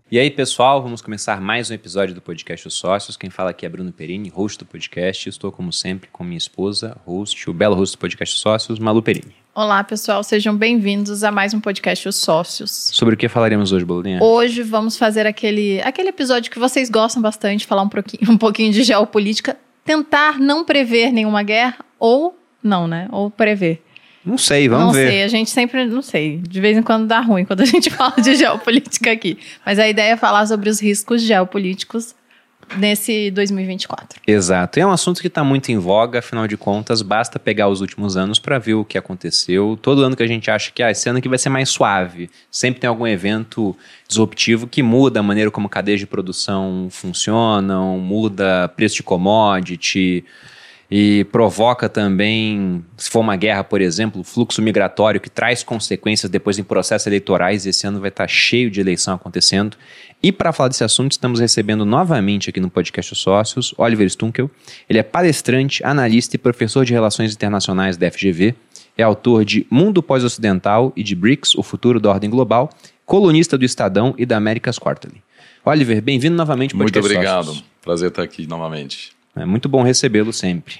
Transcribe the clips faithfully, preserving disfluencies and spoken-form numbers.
E aí, pessoal, vamos começar mais um episódio do podcast Os Sócios. Quem fala aqui é Bruno Perini, host do podcast. Estou, como sempre, com minha esposa, host, o belo host do podcast Os Sócios, Malu Perini. Olá, pessoal, sejam bem-vindos a mais um podcast Os Sócios. Sobre o que falaremos hoje, Boludinha? Hoje vamos fazer aquele, aquele episódio que vocês gostam bastante, falar um pouquinho, um pouquinho de geopolítica, tentar não prever nenhuma guerra, ou não, né? Ou prever. Não sei, vamos não ver. Não sei, a gente sempre, não sei, de vez em quando dá ruim quando a gente fala de geopolítica aqui. Mas a ideia é falar sobre os riscos geopolíticos nesse dois mil e vinte e quatro. Exato, é um assunto que está muito em voga, afinal de contas, basta pegar os últimos anos para ver o que aconteceu. Todo ano que a gente acha que ah, esse ano aqui vai ser mais suave, sempre tem algum evento disruptivo que muda a maneira como cadeias de produção funcionam, muda preço de commodity e provoca também, se for uma guerra, por exemplo, fluxo migratório que traz consequências depois em processos eleitorais. Esse ano vai estar cheio de eleição acontecendo. E para falar desse assunto, estamos recebendo novamente aqui no podcast Os Sócios, Oliver Stunkel. Ele é palestrante, analista e professor de Relações Internacionais da F G V. É autor de Mundo Pós-Ocidental e de BRICS, o futuro da ordem global, colunista do Estadão e da America's Quarterly. Oliver, bem-vindo novamente ao podcast Muito obrigado, Sócios. Prazer estar aqui novamente. É muito bom recebê-lo sempre.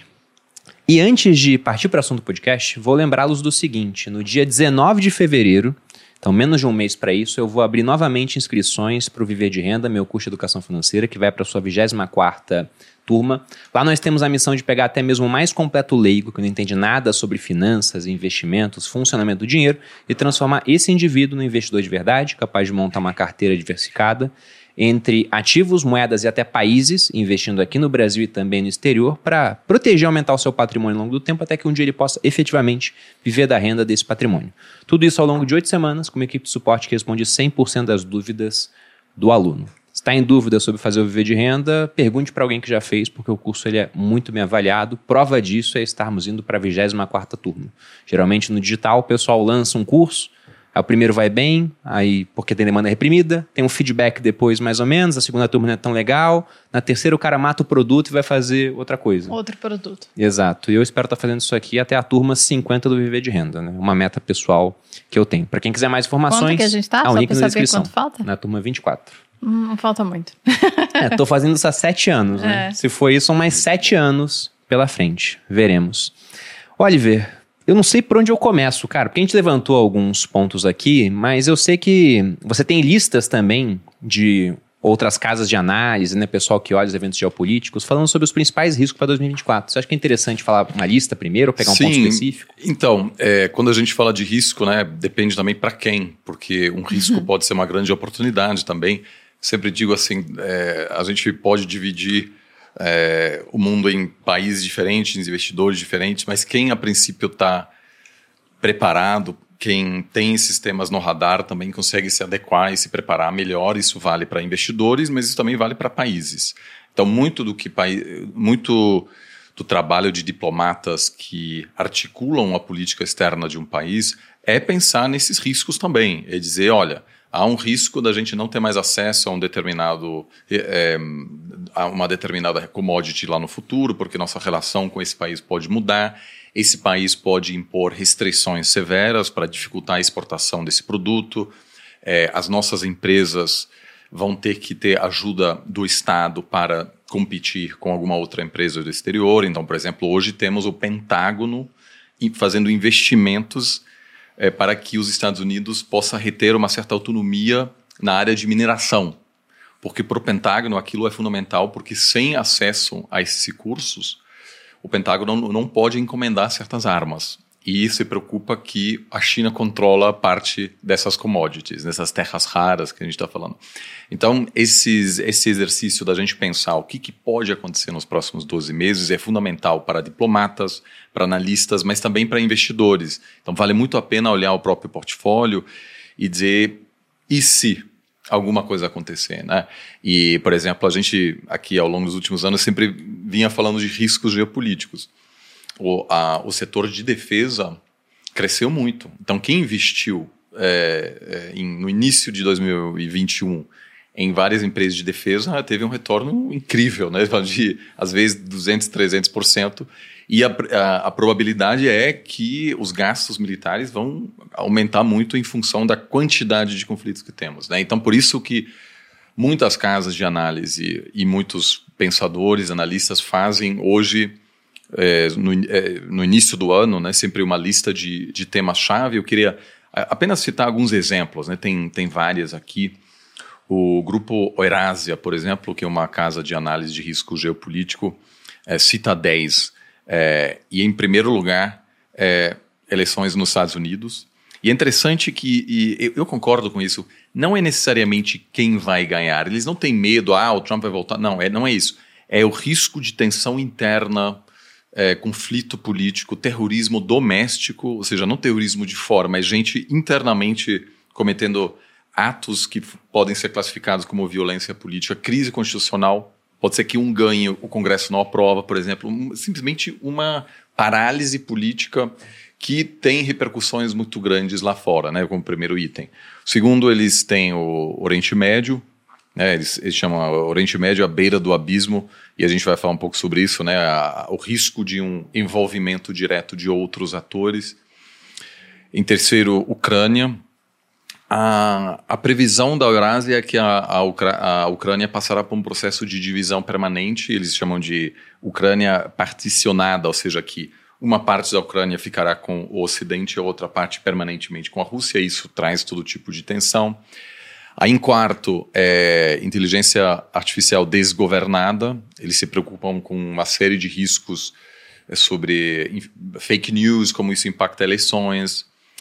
E antes de partir para o assunto do podcast, vou lembrá-los do seguinte: no dia dezenove de fevereiro, então menos de um mês para isso, eu vou abrir novamente inscrições para o Viver de Renda, meu curso de Educação Financeira, que vai para a sua vigésima quarta turma. Lá nós temos a missão de pegar até mesmo o mais completo leigo, que não entende nada sobre finanças, investimentos, funcionamento do dinheiro, e transformar esse indivíduo no investidor de verdade, capaz de montar uma carteira diversificada entre ativos, moedas e até países, investindo aqui no Brasil e também no exterior, para proteger e aumentar o seu patrimônio ao longo do tempo, até que um dia ele possa efetivamente viver da renda desse patrimônio. Tudo isso ao longo de oito semanas, com uma equipe de suporte que responde cem por cento das dúvidas do aluno. Se está em dúvida sobre fazer o Viver de Renda, pergunte para alguém que já fez, porque o curso ele é muito bem avaliado. Prova disso é estarmos indo para a vigésima quarta turma. Geralmente no digital o pessoal lança um curso, aí o primeiro vai bem, aí porque tem demanda reprimida, tem um feedback depois mais ou menos, a segunda turma não é tão legal, na terceira o cara mata o produto e vai fazer outra coisa. Outro produto. Exato, e eu espero estar fazendo isso aqui até a turma cinquenta do Viver de Renda, né? Uma meta pessoal que eu tenho. Para quem quiser mais informações, quanto que a gente está? há um Só link para na saber descrição. quanto falta? Na turma vinte e quatro. Hum, não falta muito. É, tô fazendo isso há sete anos, né? É. Se for isso, são mais sete anos pela frente. Veremos. Oliver, eu não sei por onde eu começo, cara, porque a gente levantou alguns pontos aqui, mas eu sei que você tem listas também de outras casas de análise, né? Pessoal que olha os eventos geopolíticos, falando sobre os principais riscos para dois mil e vinte e quatro. Você acha que é interessante falar uma lista primeiro, ou pegar um Sim, ponto específico? Então, é, quando a gente fala de risco, né, depende também para quem, porque um risco Uhum. pode ser uma grande oportunidade também. Sempre digo assim, é, a gente pode dividir é, o mundo em países diferentes, em investidores diferentes, mas quem a princípio está preparado, quem tem sistemas no radar também consegue se adequar e se preparar melhor. Isso vale para investidores, mas isso também vale para países. Então, muito do que muito do trabalho de diplomatas que articulam a política externa de um país é pensar nesses riscos também. É dizer, olha, há um risco da gente não ter mais acesso a um determinado, é, a uma determinada commodity lá no futuro, porque nossa relação com esse país pode mudar. Esse país pode impor restrições severas para dificultar a exportação desse produto. É, as nossas empresas vão ter que ter ajuda do Estado para competir com alguma outra empresa do exterior. Então, por exemplo, hoje temos o Pentágono fazendo investimentos é, para que os Estados Unidos possam reter uma certa autonomia na área de mineração. Porque para o Pentágono aquilo é fundamental, porque sem acesso a esses recursos, o Pentágono não, não pode encomendar certas armas. E se preocupa que a China controla parte dessas commodities, dessas terras raras que a gente está falando. Então, esses, esse exercício da gente pensar o que, que pode acontecer nos próximos doze meses é fundamental para diplomatas, para analistas, mas também para investidores. Então, vale muito a pena olhar o próprio portfólio e dizer, e se alguma coisa acontecer, né? E, por exemplo, a gente aqui ao longo dos últimos anos sempre vinha falando de riscos geopolíticos. O, a, o setor de defesa cresceu muito. Então, quem investiu é, é, em, no início de dois mil e vinte e um em várias empresas de defesa teve um retorno incrível, né? De, às vezes, duzentos, trezentos por cento. E a, a, a probabilidade é que os gastos militares vão aumentar muito em função da quantidade de conflitos que temos, né? Então, por isso que muitas casas de análise e muitos pensadores, analistas fazem hoje, é, no, é, no início do ano, né, sempre uma lista de, de temas-chave. Eu queria apenas citar alguns exemplos, né, tem, tem várias aqui. O grupo Eurásia, por exemplo, que é uma casa de análise de risco geopolítico, é, cita dez. É, e em primeiro lugar, é, eleições nos Estados Unidos. E é interessante que, e eu concordo com isso, não é necessariamente quem vai ganhar. Eles não têm medo, ah, o Trump vai voltar. Não, é, não é isso. É o risco de tensão interna, é, conflito político, terrorismo doméstico, ou seja, não terrorismo de fora, mas gente internamente cometendo atos que podem ser classificados como violência política, crise constitucional. Pode ser que um ganhe, o Congresso não aprova, por exemplo. Um, simplesmente uma parálise política que tem repercussões muito grandes lá fora, né, como primeiro item. Segundo, eles têm o Oriente Médio, né, eles, eles chamam o Oriente Médio à beira do abismo, e a gente vai falar um pouco sobre isso, né, a, o risco de um envolvimento direto de outros atores. Em terceiro, Ucrânia. A, a previsão da Eurásia é que a, a, Ucra, a Ucrânia passará por um processo de divisão permanente, eles chamam de Ucrânia particionada, ou seja, que uma parte da Ucrânia ficará com o Ocidente e a outra parte permanentemente com a Rússia. Isso traz todo tipo de tensão. Aí, em quarto, é inteligência artificial desgovernada. Eles se preocupam com uma série de riscos sobre fake news, como isso impacta eleições.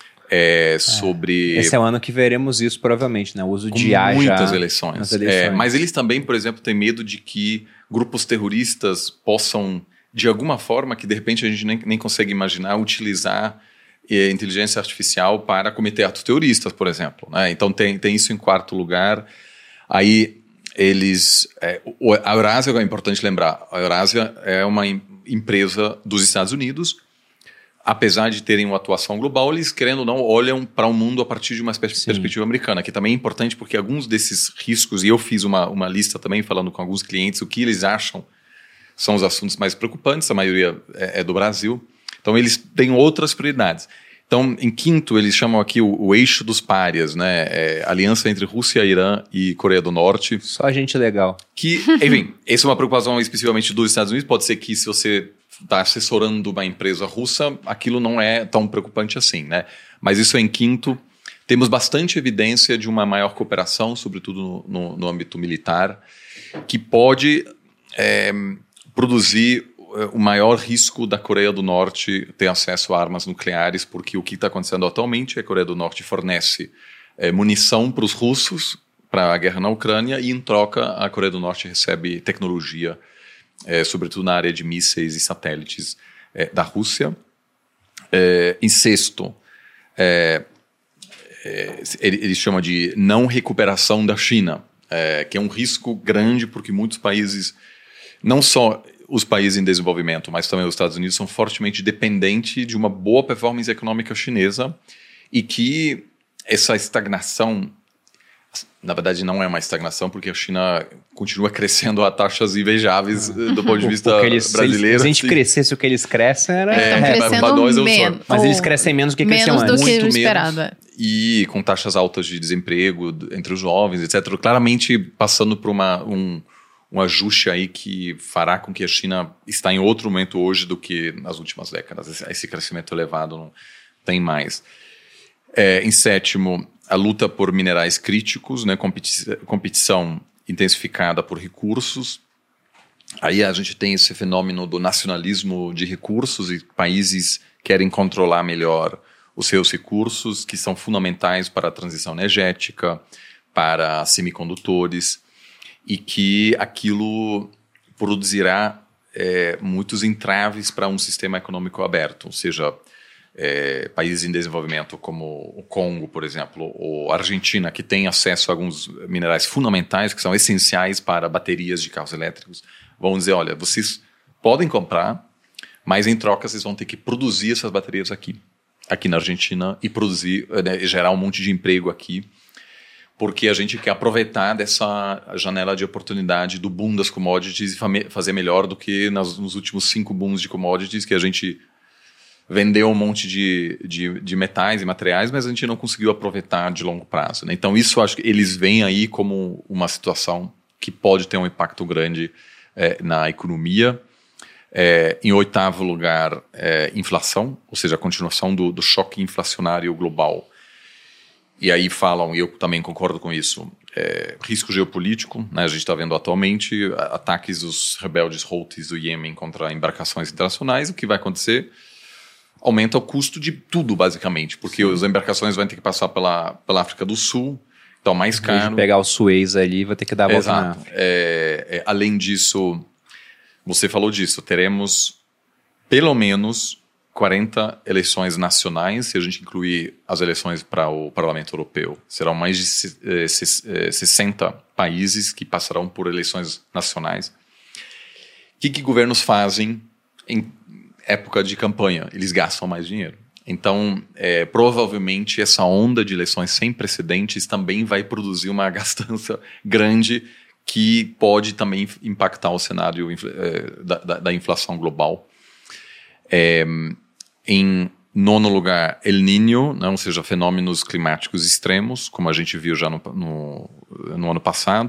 É, sobre... Esse é o ano que veremos isso, provavelmente, né? O uso com de I A muitas já eleições. nas eleições. É, mas eles também, por exemplo, têm medo de que grupos terroristas possam, de alguma forma, que de repente a gente nem, nem consegue imaginar, utilizar eh, inteligência artificial para cometer atos terroristas, por exemplo, né? Então tem, tem isso em quarto lugar. Aí eles... É, a Eurásia, é importante lembrar, a Eurásia é uma em, empresa dos Estados Unidos. Apesar de terem uma atuação global, eles, querendo ou não, olham para o mundo a partir de uma pers- perspectiva americana, que também é importante porque alguns desses riscos, e eu fiz uma, uma lista também falando com alguns clientes o que eles acham são os assuntos mais preocupantes, a maioria é, é do Brasil, então eles têm outras prioridades. Então, em quinto, eles chamam aqui o, o eixo dos párias, né? É, aliança entre Rússia, Irã e Coreia do Norte. Só gente legal. Que, enfim, essa é uma preocupação especificamente dos Estados Unidos, pode ser que se você está assessorando uma empresa russa, aquilo não é tão preocupante assim, né? Mas isso é em quinto. Temos bastante evidência de uma maior cooperação, sobretudo no, no, no âmbito militar, que pode é, produzir o maior risco da Coreia do Norte ter acesso a armas nucleares, porque o que está acontecendo atualmente é que a Coreia do Norte fornece é, munição para os russos, para a guerra na Ucrânia, e em troca a Coreia do Norte recebe tecnologia, É, sobretudo na área de mísseis e satélites é, da Rússia. É, em sexto, é, é, eles chamam de não recuperação da China, é, que é um risco grande porque muitos países, não só os países em desenvolvimento, mas também os Estados Unidos, são fortemente dependentes de uma boa performance econômica chinesa, e que essa estagnação, na verdade, não é uma estagnação, porque a China continua crescendo a taxas invejáveis do ponto de vista eles, brasileiro. Se a gente assim. crescesse o que eles crescem, era... Eles estão É, crescendo nós, eu menos. Mas eles crescem menos do que cresciam menos antes. do que Muito o esperado. menos. E com taxas altas de desemprego entre os jovens, etcétera. Claramente passando por uma, um, um ajuste aí que fará com que a China está em outro momento hoje do que nas últimas décadas. Esse crescimento elevado não tem mais. É, em sétimo, a luta por minerais críticos, né, competi- competição intensificada por recursos. Aí a gente tem esse fenômeno do nacionalismo de recursos, e países querem controlar melhor os seus recursos, que são fundamentais para a transição energética, para semicondutores, e que aquilo produzirá é, muitos entraves para um sistema econômico aberto, ou seja, É, países em desenvolvimento como o Congo, por exemplo, ou a Argentina, que tem acesso a alguns minerais fundamentais que são essenciais para baterias de carros elétricos, vão dizer, olha, vocês podem comprar, mas em troca vocês vão ter que produzir essas baterias aqui, aqui na Argentina, e produzir, né, gerar um monte de emprego aqui, porque a gente quer aproveitar dessa janela de oportunidade do boom das commodities e fazer melhor do que nas, nos últimos cinco booms de commodities que a gente vendeu um monte de, de, de metais e materiais, mas a gente não conseguiu aproveitar de longo prazo, né? Então isso acho que eles veem aí como uma situação que pode ter um impacto grande é, na economia. É, em oitavo lugar, é, inflação, ou seja, a continuação do, do choque inflacionário global. E aí falam, e eu também concordo com isso, é, risco geopolítico, né? A gente está vendo atualmente ataques dos rebeldes Houthis do Iêmen contra embarcações internacionais. O que vai acontecer? Aumenta o custo de tudo, basicamente, porque Sim. as embarcações vão ter que passar pela, pela África do Sul, então mais caro. Em vez de pegar o Suez ali, vai ter que dar a volta na África. É, é, além disso, você falou disso, teremos pelo menos quarenta eleições nacionais, se a gente incluir as eleições para o Parlamento Europeu. Serão mais de sessenta países que passarão por eleições nacionais. O que, que governos fazem em época de campanha? Eles gastam mais dinheiro. Então, é, provavelmente, essa onda de eleições sem precedentes também vai produzir uma gastança grande que pode também impactar o cenário é, da, da, da inflação global. É, em nono lugar, El Niño, né, ou seja, fenômenos climáticos extremos, como a gente viu já no, no, no ano passado.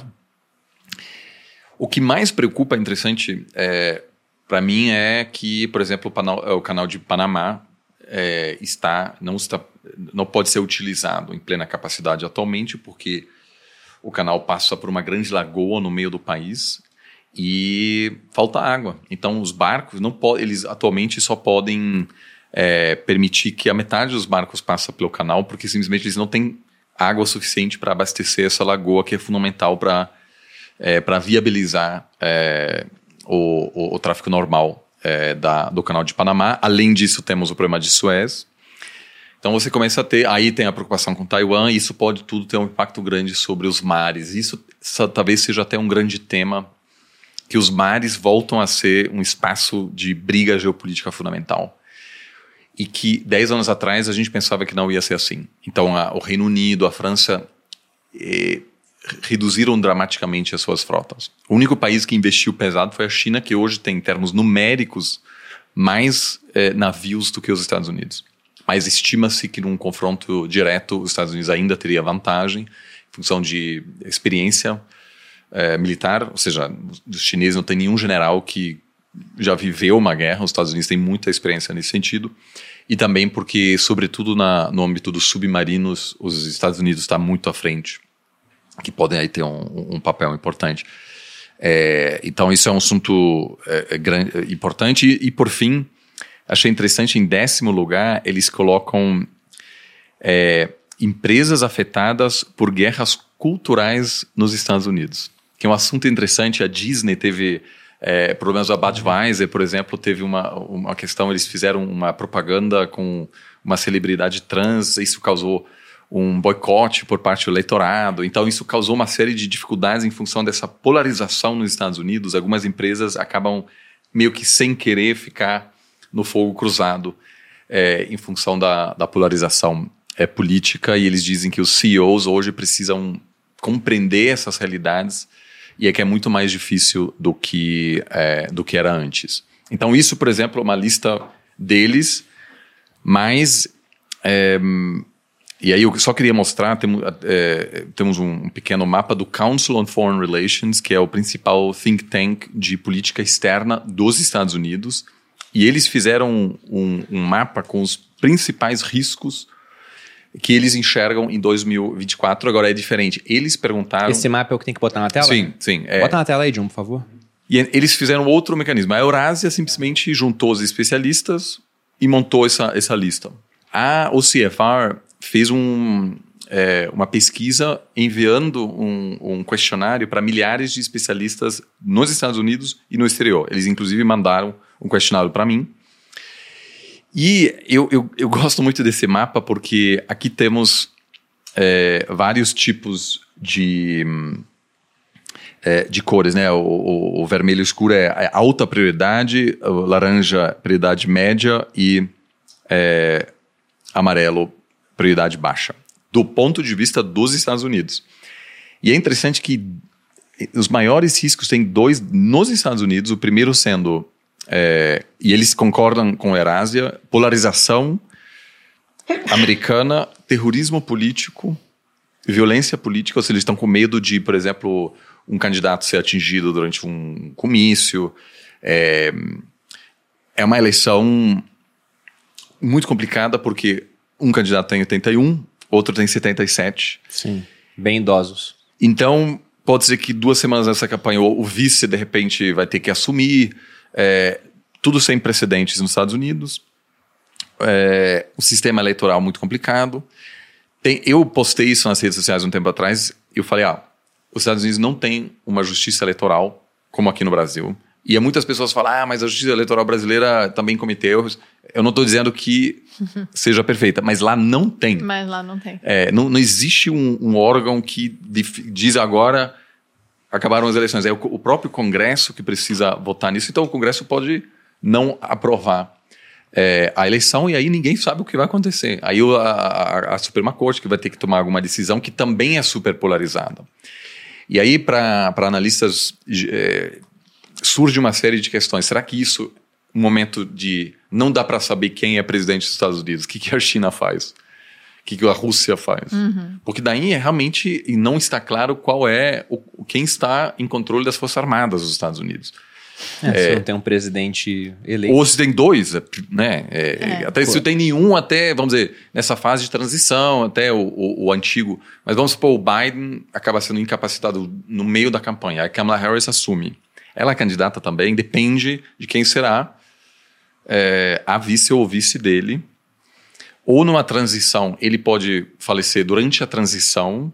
O que mais preocupa, interessante, é, para mim, é que, por exemplo, o, panal, o canal de Panamá é, está, não, está, não pode ser utilizado em plena capacidade atualmente, porque o canal passa por uma grande lagoa no meio do país e falta água. Então, os barcos, não po- eles atualmente só podem é, permitir que a metade dos barcos passe pelo canal, porque simplesmente eles não têm água suficiente para abastecer essa lagoa, que é fundamental para é, para viabilizar é, o, o, o tráfego normal é, da, do canal de Panamá. Além disso, temos o problema de Suez. Então você começa a ter, aí tem a preocupação com Taiwan, e isso pode tudo ter um impacto grande sobre os mares. Isso, isso talvez seja até um grande tema, que os mares voltam a ser um espaço de briga geopolítica fundamental. E que dez anos atrás a gente pensava que não ia ser assim. Então a, o Reino Unido, a França eh, reduziram dramaticamente as suas frotas. O único país que investiu pesado foi a China, que hoje tem, em termos numéricos, mais eh, navios do que os Estados Unidos. Mas estima-se que num confronto direto os Estados Unidos ainda teria vantagem, em função de experiência é, militar, ou seja, os chineses não tem nenhum general que já viveu uma guerra, os Estados Unidos têm muita experiência nesse sentido, e também porque, sobretudo na, no âmbito dos submarinos, os Estados Unidos estão muito à frente, que podem aí ter um, um papel importante. É, então isso é um assunto é, é, grande, é, importante, e, e por fim, achei interessante, em décimo lugar, eles colocam é, empresas afetadas por guerras culturais nos Estados Unidos, que é um assunto interessante. A Disney teve é, problemas, a Budweiser, por exemplo, teve uma, uma questão, eles fizeram uma propaganda com uma celebridade trans, isso causou um boicote por parte do eleitorado, então isso causou uma série de dificuldades em função dessa polarização nos Estados Unidos. Algumas empresas acabam meio que sem querer ficar no fogo cruzado é, em função da, da polarização é, política, e eles dizem que os C E Os hoje precisam compreender essas realidades, e é que é muito mais difícil do que, é, do que era antes. Então isso, por exemplo, é uma lista deles, mas é, e aí eu só queria mostrar, temos, é, temos um pequeno mapa do Council on Foreign Relations, que é o principal think tank de política externa dos Estados Unidos. E eles fizeram um, um, um mapa com os principais riscos que eles enxergam em dois mil e vinte e quatro. Agora é diferente. Eles perguntaram... Esse mapa é o que tem que botar na tela? Sim, sim. É. Bota na tela aí, John, por favor. E eles fizeram outro mecanismo. A Eurásia simplesmente juntou os especialistas e montou essa, essa lista. A O C F R fez um, é, uma pesquisa enviando um, um questionário para milhares de especialistas nos Estados Unidos e no exterior. Eles, inclusive, mandaram um questionário para mim. E eu, eu, eu gosto muito desse mapa porque aqui temos é, vários tipos de, é, de cores, né? O, o, o vermelho escuro é alta prioridade, o laranja prioridade média e é, amarelo prioridade baixa, do ponto de vista dos Estados Unidos. E é interessante que os maiores riscos têm dois nos Estados Unidos, o primeiro sendo É, e eles concordam com a Eurásia, polarização americana, terrorismo político, violência política, ou seja, eles estão com medo de, por exemplo, um candidato ser atingido durante um comício. É, é uma eleição muito complicada porque um candidato tem oitenta e um, outro tem setenta e sete. Sim, bem idosos. Então, pode ser que duas semanas nessa campanha o vice, de repente, vai ter que assumir. É, tudo sem precedentes nos Estados Unidos. É, o sistema eleitoral muito complicado. Tem, eu postei isso nas redes sociais um tempo atrás. Eu falei, ah, os Estados Unidos não tem uma justiça eleitoral como aqui no Brasil. E muitas pessoas falam, ah, mas a justiça eleitoral brasileira também cometeu erros. Eu não estou dizendo que seja perfeita, mas lá não tem. Mas lá não tem. É, não, não existe um, um órgão que dif, diz agora acabaram as eleições. É o, o próprio Congresso que precisa votar nisso. Então o Congresso pode não aprovar é, a eleição e aí ninguém sabe o que vai acontecer. Aí a, a, a Suprema Corte que vai ter que tomar alguma decisão que também é super polarizada. E aí para analistas é, surge uma série de questões. Será que isso, um momento de não dá para saber quem é presidente dos Estados Unidos? O que, que a China faz? O que, que a Rússia faz? Uhum. Porque daí é realmente não está claro qual é o, quem está em controle das Forças Armadas dos Estados Unidos. É, é, se não tem um presidente eleito. Ou se tem dois, né? É, é, até se tem nenhum, até, vamos dizer, nessa fase de transição, até o, o, o antigo. Mas vamos supor, o Biden acaba sendo incapacitado no meio da campanha. A Kamala Harris assume. Ela é candidata também, depende de quem será é, a vice ou o vice dele. Ou numa transição, ele pode falecer durante a transição.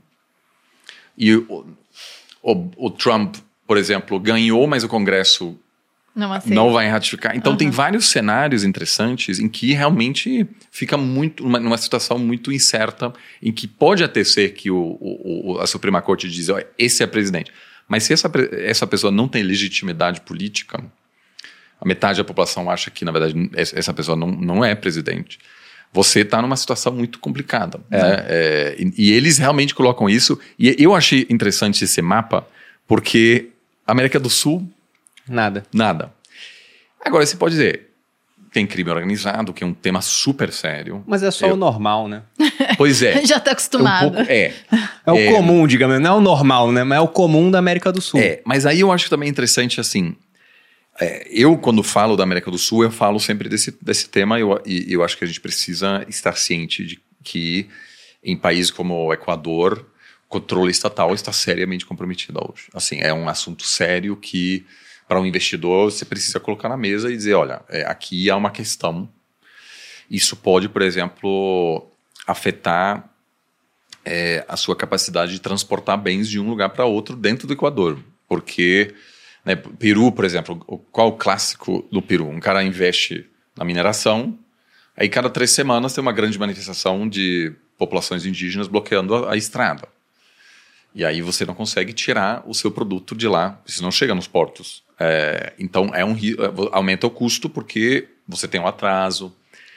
E o, o, o Trump, por exemplo, ganhou, mas o Congresso não, não vai ratificar. Então, uhum. tem vários cenários interessantes em que realmente fica muito uma, numa situação muito incerta, em que pode até ser que o, o, a Suprema Corte diz, oh, esse é presidente. Mas se essa, essa pessoa não tem legitimidade política, a metade da população acha que, na verdade, essa pessoa não, não é presidente, você está numa situação muito complicada. É. Né? É, e, e eles realmente colocam isso. E eu achei interessante esse mapa, porque América do Sul... Nada. Nada. Agora, você pode dizer, tem crime organizado, que é um tema super sério. Mas é só eu... o normal, né? Pois é. Já está acostumado. É, um pouco, é. É o é, comum, digamos. Não é o normal, né? Mas é o comum da América do Sul. É, mas aí eu acho também interessante, assim... É, eu, quando falo da América do Sul, eu falo sempre desse, desse tema eu, e eu acho que a gente precisa estar ciente de que em países como o Equador, o controle estatal está seriamente comprometido hoje. Assim, é um assunto sério que, para um investidor, você precisa colocar na mesa e dizer, olha, é, aqui há uma questão. Isso pode, por exemplo, afetar é, a sua capacidade de transportar bens de um lugar para outro dentro do Equador, porque... Né, Peru, por exemplo, qual o clássico do Peru? Um cara investe na mineração, aí cada três semanas tem uma grande manifestação de populações indígenas bloqueando a, a estrada. E aí você não consegue tirar o seu produto de lá, isso não chega nos portos. É, então é um, aumenta o custo porque você tem um atraso.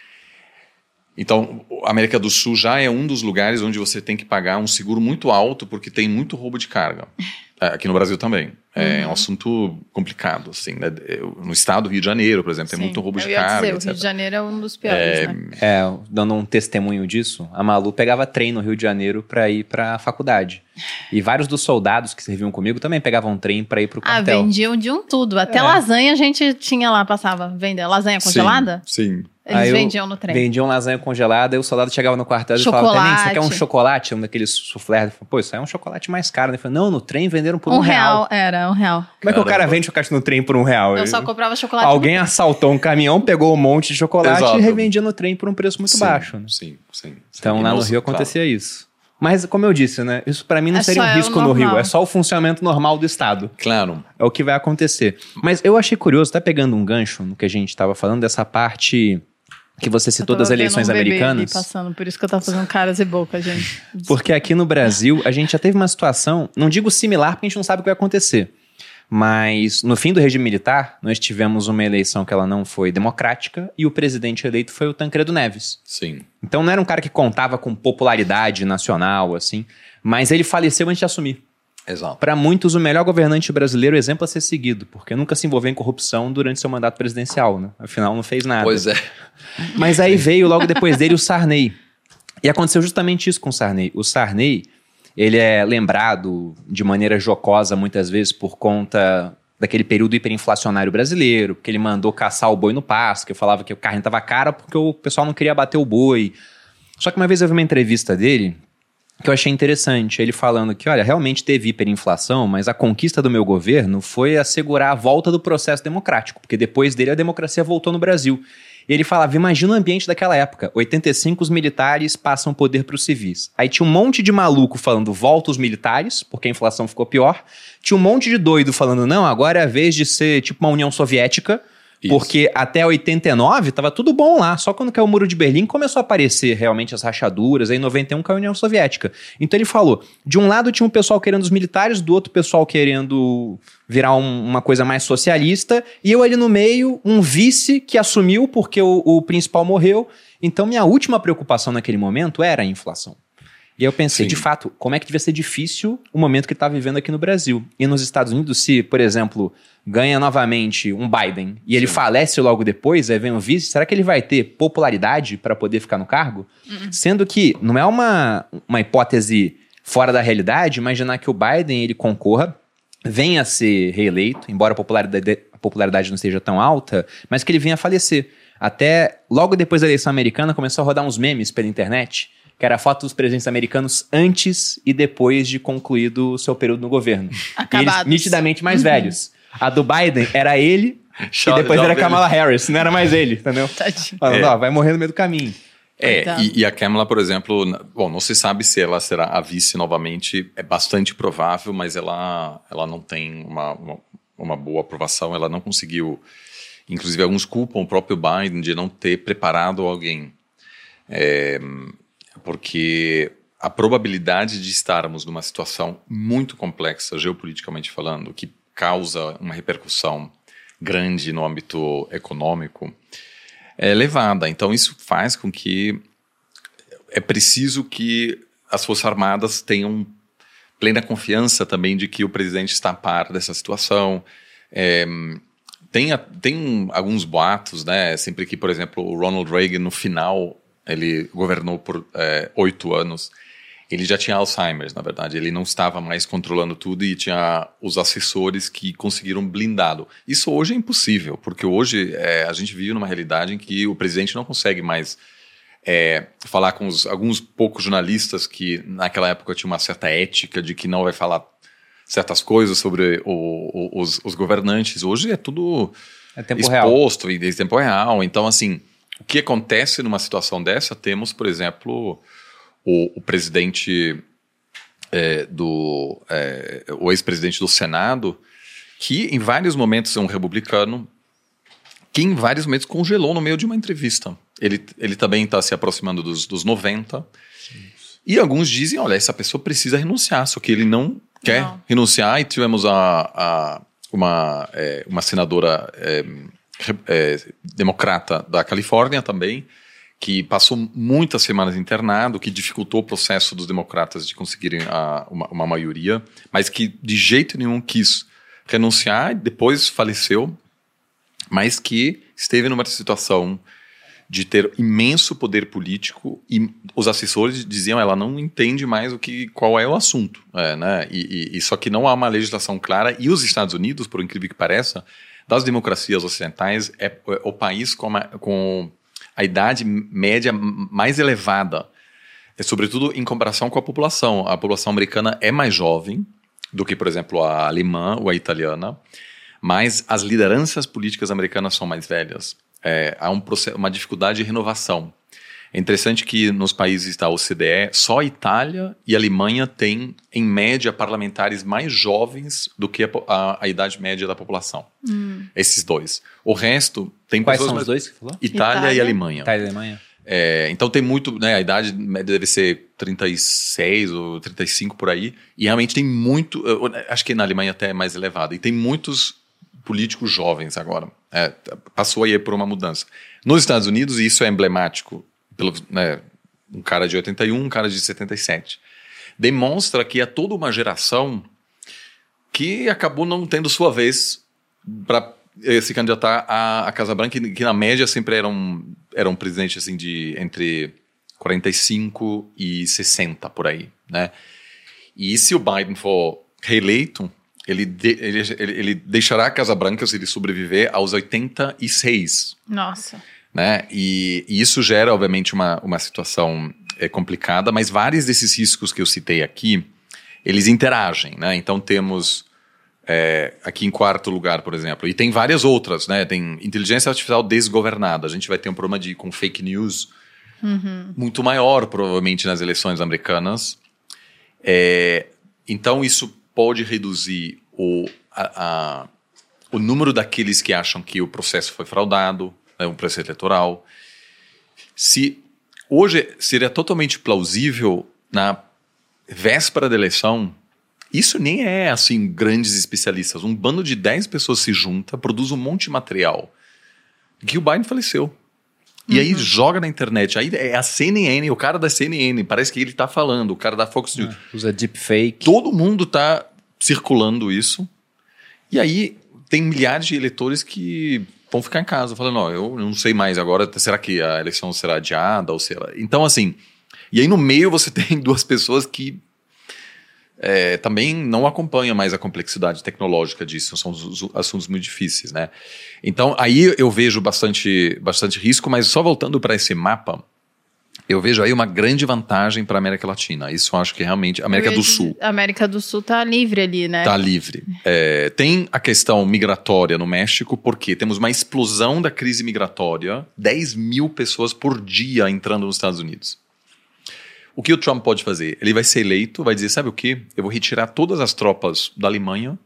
Então, a América do Sul já é um dos lugares onde você tem que pagar um seguro muito alto porque tem muito roubo de carga. Aqui no Brasil também. É uhum. um assunto complicado, assim, né? No estado do Rio de Janeiro, por exemplo, Sim, tem muito roubo de carga, dizer, etcétera. O Rio de Janeiro é um dos piores, é, né? É, dando um testemunho disso, a Malu pegava trem no Rio de Janeiro para ir para a faculdade. E vários dos soldados que serviam comigo também pegavam trem para ir para o quartel. Ah, vendiam de um tudo. Até é. lasanha a gente tinha lá, passava. Vender lasanha congelada? Sim, sim. Eles Aí vendiam no trem. Vendiam lasanha congelada e o soldado chegava no quartel e falava, Tenente, você quer um chocolate? Um daqueles soufflé. Eu falei, pô, isso aí é um chocolate mais caro. Ele falou, não, no trem venderam por um, um real. real. Era, um real. Como Caramba. é que o cara vende chocolate no trem por um real? Eu só comprava chocolate. Alguém assaltou um caminhão, pegou um monte de chocolate Exato. e revendia no trem por um preço muito sim, baixo. Né? Sim, sim, sim. Então, e lá no nossa, Rio acontecia claro. isso. Mas, como eu disse, né? Isso pra mim não é seria um risco no Rio. É só o funcionamento normal do Estado. Claro. É o que vai acontecer. Mas eu achei curioso, tá pegando um gancho no que a gente estava falando, dessa parte que você citou das eleições um bebê americanas. Ali passando, por isso que eu tava fazendo caras e boca, gente. Porque aqui no Brasil, a gente já teve uma situação, não digo similar, porque a gente não sabe o que vai acontecer. Mas no fim do regime militar, nós tivemos uma eleição que ela não foi democrática e o presidente eleito foi o Tancredo Neves. Sim. Então não era um cara que contava com popularidade nacional, assim, mas ele faleceu antes de assumir. Exato. Para muitos, o melhor governante brasileiro, o exemplo a ser seguido, porque nunca se envolveu em corrupção durante seu mandato presidencial, né? Afinal, não fez nada. Pois é. Mas aí veio, logo depois dele, o Sarney. E aconteceu justamente isso com o Sarney. O Sarney, ele é lembrado de maneira jocosa, muitas vezes, por conta daquele período hiperinflacionário brasileiro, porque ele mandou caçar o boi no pasto, que eu falava que o carne estava cara porque o pessoal não queria bater o boi. Só que uma vez eu vi uma entrevista dele que eu achei interessante, ele falando que, olha, realmente teve hiperinflação, mas a conquista do meu governo foi assegurar a volta do processo democrático, porque depois dele a democracia voltou no Brasil. E ele falava, imagina o ambiente daquela época, oitenta e cinco os militares passam poder para os civis. Aí tinha um monte de maluco falando, volta os militares, porque a inflação ficou pior. Tinha um monte de doido falando, não, agora é a vez de ser tipo uma União Soviética, isso. Porque até oitenta e nove estava tudo bom lá, só quando caiu o Muro de Berlim começou a aparecer realmente as rachaduras, aí em noventa e um caiu a União Soviética. Então ele falou, de um lado tinha um pessoal querendo os militares, do outro pessoal querendo virar um, uma coisa mais socialista, e eu ali no meio, um vice que assumiu porque o, o principal morreu. Então minha última preocupação naquele momento era a inflação. E eu pensei, Sim. de fato, como é que devia ser difícil o momento que está vivendo aqui no Brasil. E nos Estados Unidos, se, por exemplo, ganha novamente um Biden e ele Sim. falece logo depois, aí vem um vice, será que ele vai ter popularidade para poder ficar no cargo? Uhum. Sendo que não é uma, uma hipótese fora da realidade imaginar que o Biden ele concorra, venha a ser reeleito, embora a popularidade, a popularidade não esteja tão alta, mas que ele venha a falecer. Até logo depois da eleição americana começou a rodar uns memes pela internet, que era a foto dos presidentes americanos antes e depois de concluído o seu período no governo. Acabados. Eles nitidamente mais uhum. velhos. A do Biden era ele já, e depois já era velho. Kamala Harris, não era mais ele, entendeu? Tadinho. Falando, é. ó, vai morrer no meio do caminho. É, então. e, e a Kamala, por exemplo, bom, não se sabe se ela será a vice novamente, é bastante provável, mas ela, ela não tem uma, uma, uma boa aprovação, ela não conseguiu, inclusive alguns culpam o próprio Biden de não ter preparado alguém. É... Porque a probabilidade de estarmos numa situação muito complexa, geopoliticamente falando, que causa uma repercussão grande no âmbito econômico, é elevada. Então, isso faz com que é preciso que as Forças Armadas tenham plena confiança também de que o presidente está a par dessa situação. É, tem, a, tem alguns boatos, né? Sempre que, por exemplo, o Ronald Reagan, no final... Ele governou por é, oito anos. Ele já tinha Alzheimer, na verdade. Ele não estava mais controlando tudo e tinha os assessores que conseguiram blindá-lo. Isso hoje é impossível, porque hoje é, a gente vive numa realidade em que o presidente não consegue mais é, falar com os, alguns poucos jornalistas que naquela época tinham uma certa ética de que não vai falar certas coisas sobre o, o, os, os governantes. Hoje é tudo é tempo exposto real. e em tempo real. Então, assim... O que acontece numa situação dessa? Temos, por exemplo, o, o presidente é, do... É, o ex-presidente do Senado, que em vários momentos é um republicano, que em vários momentos congelou no meio de uma entrevista. Ele, ele também está se aproximando dos, dos noventa. Sim. E alguns dizem, olha, essa pessoa precisa renunciar, só que ele não quer não. renunciar. E tivemos a, a, uma, é, uma senadora... É, É, democrata da Califórnia também, que passou muitas semanas internado, que dificultou o processo dos democratas de conseguirem a, uma, uma maioria, mas que de jeito nenhum quis renunciar e depois faleceu, mas que esteve numa situação de ter imenso poder político e os assessores diziam ela não entende mais o que, qual é o assunto, é, né? e, e, e só que não há uma legislação clara, e os Estados Unidos, por incrível que pareça, das democracias ocidentais, é o país com a, com a idade média mais elevada, é, sobretudo em comparação com a população. A população americana é mais jovem do que, por exemplo, a alemã ou a italiana, mas as lideranças políticas americanas são mais velhas. É, há um processo, uma dificuldade de renovação. É interessante que nos países da O C D E, só a Itália e a Alemanha têm, em média, parlamentares mais jovens do que a, a, a idade média da população. Hum. Esses dois. O resto tem Quais pessoas... são os dois que falou? Itália, Itália e Alemanha. Itália e Alemanha. É, então tem muito... Né, a idade média deve ser trinta e seis ou trinta e cinco por aí. E realmente tem muito... Eu, acho que na Alemanha até é mais elevado. E tem muitos políticos jovens agora. É, passou aí por uma mudança. Nos Estados Unidos, e isso é emblemático... Pelo, né, um cara de oitenta e um, um cara de setenta e sete. Demonstra que há toda uma geração que acabou não tendo sua vez para se candidatar à, à Casa Branca, que, que na média sempre era um, era um presidente assim, de entre quarenta e cinco e sessenta, por aí, né? E se o Biden for reeleito, ele, de, ele, ele, ele deixará a Casa Branca, se ele sobreviver, aos oitenta e seis. Nossa. Né? E, e isso gera, obviamente, uma, uma situação é, complicada, mas vários desses riscos que eu citei aqui, eles interagem, né? Então temos... É, aqui em quarto lugar, por exemplo. E tem várias outras, né? Tem inteligência artificial desgovernada. A gente vai ter um problema de, com fake news uhum. muito maior, provavelmente, nas eleições americanas. É, então, isso pode reduzir o, a, a, o número daqueles que acham que o processo foi fraudado, né, o processo eleitoral. Se, hoje, seria totalmente plausível, na véspera da eleição... Isso nem é, assim, grandes especialistas. Um bando de dez pessoas se junta, produz um monte de material. Que o Biden faleceu. E uhum. aí joga na internet. Aí é a C N N, o cara da C N N. Parece que ele tá falando, o cara da Fox News. Ah, usa deepfake. Todo mundo tá circulando isso. E aí tem milhares de eleitores que vão ficar em casa. Falando, ó, eu não sei mais agora. Será que a eleição será adiada? Ou será... Então, assim... E aí no meio você tem duas pessoas que... É, também não acompanha mais a complexidade tecnológica disso, são os, os assuntos muito difíceis, né? Então, aí eu vejo bastante, bastante risco, mas só voltando para esse mapa, eu vejo aí uma grande vantagem para a América Latina. Isso eu acho que realmente... América do Sul. A América do Sul tá livre ali, né? Tá livre. É, tem a questão migratória no México, porque temos uma explosão da crise migratória, dez mil pessoas por dia entrando nos Estados Unidos. O que o Trump pode fazer? Ele vai ser eleito, vai dizer, sabe o quê? Eu vou retirar todas as tropas da Alemanha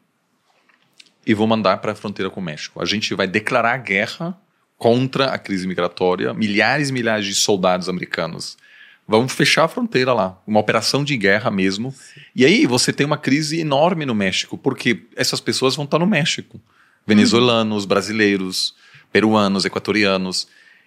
e vou mandar para a fronteira com o México. A gente vai declarar guerra contra a crise migratória, milhares e milhares de soldados americanos. Vamos fechar a fronteira lá, uma operação de guerra mesmo. Sim. E aí você tem uma crise enorme no México, porque essas pessoas vão estar no México. Venezuelanos, brasileiros, peruanos, equatorianos...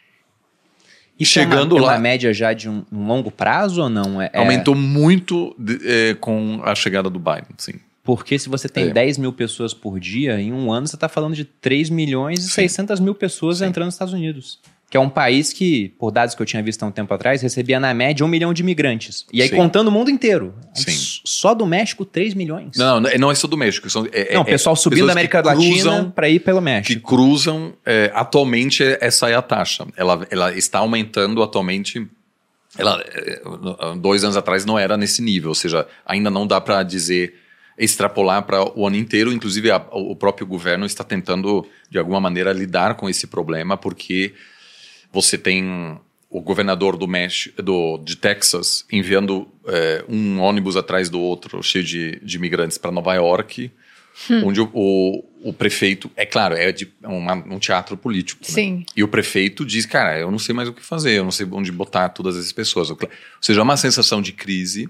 E chegando é uma, lá, é uma média já de um, um longo prazo ou não? É, aumentou é... muito de, é, com a chegada do Biden, sim. Porque se você tem é. dez mil pessoas por dia, em um ano você está falando de três milhões e seiscentas mil pessoas sim. entrando nos Estados Unidos. Que é um país que, por dados que eu tinha visto há um tempo atrás, recebia na média um milhão de imigrantes. E aí sim. contando o mundo inteiro. Sim. Só do México, três milhões. Não, não, não é só do México. São, é, não, o pessoal é, subindo da América Latina para ir pelo México. Que cruzam, é, atualmente essa é a taxa. Ela, ela está aumentando atualmente. Ela, dois anos atrás não era nesse nível, ou seja, ainda não dá para dizer, extrapolar para o ano inteiro. Inclusive a, o próprio governo está tentando, de alguma maneira, lidar com esse problema, porque... Você tem o governador do México, do, de Texas enviando é, um ônibus atrás do outro, cheio de, de imigrantes, para Nova York, hum. onde o, o, o prefeito, é claro, é de uma, um teatro político. Sim. Né? E o prefeito diz, cara, eu não sei mais o que fazer, eu não sei onde botar todas essas pessoas. Ou seja, é uma sensação de crise,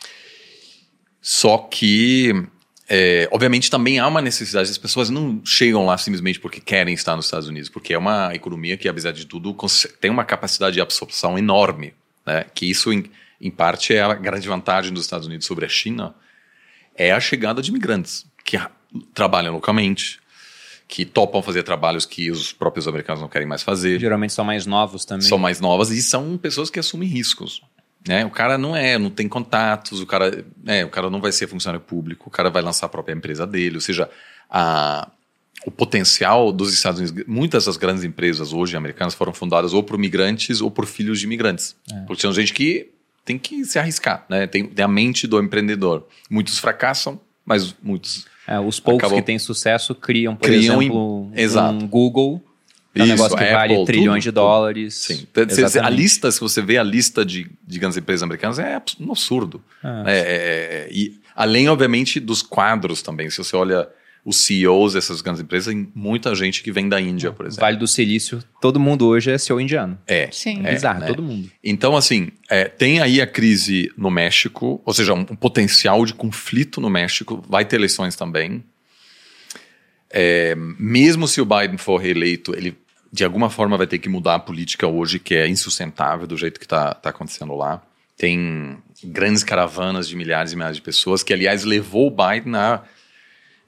só que... É, obviamente também há uma necessidade, as pessoas não chegam lá simplesmente porque querem estar nos Estados Unidos, porque é uma economia que, apesar de tudo, tem uma capacidade de absorção enorme, né? Que isso, em, em parte, é a grande vantagem dos Estados Unidos sobre a China, é a chegada de imigrantes que trabalham localmente, que topam fazer trabalhos que os próprios americanos não querem mais fazer. Geralmente são mais novos também. São mais novas e são pessoas que assumem riscos. Né? O cara não é, não tem contatos, o cara, é, o cara não vai ser funcionário público, o cara vai lançar a própria empresa dele, ou seja, a, o potencial dos Estados Unidos, muitas das grandes empresas hoje americanas foram fundadas ou por migrantes ou por filhos de imigrantes, é. Porque tem gente que tem que se arriscar, né? tem, tem a mente do empreendedor, muitos fracassam, mas muitos... É, os poucos acabam, que têm sucesso criam, por criam exemplo, em, um Google... É um Isso, negócio que Apple, vale trilhões tudo, de dólares. Sim. A lista, se você vê a lista de, de grandes empresas americanas, é um absurdo. Ah, é, é, e além, obviamente, dos quadros também. Se você olha os C E Os dessas grandes empresas, tem muita gente que vem da Índia, por exemplo. Vale do Silício, todo mundo hoje é C E O indiano. É. Sim. É bizarro, né? todo mundo. Então, assim, é, tem aí a crise no México, ou seja, um, um potencial de conflito no México. Vai ter eleições também. É, mesmo se o Biden for reeleito, ele... de alguma forma vai ter que mudar a política hoje, que é insustentável do jeito que está tá acontecendo lá. Tem grandes caravanas de milhares e milhares de pessoas, que aliás levou o Biden a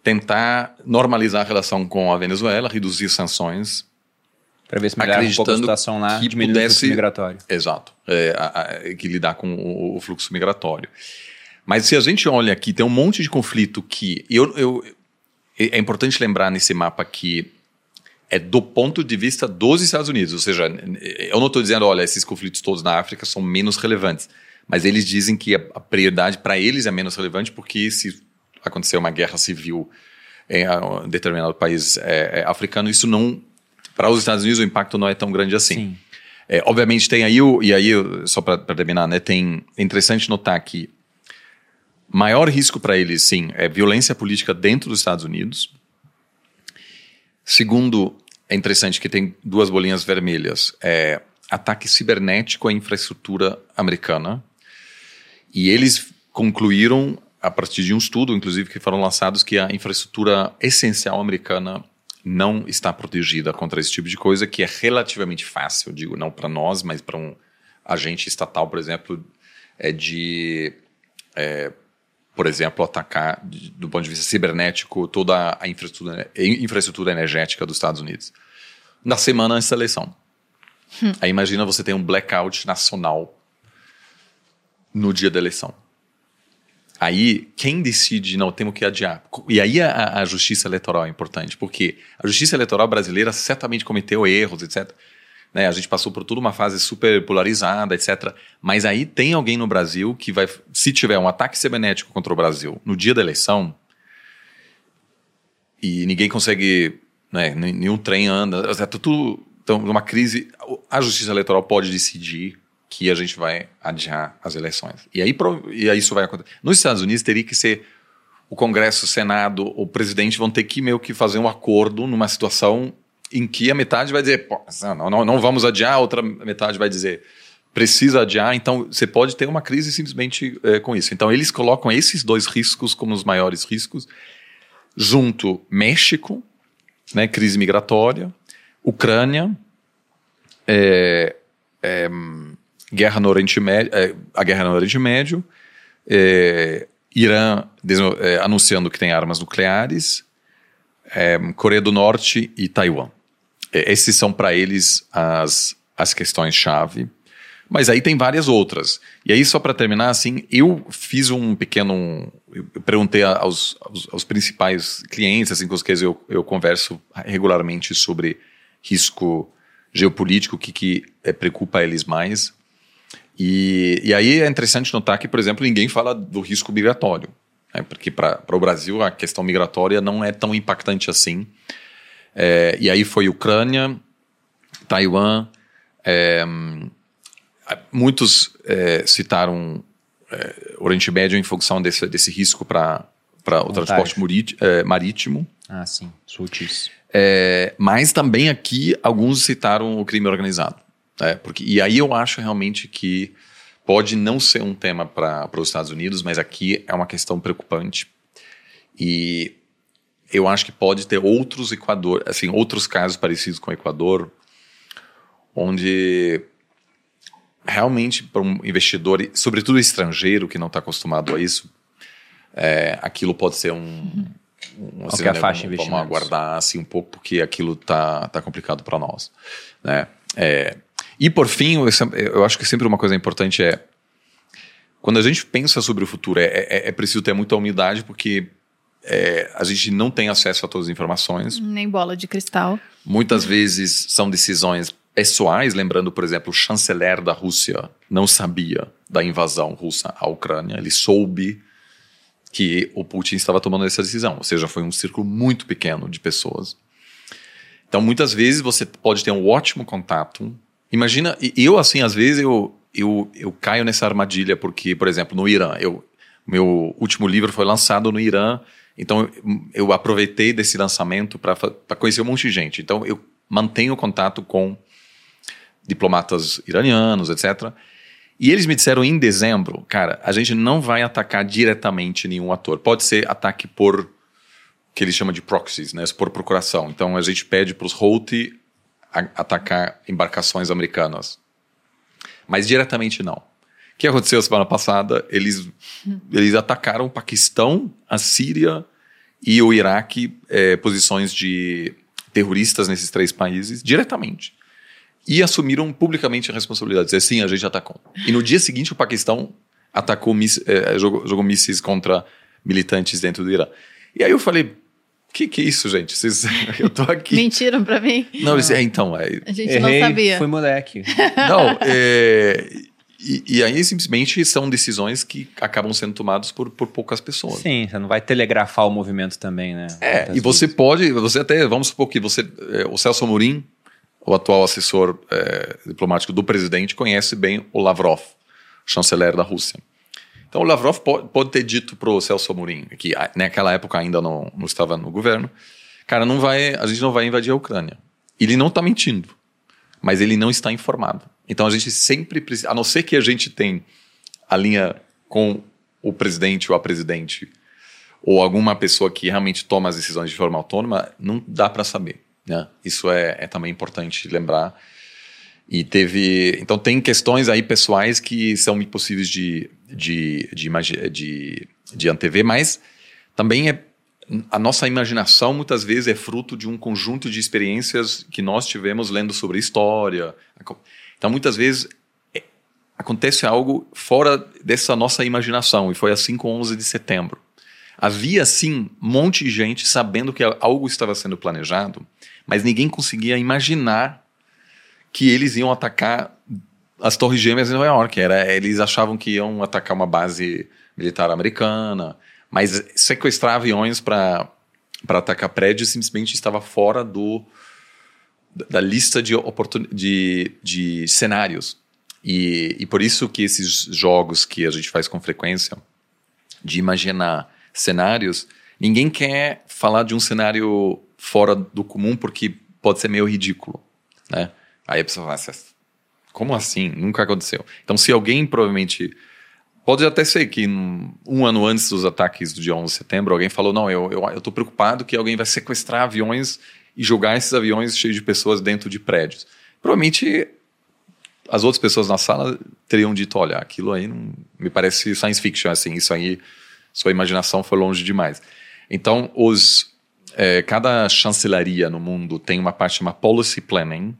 tentar normalizar a relação com a Venezuela, reduzir sanções. Para ver se melhora um pouco a situação lá, que diminuindo pudesse, o fluxo migratório. Exato. É, a, a, que lidar com o, o fluxo migratório. Mas se a gente olha aqui, tem um monte de conflito que... Eu, eu, é importante lembrar nesse mapa que é do ponto de vista dos Estados Unidos. Ou seja, eu não estou dizendo, olha, esses conflitos todos na África são menos relevantes. Mas eles dizem que a, a prioridade para eles é menos relevante porque se acontecer uma guerra civil em um determinado país é, é, africano, isso não... Para os Estados Unidos o impacto não é tão grande assim. É, obviamente tem aí, o, e aí só para terminar, né, tem, é interessante notar que maior risco para eles, sim, é violência política dentro dos Estados Unidos. Segundo, é interessante que tem duas bolinhas vermelhas, é ataque cibernético à infraestrutura americana. E eles concluíram, a partir de um estudo, inclusive, que foram lançados, que a infraestrutura essencial americana não está protegida contra esse tipo de coisa, que é relativamente fácil, digo, não para nós, mas para um agente estatal, por exemplo, é de, é, por exemplo, atacar, de, do ponto de vista cibernético, toda a infraestrutura, infraestrutura energética dos Estados Unidos. Na semana antes da eleição. Hum. Aí imagina você ter um blackout nacional no dia da eleição. Aí, quem decide, não, temos que adiar. E aí a, a justiça eleitoral é importante, porque a justiça eleitoral brasileira certamente cometeu erros, etcétera. Né, a gente passou por toda uma fase super polarizada, etcétera. Mas aí tem alguém no Brasil que vai, se tiver um ataque cibernético contra o Brasil no dia da eleição, e ninguém consegue, né, nenhum trem anda, tudo, então, numa crise, a justiça eleitoral pode decidir que a gente vai adiar as eleições. E aí, e aí isso vai acontecer. Nos Estados Unidos teria que ser o Congresso, o Senado, o presidente vão ter que meio que fazer um acordo numa situação em que a metade vai dizer, pô, não, não, não vamos adiar, a outra metade vai dizer, precisa adiar. Então, você pode ter uma crise simplesmente é, com isso. Então, eles colocam esses dois riscos como os maiores riscos, junto México, né, crise migratória, Ucrânia, é, é, guerra no Oriente Médio, é, a guerra no Oriente Médio, é, Irã é, anunciando que tem armas nucleares, é, Coreia do Norte e Taiwan. É, esses são para eles as, as questões-chave. Mas aí tem várias outras. E aí, só para terminar, assim, eu fiz um pequeno... Eu perguntei aos, aos, aos principais clientes, assim, com os quais eu, eu converso regularmente sobre risco geopolítico, o que, que é, preocupa eles mais. E, e aí é interessante notar que, por exemplo, ninguém fala do risco migratório. Né? Porque para o Brasil a questão migratória não é tão impactante assim. É, e aí foi Ucrânia, Taiwan... É, muitos é, citaram é, Oriente Médio em função desse, desse risco para o transporte murit, é, marítimo. Ah, sim, sutis. É, mas também aqui alguns citaram o crime organizado. É, porque, e aí eu acho realmente que pode não ser um tema para os Estados Unidos, mas aqui é uma questão preocupante. E eu acho que pode ter outros Equador, assim, outros casos parecidos com o Equador, onde... realmente, para um investidor, sobretudo estrangeiro, que não está acostumado a isso, é, aquilo pode ser um... um assim, né, faixa vamos, vamos aguardar assim, um pouco, porque aquilo está tá complicado para nós. Né? É, e, por fim, eu, eu acho que sempre uma coisa importante é, quando a gente pensa sobre o futuro, é, é, é preciso ter muita humildade, porque é, a gente não tem acesso a todas as informações. Nem bola de cristal. Muitas vezes são decisões pessoais, lembrando, por exemplo, o chanceler da Rússia não sabia da invasão russa à Ucrânia, ele soube que o Putin estava tomando essa decisão, ou seja, foi um círculo muito pequeno de pessoas. Então, muitas vezes você pode ter um ótimo contato. Imagina, eu assim, às vezes eu, eu, eu caio nessa armadilha, porque, por exemplo, no Irã, eu, meu último livro foi lançado no Irã, então eu, eu aproveitei desse lançamento para conhecer um monte de gente. Então, eu mantenho contato com diplomatas iranianos, etcétera. E eles me disseram em dezembro, cara, a gente não vai atacar diretamente nenhum ator. Pode ser ataque por, que eles chamam de proxies, né, por procuração. Então a gente pede para os Houthi atacar embarcações americanas. Mas diretamente não. O que aconteceu semana passada? Eles, eles atacaram o Paquistão, a Síria e o Iraque é, posições de terroristas nesses três países diretamente. E assumiram publicamente a responsabilidade. Dizer, sim, a gente atacou. E no dia seguinte o Paquistão atacou, é, jogou, jogou mísseis contra militantes dentro do Irã. E aí eu falei, que que é isso, gente? Vocês, eu tô aqui. Mentiram pra mim? Não, eles, é, então... É, a gente errei, não sabia. Fui moleque. Não, é... E, e aí, simplesmente, são decisões que acabam sendo tomadas por, por poucas pessoas. Sim, você não vai telegrafar o movimento também, né? É, Muitas e você vezes. pode... Você até, vamos supor que você... É, o Celso Amorim, o atual assessor é, diplomático do presidente, conhece bem o Lavrov, chanceler da Rússia. Então, o Lavrov pode, pode ter dito para o Celso Amorim, que naquela época ainda não, não estava no governo, cara, não vai, a gente não vai invadir a Ucrânia. Ele não está mentindo, mas ele não está informado. Então, a gente sempre precisa, a não ser que a gente tenha a linha com o presidente ou a presidente, ou alguma pessoa que realmente toma as decisões de forma autônoma, não dá para saber. Né? Isso é, é também importante lembrar. E teve... Então, tem questões aí pessoais que são impossíveis de, de, de, de, de, de antever, mas também é... A nossa imaginação, muitas vezes, é fruto de um conjunto de experiências que nós tivemos lendo sobre história. Então, muitas vezes, é, acontece algo fora dessa nossa imaginação. E foi assim com onze de setembro. Havia, sim, um monte de gente sabendo que algo estava sendo planejado, mas ninguém conseguia imaginar que eles iam atacar as Torres Gêmeas em Nova York. Era, eles achavam que iam atacar uma base militar americana, mas sequestrar aviões para atacar prédios simplesmente estava fora do, da lista de, oportun, de, de cenários. E, e por isso que esses jogos que a gente faz com frequência, de imaginar cenários, ninguém quer falar de um cenário fora do comum porque pode ser meio ridículo, né? Aí a pessoa fala, como assim? Nunca aconteceu. Então, se alguém provavelmente... Pode até ser que um ano antes dos ataques do dia onze de setembro, alguém falou, não, eu eu, eu tô preocupado que alguém vai sequestrar aviões e jogar esses aviões cheios de pessoas dentro de prédios. Provavelmente as outras pessoas na sala teriam dito, olha, aquilo aí não me parece science fiction, assim, isso aí, sua imaginação foi longe demais. Então, os, é, cada chancelaria no mundo tem uma parte chamada Policy Planning,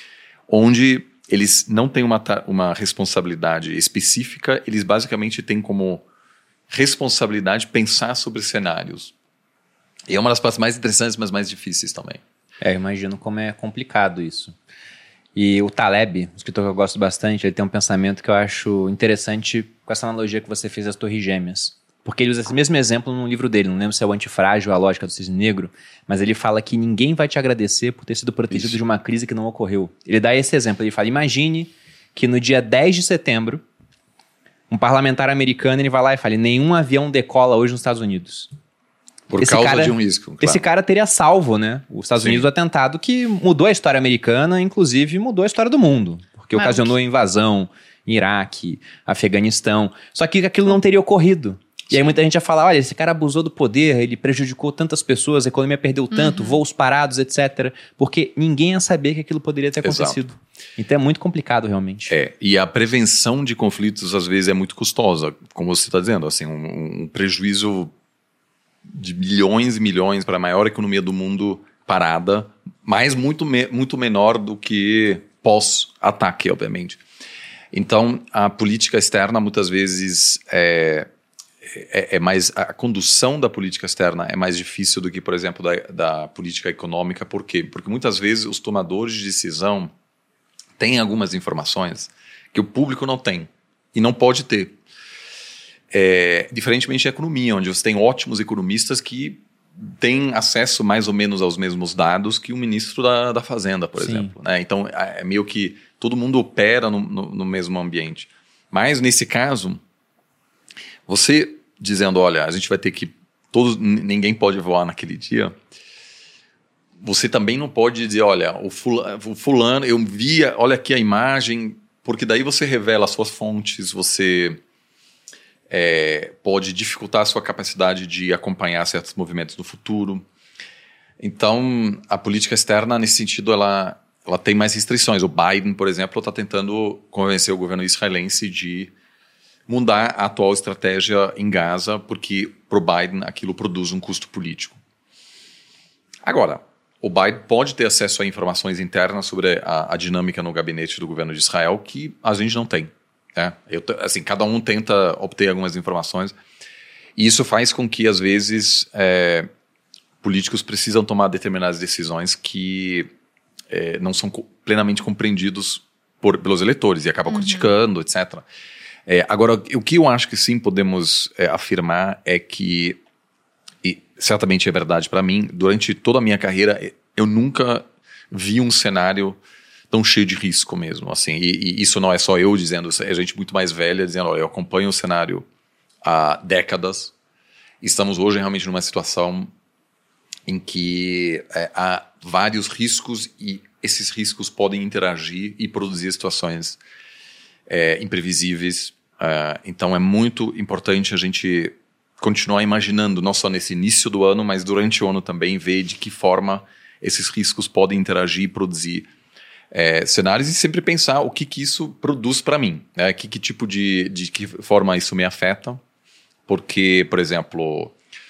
onde eles não têm uma, uma responsabilidade específica, eles basicamente têm como responsabilidade pensar sobre cenários. E é uma das partes mais interessantes, mas mais difíceis também. É, eu imagino como é complicado isso. E o Taleb, um escritor que eu gosto bastante, ele tem um pensamento que eu acho interessante com essa analogia que você fez das Torres Gêmeas. Porque ele usa esse mesmo exemplo num livro dele, não lembro se é o Antifrágil, a Lógica do Cisne Negro, mas ele fala que ninguém vai te agradecer por ter sido protegido Isso. de uma crise que não ocorreu. Ele dá esse exemplo, ele fala, imagine que no dia dez de setembro, um parlamentar americano, ele vai lá e fala, nenhum avião decola hoje nos Estados Unidos. Por esse causa cara, de um risco, claro. Esse cara teria salvo, né? Os Estados Sim. Unidos do atentado que mudou a história americana, inclusive mudou a história do mundo, porque mas ocasionou a invasão em Iraque, Afeganistão, só que aquilo não teria ocorrido. E aí muita gente ia falar, olha, esse cara abusou do poder, ele prejudicou tantas pessoas, a economia perdeu tanto, uhum. voos parados, etcétera. Porque ninguém ia saber que aquilo poderia ter acontecido. Exato. Então é muito complicado, realmente. É, e a prevenção de conflitos, às vezes, é muito custosa, como você está dizendo. Assim, um, um prejuízo de milhões e milhões para a maior economia do mundo parada, mas muito, me, muito menor do que pós-ataque, obviamente. Então, a política externa, muitas vezes... É, É, é mais, a condução da política externa é mais difícil do que, por exemplo, da, da política econômica. Por quê? Porque muitas vezes os tomadores de decisão têm algumas informações que o público não tem e não pode ter. É, diferentemente da economia, onde você tem ótimos economistas que têm acesso mais ou menos aos mesmos dados que o ministro da, da Fazenda, por Sim. exemplo. Né? Então, é meio que todo mundo opera no, no, no mesmo ambiente. Mas, nesse caso... Você dizendo, olha, a gente vai ter que... Todos, ninguém pode voar naquele dia. Você também não pode dizer, olha, o fulano, o fulano, eu vi, olha aqui a imagem, porque daí você revela as suas fontes, você é, pode dificultar a sua capacidade de acompanhar certos movimentos no futuro. Então, a política externa, nesse sentido, ela, ela tem mais restrições. O Biden, por exemplo, está tentando convencer o governo israelense de... mudar a atual estratégia em Gaza, porque para o Biden aquilo produz um custo político. Agora, o Biden pode ter acesso a informações internas sobre a, a dinâmica no gabinete do governo de Israel que a gente não tem. Né? Eu, assim, cada um tenta obter algumas informações e isso faz com que, às vezes, é, políticos precisam tomar determinadas decisões que é, não são co- plenamente compreendidos por, pelos eleitores e acabam uhum. criticando, etcétera. É, agora, o que eu acho que sim podemos é, afirmar é que, e certamente é verdade para mim, durante toda a minha carreira, eu nunca vi um cenário tão cheio de risco mesmo. Assim, e, e isso não é só eu dizendo, é gente muito mais velha dizendo, olha, eu acompanho o cenário há décadas, estamos hoje realmente numa situação em que é, há vários riscos e esses riscos podem interagir e produzir situações é, imprevisíveis. Uh, então é muito importante a gente continuar imaginando, não só nesse início do ano, mas durante o ano também, ver de que forma esses riscos podem interagir e produzir é, cenários e sempre pensar o que, que isso produz para mim, né? que, que tipo de, de que forma isso me afeta, porque, por exemplo,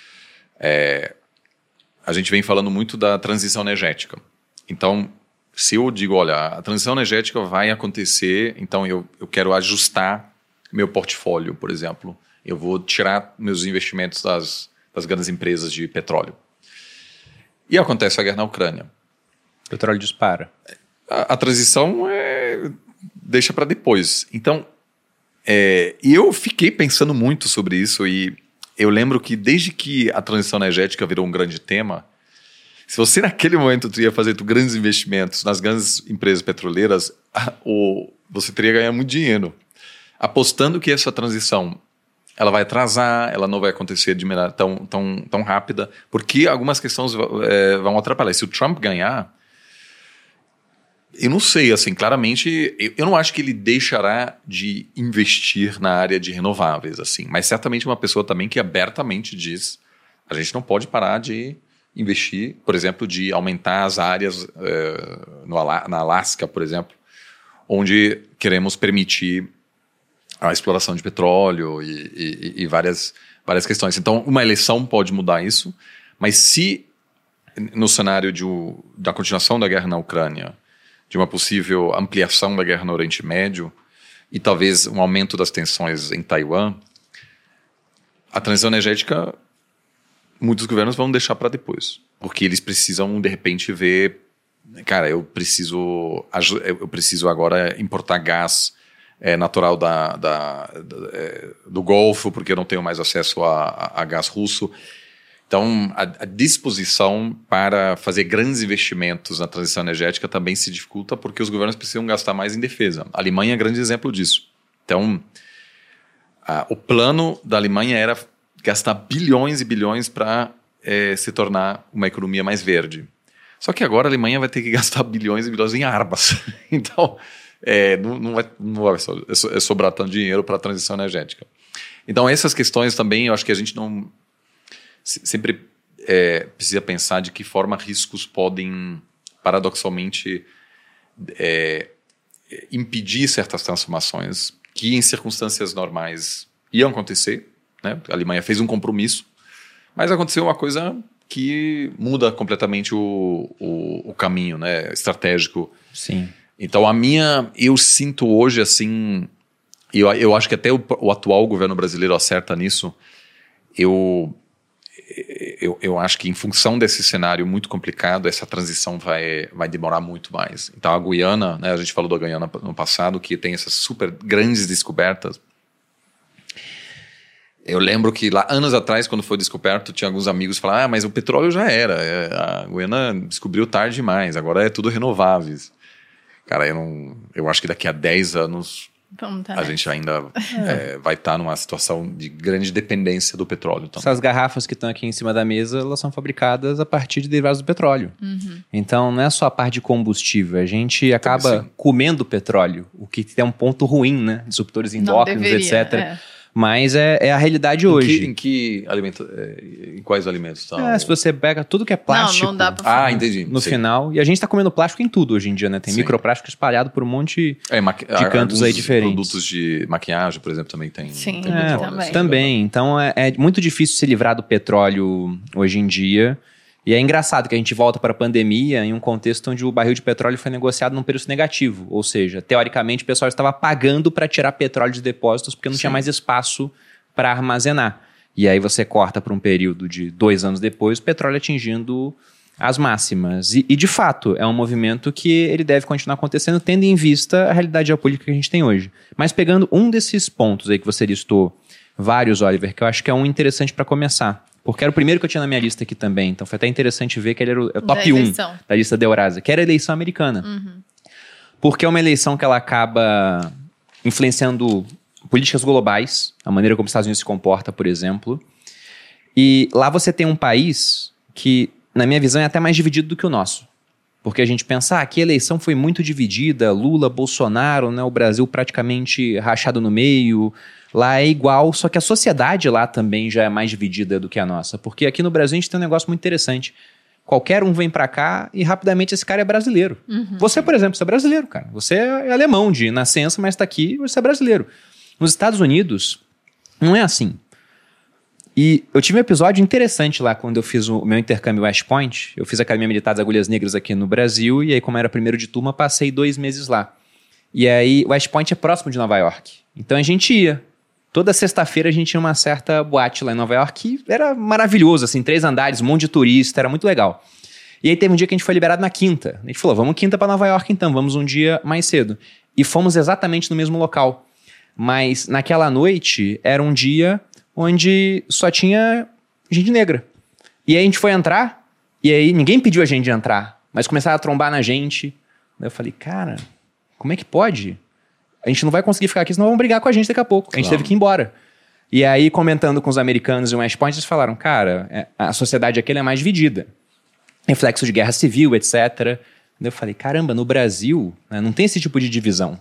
é, a gente vem falando muito da transição energética. Então, se eu digo, olha, a transição energética vai acontecer, então eu, eu quero ajustar meu portfólio, por exemplo. Eu vou tirar meus investimentos das, das grandes empresas de petróleo. E acontece a guerra na Ucrânia. O petróleo dispara. A, a transição é, deixa para depois. Então, é, eu fiquei pensando muito sobre isso e eu lembro que desde que a transição energética virou um grande tema, se você naquele momento ia fazer grandes investimentos nas grandes empresas petroleiras, ou você teria ganhado muito dinheiro, apostando que essa transição ela vai atrasar, ela não vai acontecer de maneira tão, tão, tão rápida, porque algumas questões é, vão atrapalhar. Se o Trump ganhar, eu não sei, assim, claramente, eu, eu não acho que ele deixará de investir na área de renováveis, assim, mas certamente uma pessoa também que abertamente diz, a gente não pode parar de investir, por exemplo, de aumentar as áreas é, no Ala- na Alasca, por exemplo, onde queremos permitir a exploração de petróleo e, e, e várias, várias questões. Então, uma eleição pode mudar isso, mas se no cenário de, da continuação da guerra na Ucrânia, de uma possível ampliação da guerra no Oriente Médio e talvez um aumento das tensões em Taiwan, a transição energética, muitos governos vão deixar para depois, porque eles precisam, de repente, ver, cara, eu preciso, eu preciso agora importar gás É, natural da, da, da, é, do Golfo, porque eu não tenho mais acesso a, a, a gás russo. Então, a, a disposição para fazer grandes investimentos na transição energética também se dificulta porque os governos precisam gastar mais em defesa. A Alemanha é um grande exemplo disso. Então, a, o plano da Alemanha era gastar bilhões e bilhões para é, se tornar uma economia mais verde. Só que agora a Alemanha vai ter que gastar bilhões e bilhões em armas. Então, É, não, não, vai, não vai é sobrar tanto dinheiro para a transição energética. Então, essas questões também, eu acho que a gente não sempre é, precisa pensar de que forma riscos podem, paradoxalmente, é, impedir certas transformações que, em circunstâncias normais, iam acontecer. Né? A Alemanha fez um compromisso, mas aconteceu uma coisa que muda completamente o, o, o caminho, né, estratégico. Sim. Então, a minha, eu sinto hoje, assim, eu, eu acho que até o, o atual governo brasileiro acerta nisso, eu, eu, eu acho que em função desse cenário muito complicado, essa transição vai, vai demorar muito mais. Então, a Guiana, né, a gente falou da Guiana no passado, que tem essas super grandes descobertas. Eu lembro que lá, anos atrás, quando foi descoberto, tinha alguns amigos que falaram, ah, mas o petróleo já era, a Guiana descobriu tarde demais, agora é tudo renováveis. Cara, eu, não, eu acho que daqui a dez anos tá, a né? gente ainda é, vai estar tá numa situação de grande dependência do petróleo. Também. Essas garrafas que estão aqui em cima da mesa, elas são fabricadas a partir de derivados do petróleo. Uhum. Então, não é só a parte de combustível. A gente acaba comendo petróleo, o que tem um ponto ruim, né? Disruptores endócrinos, deveria, etcétera. É. Mas é, é a realidade em hoje. Que, em que alimento, em quais alimentos? Tá? É, se você pega tudo que é plástico... Não, não dá pra Ah, entendi. No Sim. final. E a gente tá comendo plástico em tudo hoje em dia, né? Tem Sim. microplástico espalhado por um monte É, maqui- de cantos aí diferentes. Produtos de maquiagem, por exemplo, também tem. Sim, tem É, petróleo, também. assim, também. Então é, é muito difícil se livrar do petróleo hoje em dia. E é engraçado que a gente volta para a pandemia em um contexto onde o barril de petróleo foi negociado num preço negativo. Ou seja, teoricamente o pessoal estava pagando para tirar petróleo de depósitos porque não Sim. tinha mais espaço para armazenar. E aí você corta para um período de dois anos depois, o petróleo atingindo as máximas. E, e de fato, é um movimento que ele deve continuar acontecendo, tendo em vista a realidade geopolítica que a gente tem hoje. Mas pegando um desses pontos aí que você listou, vários, Oliver, que eu acho que é um interessante para começar. Porque era o primeiro que eu tinha na minha lista aqui também. Então foi até interessante ver que ele era o, é o top um da lista da Eurásia, que era a eleição americana. Uhum. Porque é uma eleição que ela acaba influenciando políticas globais, a maneira como os Estados Unidos se comporta, por exemplo. E lá você tem um país que, na minha visão, é até mais dividido do que o nosso. Porque a gente pensa, ah, aqui a eleição foi muito dividida, Lula, Bolsonaro, né, o Brasil praticamente rachado no meio. Lá é igual, só que a sociedade lá também já é mais dividida do que a nossa. Porque aqui no Brasil a gente tem um negócio muito interessante. Qualquer um vem pra cá e rapidamente esse cara é brasileiro. Uhum. Você, por exemplo, você é brasileiro, cara. Você é alemão de nascença, mas tá aqui e você é brasileiro. Nos Estados Unidos, não é assim. E eu tive um episódio interessante lá quando eu fiz o meu intercâmbio West Point. Eu fiz a Academia Militar das Agulhas Negras aqui no Brasil e aí, como era primeiro de turma, passei dois meses lá. E aí, West Point é próximo de Nova York. Então a gente ia. Toda sexta-feira a gente tinha uma certa boate lá em Nova York que era maravilhoso, assim, três andares, um monte de turista, era muito legal. E aí teve um dia que a gente foi liberado na quinta. A gente falou, vamos quinta para Nova York então, vamos um dia mais cedo. E fomos exatamente no mesmo local. Mas naquela noite era um dia onde só tinha gente negra. E aí a gente foi entrar, e aí ninguém pediu a gente de entrar, mas começaram a trombar na gente. Daí eu falei, cara, como é que pode? A gente não vai conseguir ficar aqui, senão vão brigar com a gente daqui a pouco. A gente Claro. teve que ir embora. E aí, comentando com os americanos em West Point, eles falaram, cara, é, a sociedade aqui ela é mais dividida. Reflexo de guerra civil, etcétera. Daí eu falei, caramba, no Brasil, né, não tem esse tipo de divisão.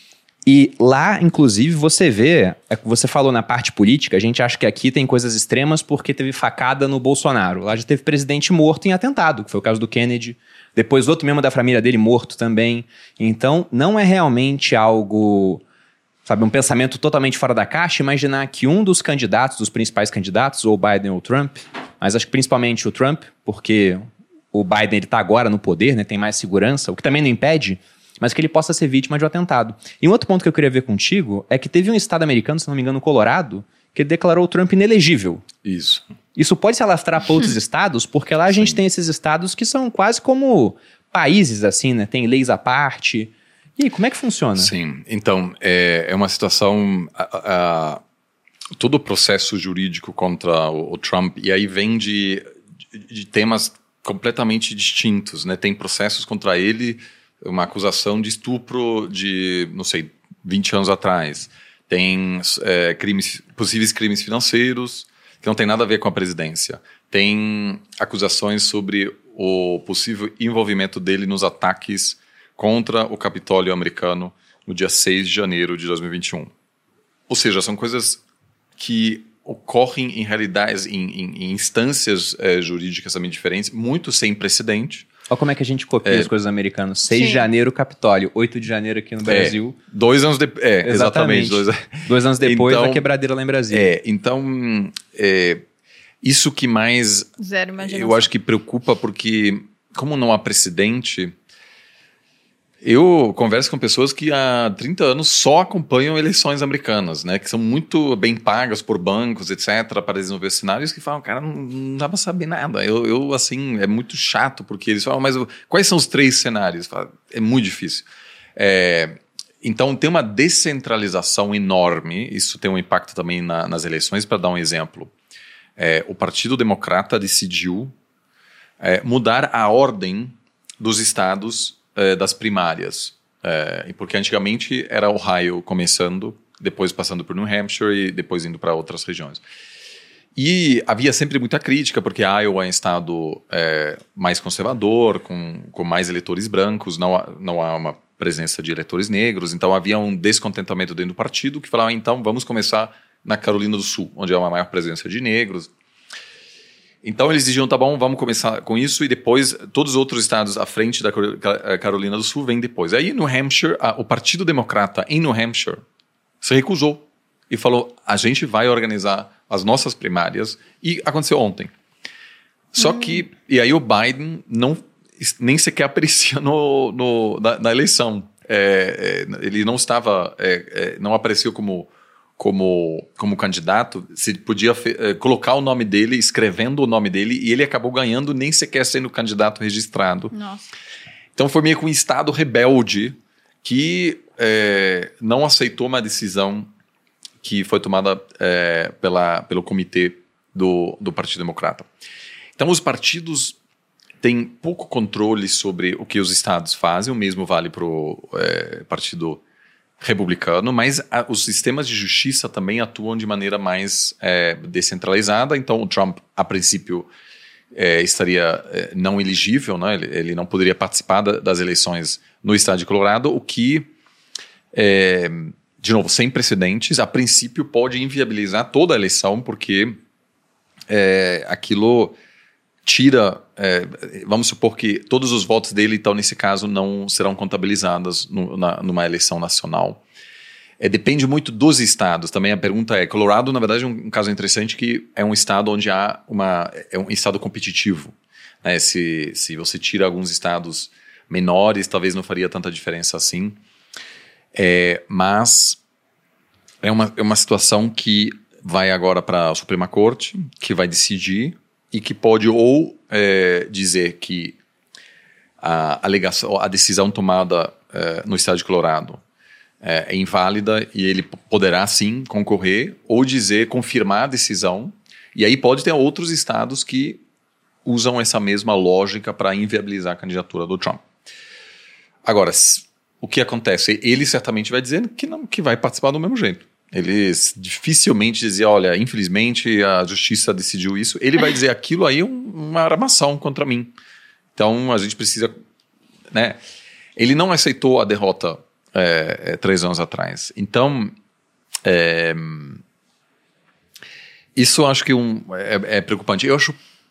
E lá, inclusive, você vê, é, você falou na parte política, a gente acha que aqui tem coisas extremas porque teve facada no Bolsonaro. Lá já teve presidente morto em atentado, que foi o caso do Kennedy. Depois outro membro da família dele morto também. Então, não é realmente algo, sabe, um pensamento totalmente fora da caixa. Imaginar que um dos candidatos, dos principais candidatos, ou o Biden ou o Trump, mas acho que principalmente o Trump, porque o Biden ele está agora no poder, né, tem mais segurança, o que também não impede, mas que ele possa ser vítima de um atentado. E um outro ponto que eu queria ver contigo é que teve um estado americano, se não me engano, no Colorado, que declarou o Trump inelegível. Isso. Isso pode se alastrar para outros estados, porque lá a gente Sim. tem esses estados que são quase como países, assim, né? Tem leis à parte. E aí, como é que funciona? Sim, então, é, é uma situação... A, a, todo o processo jurídico contra o, o Trump, e aí vem de, de, de temas completamente distintos, né? Tem processos contra ele, uma acusação de estupro de, não sei, vinte anos atrás. Tem é, crimes, possíveis crimes financeiros, que não tem nada a ver com a presidência. Tem acusações sobre o possível envolvimento dele nos ataques contra o Capitólio americano no dia seis de janeiro de dois mil e vinte e um. Ou seja, são coisas que ocorrem em realidades, em, em, em instâncias é, jurídicas também diferentes, muito sem precedente. Olha como é que a gente copia É. as coisas americanas. seis de Sim. janeiro, Capitólio. oito de janeiro aqui no Brasil. É, dois anos depois. É, exatamente. Dois, Dois anos depois, Então, a quebradeira lá em Brasília. é, então, é, isso que mais Zero imaginação. eu acho que preocupa, porque como não há precedente, eu converso com pessoas que há trinta anos só acompanham eleições americanas, né, que são muito bem pagas por bancos, etcétera, para desenvolver cenários, que falam, cara, não, não dá para saber nada. Eu, eu, assim, é muito chato, porque eles falam, mas quais são os três cenários? Falo, é muito difícil. É, então, tem uma descentralização enorme, isso tem um impacto também na, nas eleições. Para dar um exemplo, é, o Partido Democrata decidiu é, mudar a ordem dos estados é, das primárias, é, porque antigamente era Ohio começando, depois passando por New Hampshire e depois indo para outras regiões. E havia sempre muita crítica, porque Iowa é um estado é, mais conservador, com, com mais eleitores brancos, não há, não há uma presença de eleitores negros, então havia um descontentamento dentro do partido que falava, então vamos começar na Carolina do Sul, onde há uma maior presença de negros. Então eles diziam, tá bom, vamos começar com isso e depois todos os outros estados à frente da Carolina do Sul vêm depois. Aí no Hampshire, a, o Partido Democrata em New Hampshire se recusou e falou, a gente vai organizar as nossas primárias e aconteceu ontem. Só hum. que, e aí o Biden não, nem sequer aparecia no, no, na, na eleição. É, é, ele não estava, é, é, não apareceu como... Como, como candidato, se podia fe- eh, colocar o nome dele, escrevendo o nome dele, e ele acabou ganhando nem sequer sendo candidato registrado. Nossa. Então foi meio que um estado rebelde que eh, não aceitou uma decisão que foi tomada eh, pela, pelo comitê do, do Partido Democrata. Então os partidos têm pouco controle sobre o que os estados fazem, o mesmo vale para o eh, Partido Republicano, mas a, os sistemas de justiça também atuam de maneira mais é, descentralizada. Então o Trump, a princípio, é, estaria é, não elegível, né? ele, ele não poderia participar da, das eleições no estado de Colorado, o que, é, de novo, sem precedentes, a princípio pode inviabilizar toda a eleição, porque é, aquilo tira, é, vamos supor que todos os votos dele, então, nesse caso, não serão contabilizados no, na, numa eleição nacional. É, depende muito dos estados. Também a pergunta é, Colorado, na verdade, é um, um caso interessante que é um estado onde há uma, é um estado competitivo. Né? Se, se você tira alguns estados menores, talvez não faria tanta diferença assim. É, mas é uma, é uma situação que vai agora para a Suprema Corte, que vai decidir e que pode ou é, dizer que a, alegação, a decisão tomada é, no estado de Colorado é, é inválida e ele poderá sim concorrer, ou dizer, confirmar a decisão, e aí pode ter outros estados que usam essa mesma lógica para inviabilizar a candidatura do Trump. Agora, o que acontece? Ele certamente vai dizer que, não, que vai participar do mesmo jeito. Eles dificilmente diziam, olha, infelizmente a justiça decidiu isso. Ele vai dizer, aquilo aí é um, uma armação contra mim. Então a gente precisa... Né? Ele não aceitou a derrota é, é, três anos atrás. Então, é, isso eu acho que um, é, é preocupante. Eu acho,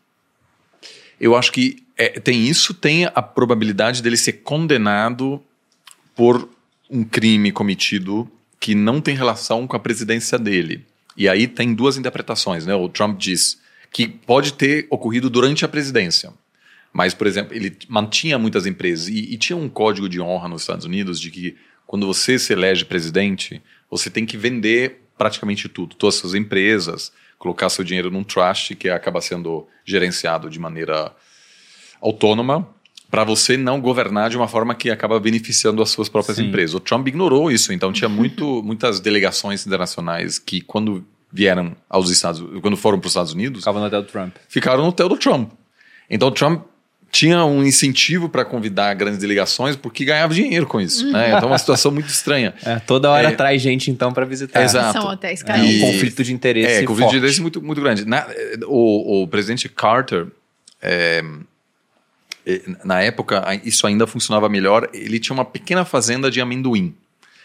eu acho que é, tem isso, tem a probabilidade dele ser condenado por um crime cometido que não tem relação com a presidência dele. E aí tem duas interpretações, né? O Trump diz que pode ter ocorrido durante a presidência. Mas, por exemplo, ele mantinha muitas empresas. E, e tinha um código de honra nos Estados Unidos de que quando você se elege presidente, você tem que vender praticamente tudo. Todas as suas empresas, colocar seu dinheiro num trust que acaba sendo gerenciado de maneira autônoma, para você não governar de uma forma que acaba beneficiando as suas próprias Sim. empresas. O Trump ignorou isso, então tinha muito, muitas delegações internacionais que quando vieram aos Estados quando foram para os Estados Unidos... Ficavam no hotel do Trump. Ficaram no hotel do Trump. Então o Trump tinha um incentivo para convidar grandes delegações porque ganhava dinheiro com isso. Né? Então é uma situação muito estranha. É, toda hora é, traz gente então para visitar. Exato. São hotéis É caros. um conflito de interesse É, conflito forte. de interesse muito, muito grande. Na, o, o presidente Carter... É, na época, isso ainda funcionava melhor. Ele tinha uma pequena fazenda de amendoim.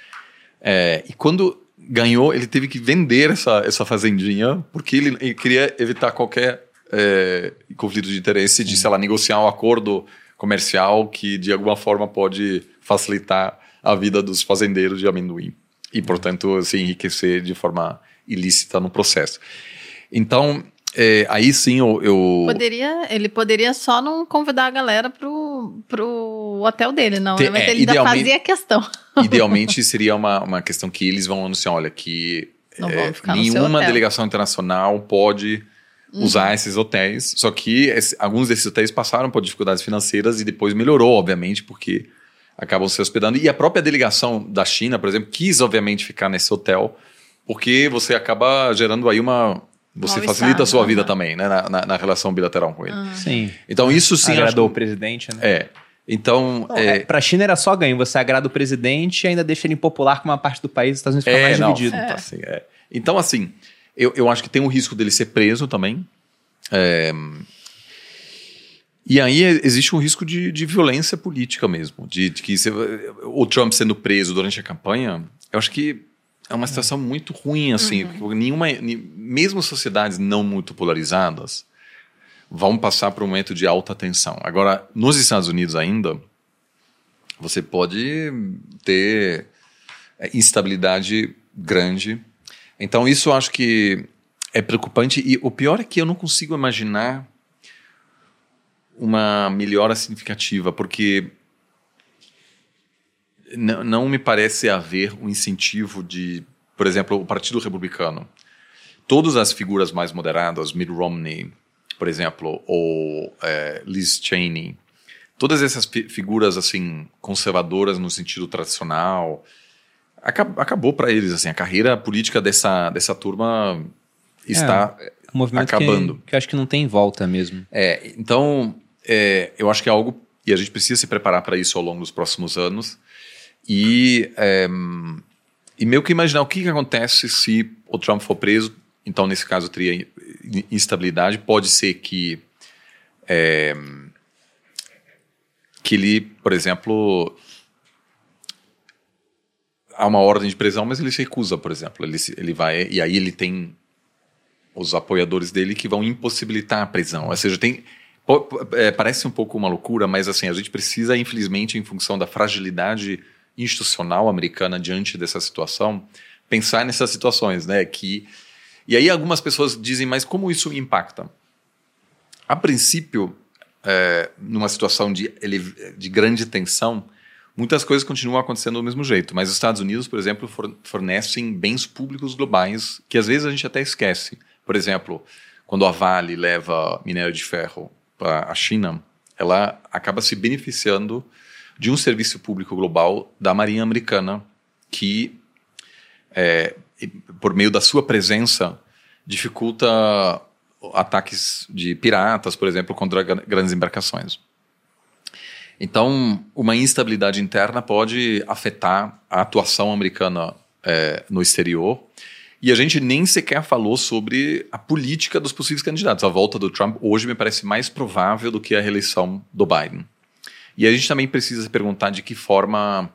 É, e quando ganhou, ele teve que vender essa, essa fazendinha, porque ele, ele queria evitar qualquer é, conflito de interesse de, sei lá, negociar um acordo comercial que, de alguma forma, pode facilitar a vida dos fazendeiros de amendoim. E, portanto, se enriquecer de forma ilícita no processo. Então... É, aí sim eu, eu... Poderia, ele poderia só não convidar a galera pro, pro hotel dele, não. Te, Mas é, ele ainda fazia questão. Idealmente seria uma, uma questão que eles vão anunciar, olha, que é, nenhuma delegação internacional pode uhum. usar esses hotéis, só que esse, alguns desses hotéis passaram por dificuldades financeiras e depois melhorou, obviamente, porque acabam se hospedando. E a própria delegação da China, por exemplo, quis obviamente ficar nesse hotel, porque você acaba gerando aí uma... Você facilita a sua vida também, né? Na, na, na relação bilateral com ele. Uhum. Sim. Então isso sim... Agradou acho... o presidente, né? É. Então... Bom, é... É, pra China era só ganho. Você agrada o presidente e ainda deixa ele impopular com uma parte do país, os Estados Unidos ficam é, mais não, dividido. É. Assim, é. Então, assim, eu, eu acho que tem um risco dele ser preso também. É... E aí existe um risco de, de violência política mesmo. De, de que se, o Trump sendo preso durante a campanha, eu acho que é uma situação muito ruim, assim. Uhum. Nenhuma, mesmo sociedades não muito polarizadas vão passar por um momento de alta tensão. Agora, nos Estados Unidos ainda, você pode ter instabilidade grande. Então, isso eu acho que é preocupante. E o pior é que eu não consigo imaginar uma melhora significativa, porque não, não me parece haver um incentivo de, por exemplo, o Partido Republicano. Todas as figuras mais moderadas, Mitt Romney, por exemplo, ou é, Liz Cheney, todas essas fi- figuras assim conservadoras no sentido tradicional, acab- acabou para eles. Assim, a carreira política dessa, dessa turma está é, um movimento acabando. Que, que eu acho que não tem volta mesmo. É, então, é, eu acho que é algo, e a gente precisa se preparar para isso ao longo dos próximos anos, e, é, e meio que imaginar o que, que acontece se o Trump for preso. Então, nesse caso, teria instabilidade. Pode ser que, é, que ele, por exemplo, há uma ordem de prisão, mas ele se recusa, por exemplo. Ele, ele vai, e aí ele tem os apoiadores dele que vão impossibilitar a prisão. Ou seja, tem, é, parece um pouco uma loucura, mas assim, a gente precisa, infelizmente, em função da fragilidade institucional americana diante dessa situação, pensar nessas situações, né? Que, e aí algumas pessoas dizem, mas como isso impacta? A princípio, é, numa situação de, de grande tensão, muitas coisas continuam acontecendo do mesmo jeito, mas os Estados Unidos, por exemplo, fornecem bens públicos globais que às vezes a gente até esquece. Por exemplo, quando a Vale leva minério de ferro para a China, ela acaba se beneficiando de um serviço público global da Marinha Americana que, é, por meio da sua presença, dificulta ataques de piratas, por exemplo, contra grandes embarcações. Então, uma instabilidade interna pode afetar a atuação americana é, no exterior. E a gente nem sequer falou sobre a política dos possíveis candidatos. A volta do Trump hoje me parece mais provável do que a reeleição do Biden. E a gente também precisa se perguntar de que forma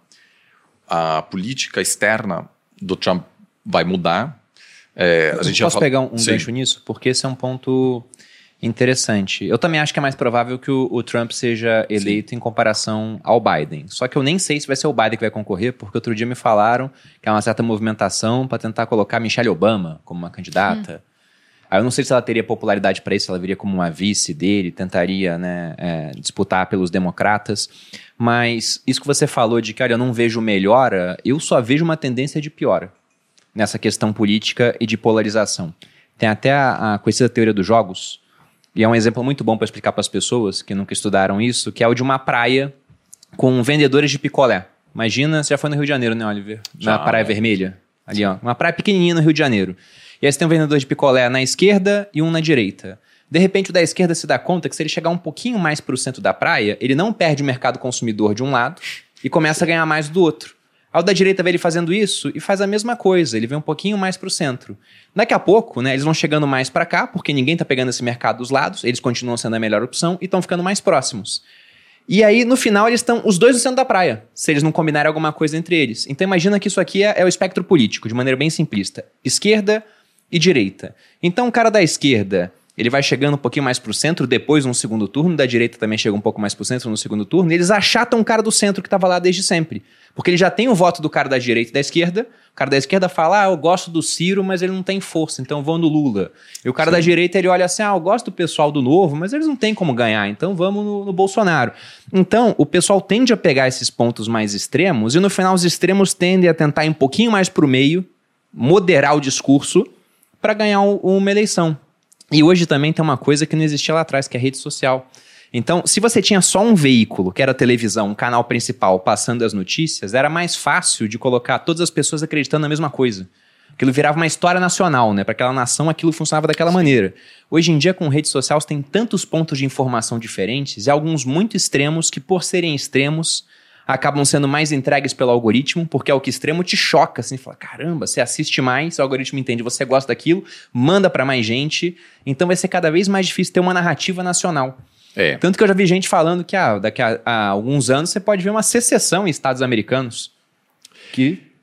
a política externa do Trump vai mudar. É, a gente posso já pegar um, um Sim. gancho nisso? Porque esse é um ponto interessante. Eu também acho que é mais provável que o, o Trump seja eleito Sim. em comparação ao Biden. Só que eu nem sei se vai ser o Biden que vai concorrer, porque outro dia me falaram que há uma certa movimentação para tentar colocar Michelle Obama como uma candidata. Hum. Aí eu não sei se ela teria popularidade para isso, se ela viria como uma vice dele, tentaria, né, é, disputar pelos democratas. Mas isso que você falou de que, olha, eu não vejo melhora, eu só vejo uma tendência de piora nessa questão política e de polarização. Tem até a, a conhecida teoria dos jogos, e é um exemplo muito bom para explicar para as pessoas que nunca estudaram isso, que é o de uma praia com vendedores de picolé. Imagina, você já foi no Rio de Janeiro, né, Oliver? Já, na Praia é. Vermelha. Ali, ó. Uma praia pequenininha no Rio de Janeiro. E aí você tem um vendedor de picolé na esquerda e um na direita. De repente, o da esquerda se dá conta que se ele chegar um pouquinho mais para o centro da praia, ele não perde o mercado consumidor de um lado e começa a ganhar mais do outro. Aí o da direita vê ele fazendo isso e faz a mesma coisa, ele vem um pouquinho mais para o centro. Daqui a pouco, né, eles vão chegando mais para cá, porque ninguém está pegando esse mercado dos lados, eles continuam sendo a melhor opção e estão ficando mais próximos. E aí, no final, eles estão os dois no centro da praia, se eles não combinarem alguma coisa entre eles. Então imagina que isso aqui é, é o espectro político, de maneira bem simplista. Esquerda e direita. Então o cara da esquerda, ele vai chegando um pouquinho mais pro centro, depois no segundo turno, da direita também chega um pouco mais pro centro no segundo turno, e eles achatam o cara do centro que estava lá desde sempre. Porque ele já tem o voto do cara da direita e da esquerda, o cara da esquerda fala, ah, eu gosto do Ciro, mas ele não tem força, então vão no Lula. E o cara Sim. da direita, ele olha assim, ah, eu gosto do pessoal do Novo, mas eles não têm como ganhar, então vamos no, no Bolsonaro. Então, o pessoal tende a pegar esses pontos mais extremos, e no final os extremos tendem a tentar ir um pouquinho mais pro meio, moderar o discurso, para ganhar uma eleição. E hoje também tem uma coisa que não existia lá atrás, que é a rede social. Então, se você tinha só um veículo, que era a televisão, um canal principal, passando as notícias, era mais fácil de colocar todas as pessoas acreditando na mesma coisa. Aquilo virava uma história nacional, né? Para aquela nação, aquilo funcionava daquela Sim. maneira. Hoje em dia, com rede social, você tem tantos pontos de informação diferentes, e alguns muito extremos, que por serem extremos, acabam sendo mais entregues pelo algoritmo, porque é o que extremo te choca, assim, fala, caramba, você assiste mais, o algoritmo entende, você gosta daquilo, manda pra mais gente, então vai ser cada vez mais difícil ter uma narrativa nacional. É. Tanto que eu já vi gente falando que ah, daqui a, a alguns anos você pode ver uma secessão em estados americanos, que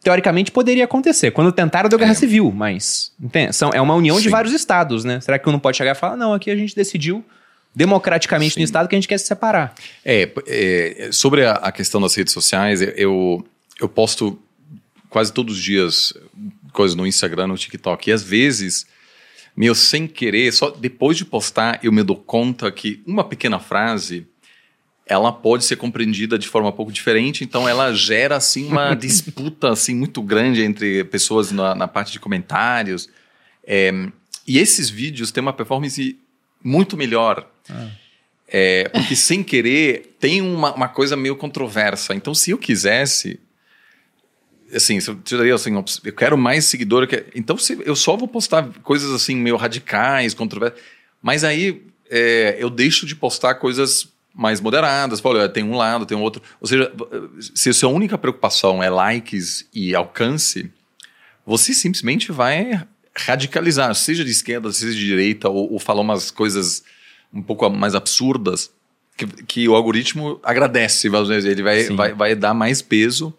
teoricamente poderia acontecer. Quando tentaram, deu guerra É. civil, mas entende? São, é uma união de Sim. vários estados, né? Será que um não pode chegar e falar, não, aqui a gente decidiu democraticamente Sim. no estado que a gente quer se separar? É, é, sobre a, a questão das redes sociais, eu, eu posto quase todos os dias coisas no Instagram, no TikTok, e às vezes, meu, sem querer, só depois de postar, eu me dou conta que uma pequena frase, ela pode ser compreendida de forma um pouco diferente, então ela gera, assim, uma disputa, assim, muito grande entre pessoas na, na parte de comentários, é, e esses vídeos têm uma performance muito melhor, ah. é, porque sem querer tem uma, uma coisa meio controversa, então se eu quisesse, assim, se eu tiraria assim, eu quero mais seguidor, então se, eu só vou postar coisas assim meio radicais, controversas, mas aí é, eu deixo de postar coisas mais moderadas, olha, tem um lado, tem outro, ou seja, se a sua única preocupação é likes e alcance, você simplesmente vai radicalizar, seja de esquerda, seja de direita, ou, ou falar umas coisas um pouco mais absurdas, que, que o algoritmo agradece, ele vai, vai, vai dar mais peso.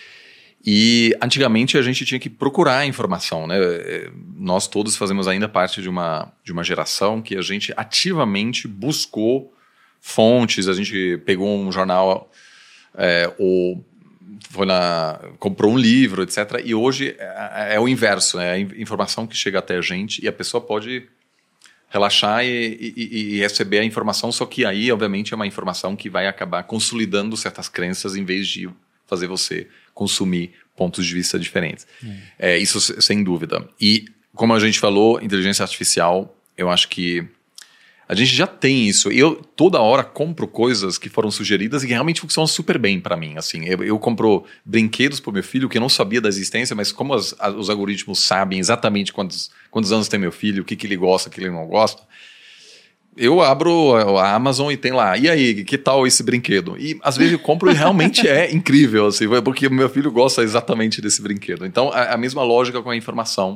E antigamente a gente tinha que procurar informação, né? Nós todos fazemos ainda parte de uma, de uma geração que a gente ativamente buscou fontes, a gente pegou um jornal é, ou foi na, comprou um livro, etcétera. E hoje é, é o inverso, né? A informação que chega até a gente e a pessoa pode relaxar e, e, e receber a informação, só que aí, obviamente, é uma informação que vai acabar consolidando certas crenças em vez de fazer você consumir pontos de vista diferentes. Hum. É, isso sem dúvida. E, como a gente falou, inteligência artificial, eu acho que a gente já tem isso. Eu, toda hora, compro coisas que foram sugeridas e que realmente funcionam super bem para mim. Assim, eu, eu compro brinquedos para o meu filho que eu não sabia da existência, mas como as, a, os algoritmos sabem exatamente quantos, quantos anos tem meu filho, o que, que ele gosta, o que ele não gosta, eu abro a Amazon e tem lá, e aí, que tal esse brinquedo? E às vezes eu compro e realmente é incrível, assim, porque meu filho gosta exatamente desse brinquedo. Então, a, a mesma lógica com a informação.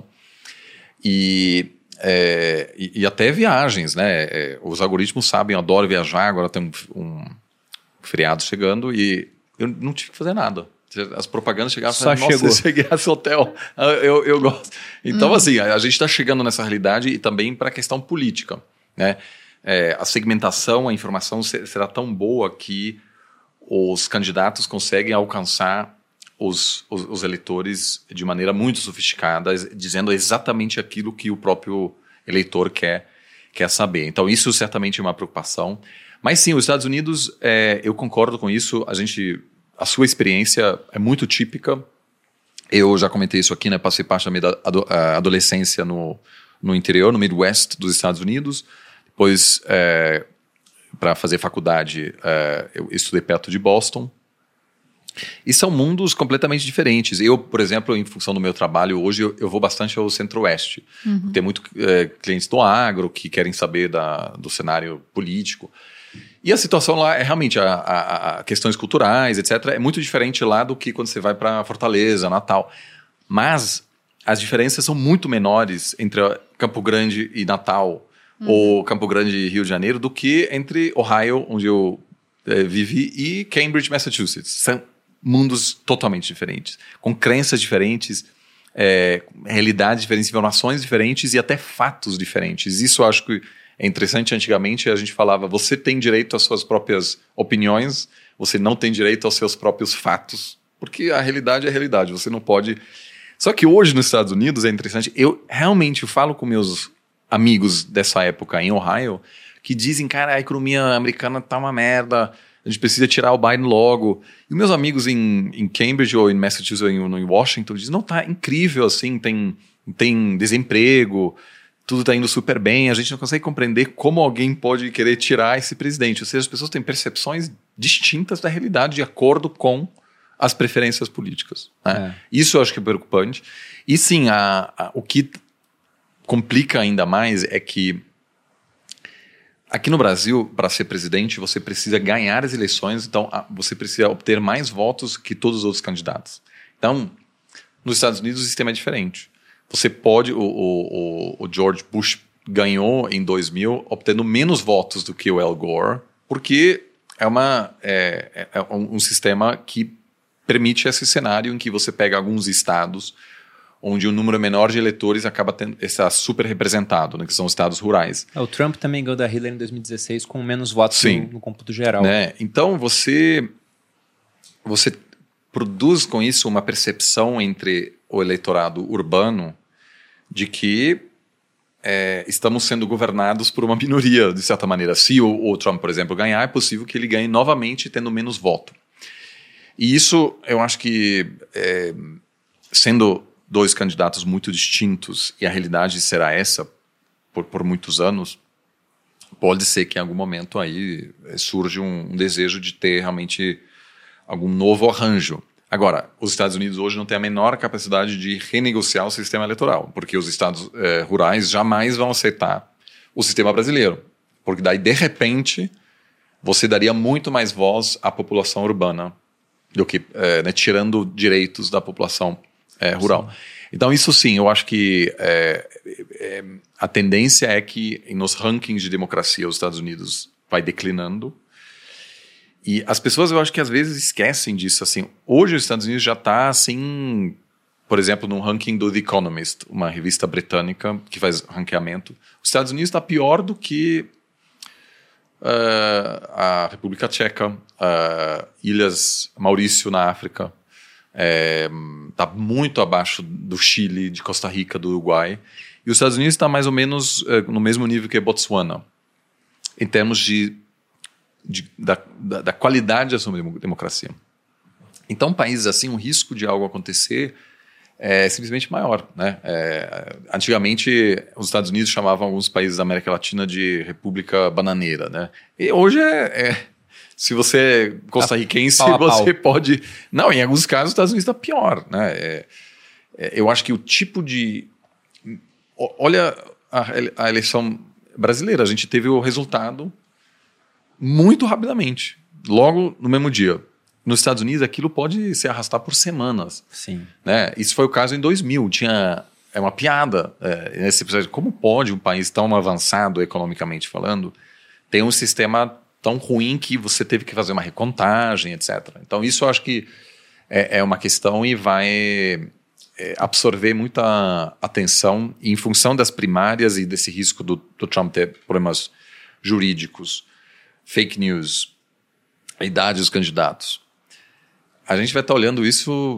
E, é, e, e até viagens, né? É, os algoritmos sabem, eu adoro viajar, agora tem um, um feriado chegando e eu não tive que fazer nada. As propagandas chegavam e falavam, nossa, chegou. Eu cheguei a esse hotel, eu, eu gosto. Então, hum. assim, a, a gente está chegando nessa realidade e também para a questão política, né? É, a segmentação, a informação será tão boa que os candidatos conseguem alcançar os, os, os eleitores de maneira muito sofisticada, dizendo exatamente aquilo que o próprio eleitor quer, quer saber. Então, isso certamente é uma preocupação. Mas sim, os Estados Unidos, é, eu concordo com isso. A gente, a sua experiência é muito típica. Eu já comentei isso aqui, né? Passei parte da minha adolescência no, no interior, no Midwest dos Estados Unidos. Depois, é, para fazer faculdade, é, eu estudei perto de Boston. E são mundos completamente diferentes. Eu, por exemplo, em função do meu trabalho, hoje eu, eu vou bastante ao Centro-Oeste. Uhum. Tem muito é, clientes do agro que querem saber da, do cenário político. E a situação lá é realmente, a, a, a questões culturais, etcétera, é muito diferente lá do que quando você vai para Fortaleza, Natal. Mas as diferenças são muito menores entre Campo Grande e Natal, Uhum. ou Campo Grande e Rio de Janeiro, do que entre Ohio, onde eu é, vivi, e Cambridge, Massachusetts. São mundos totalmente diferentes, com crenças diferentes, é, realidades diferentes, informações diferentes e até fatos diferentes. Isso eu acho que é interessante. Antigamente a gente falava, você tem direito às suas próprias opiniões, você não tem direito aos seus próprios fatos, porque a realidade é a realidade, você não pode... Só que hoje nos Estados Unidos é interessante, eu realmente falo com meus amigos dessa época em Ohio, que dizem, cara, a economia americana tá uma merda, a gente precisa tirar o Biden logo. E meus amigos em, em Cambridge ou em Massachusetts ou em, em Washington dizem, não, tá incrível, assim, tem, tem desemprego, tudo tá indo super bem, a gente não consegue compreender como alguém pode querer tirar esse presidente. Ou seja, as pessoas têm percepções distintas da realidade de acordo com as preferências políticas. Né? É. Isso eu acho que é preocupante. E sim, a, a, o que complica ainda mais é que aqui no Brasil, para ser presidente, você precisa ganhar as eleições, então você precisa obter mais votos que todos os outros candidatos. Então, nos Estados Unidos o sistema é diferente. Você pode, o, o, o George Bush ganhou em dois mil, obtendo menos votos do que o Al Gore, porque é, uma, é, é um, um sistema que permite esse cenário em que você pega alguns estados onde o número menor de eleitores acaba tendo, está super representado, né, que são estados rurais. O Trump também ganhou da Hillary em dois mil e dezesseis com menos votos Sim. no, no cômputo geral. Né? Então, você, você produz com isso uma percepção entre o eleitorado urbano de que é, estamos sendo governados por uma minoria, de certa maneira. Se o, o Trump, por exemplo, ganhar, é possível que ele ganhe novamente tendo menos voto. E isso, eu acho que, é, sendo dois candidatos muito distintos, e a realidade será essa por, por muitos anos, pode ser que em algum momento aí surge um, um desejo de ter realmente algum novo arranjo. Agora, os Estados Unidos hoje não têm a menor capacidade de renegociar o sistema eleitoral, porque os estados eh, rurais jamais vão aceitar o sistema brasileiro, porque daí, de repente, você daria muito mais voz à população urbana do que eh, né, tirando direitos da população eh, rural. Sim. Então, isso sim, eu acho que eh, eh, a tendência é que nos rankings de democracia os Estados Unidos vai declinando. E as pessoas, eu acho que às vezes esquecem disso, assim. Hoje os Estados Unidos já está, assim, por exemplo, no ranking do The Economist, uma revista britânica que faz ranqueamento. Os Estados Unidos está pior do que uh, a República Tcheca, uh, Ilhas Maurício na África. Está é, muito abaixo do Chile, de Costa Rica, do Uruguai. E os Estados Unidos está mais ou menos uh, no mesmo nível que Botsuana, em termos de De, da, da, da qualidade da sua democracia. Então, países assim, o risco de algo acontecer é simplesmente maior, né? É, antigamente, os Estados Unidos chamavam alguns países da América Latina de República Bananeira, né? E hoje é, é se você é costarriquense, pau a pau. Você pode... Não, em alguns casos, os Estados Unidos está pior, né? É, é, eu acho que o tipo de... Olha a, a eleição brasileira, a gente teve o resultado muito rapidamente, logo no mesmo dia. Nos Estados Unidos, aquilo pode se arrastar por semanas. Sim. Né? Isso foi o caso em dois mil. Tinha é uma piada. É, nesse episódio. Como pode um país tão avançado, economicamente falando, ter um sistema tão ruim que você teve que fazer uma recontagem, etcétera. Então, isso eu acho que é, é uma questão e vai é, absorver muita atenção. E em função das primárias e desse risco do, do Trump ter problemas jurídicos, fake news, a idade dos candidatos. A gente vai estar olhando isso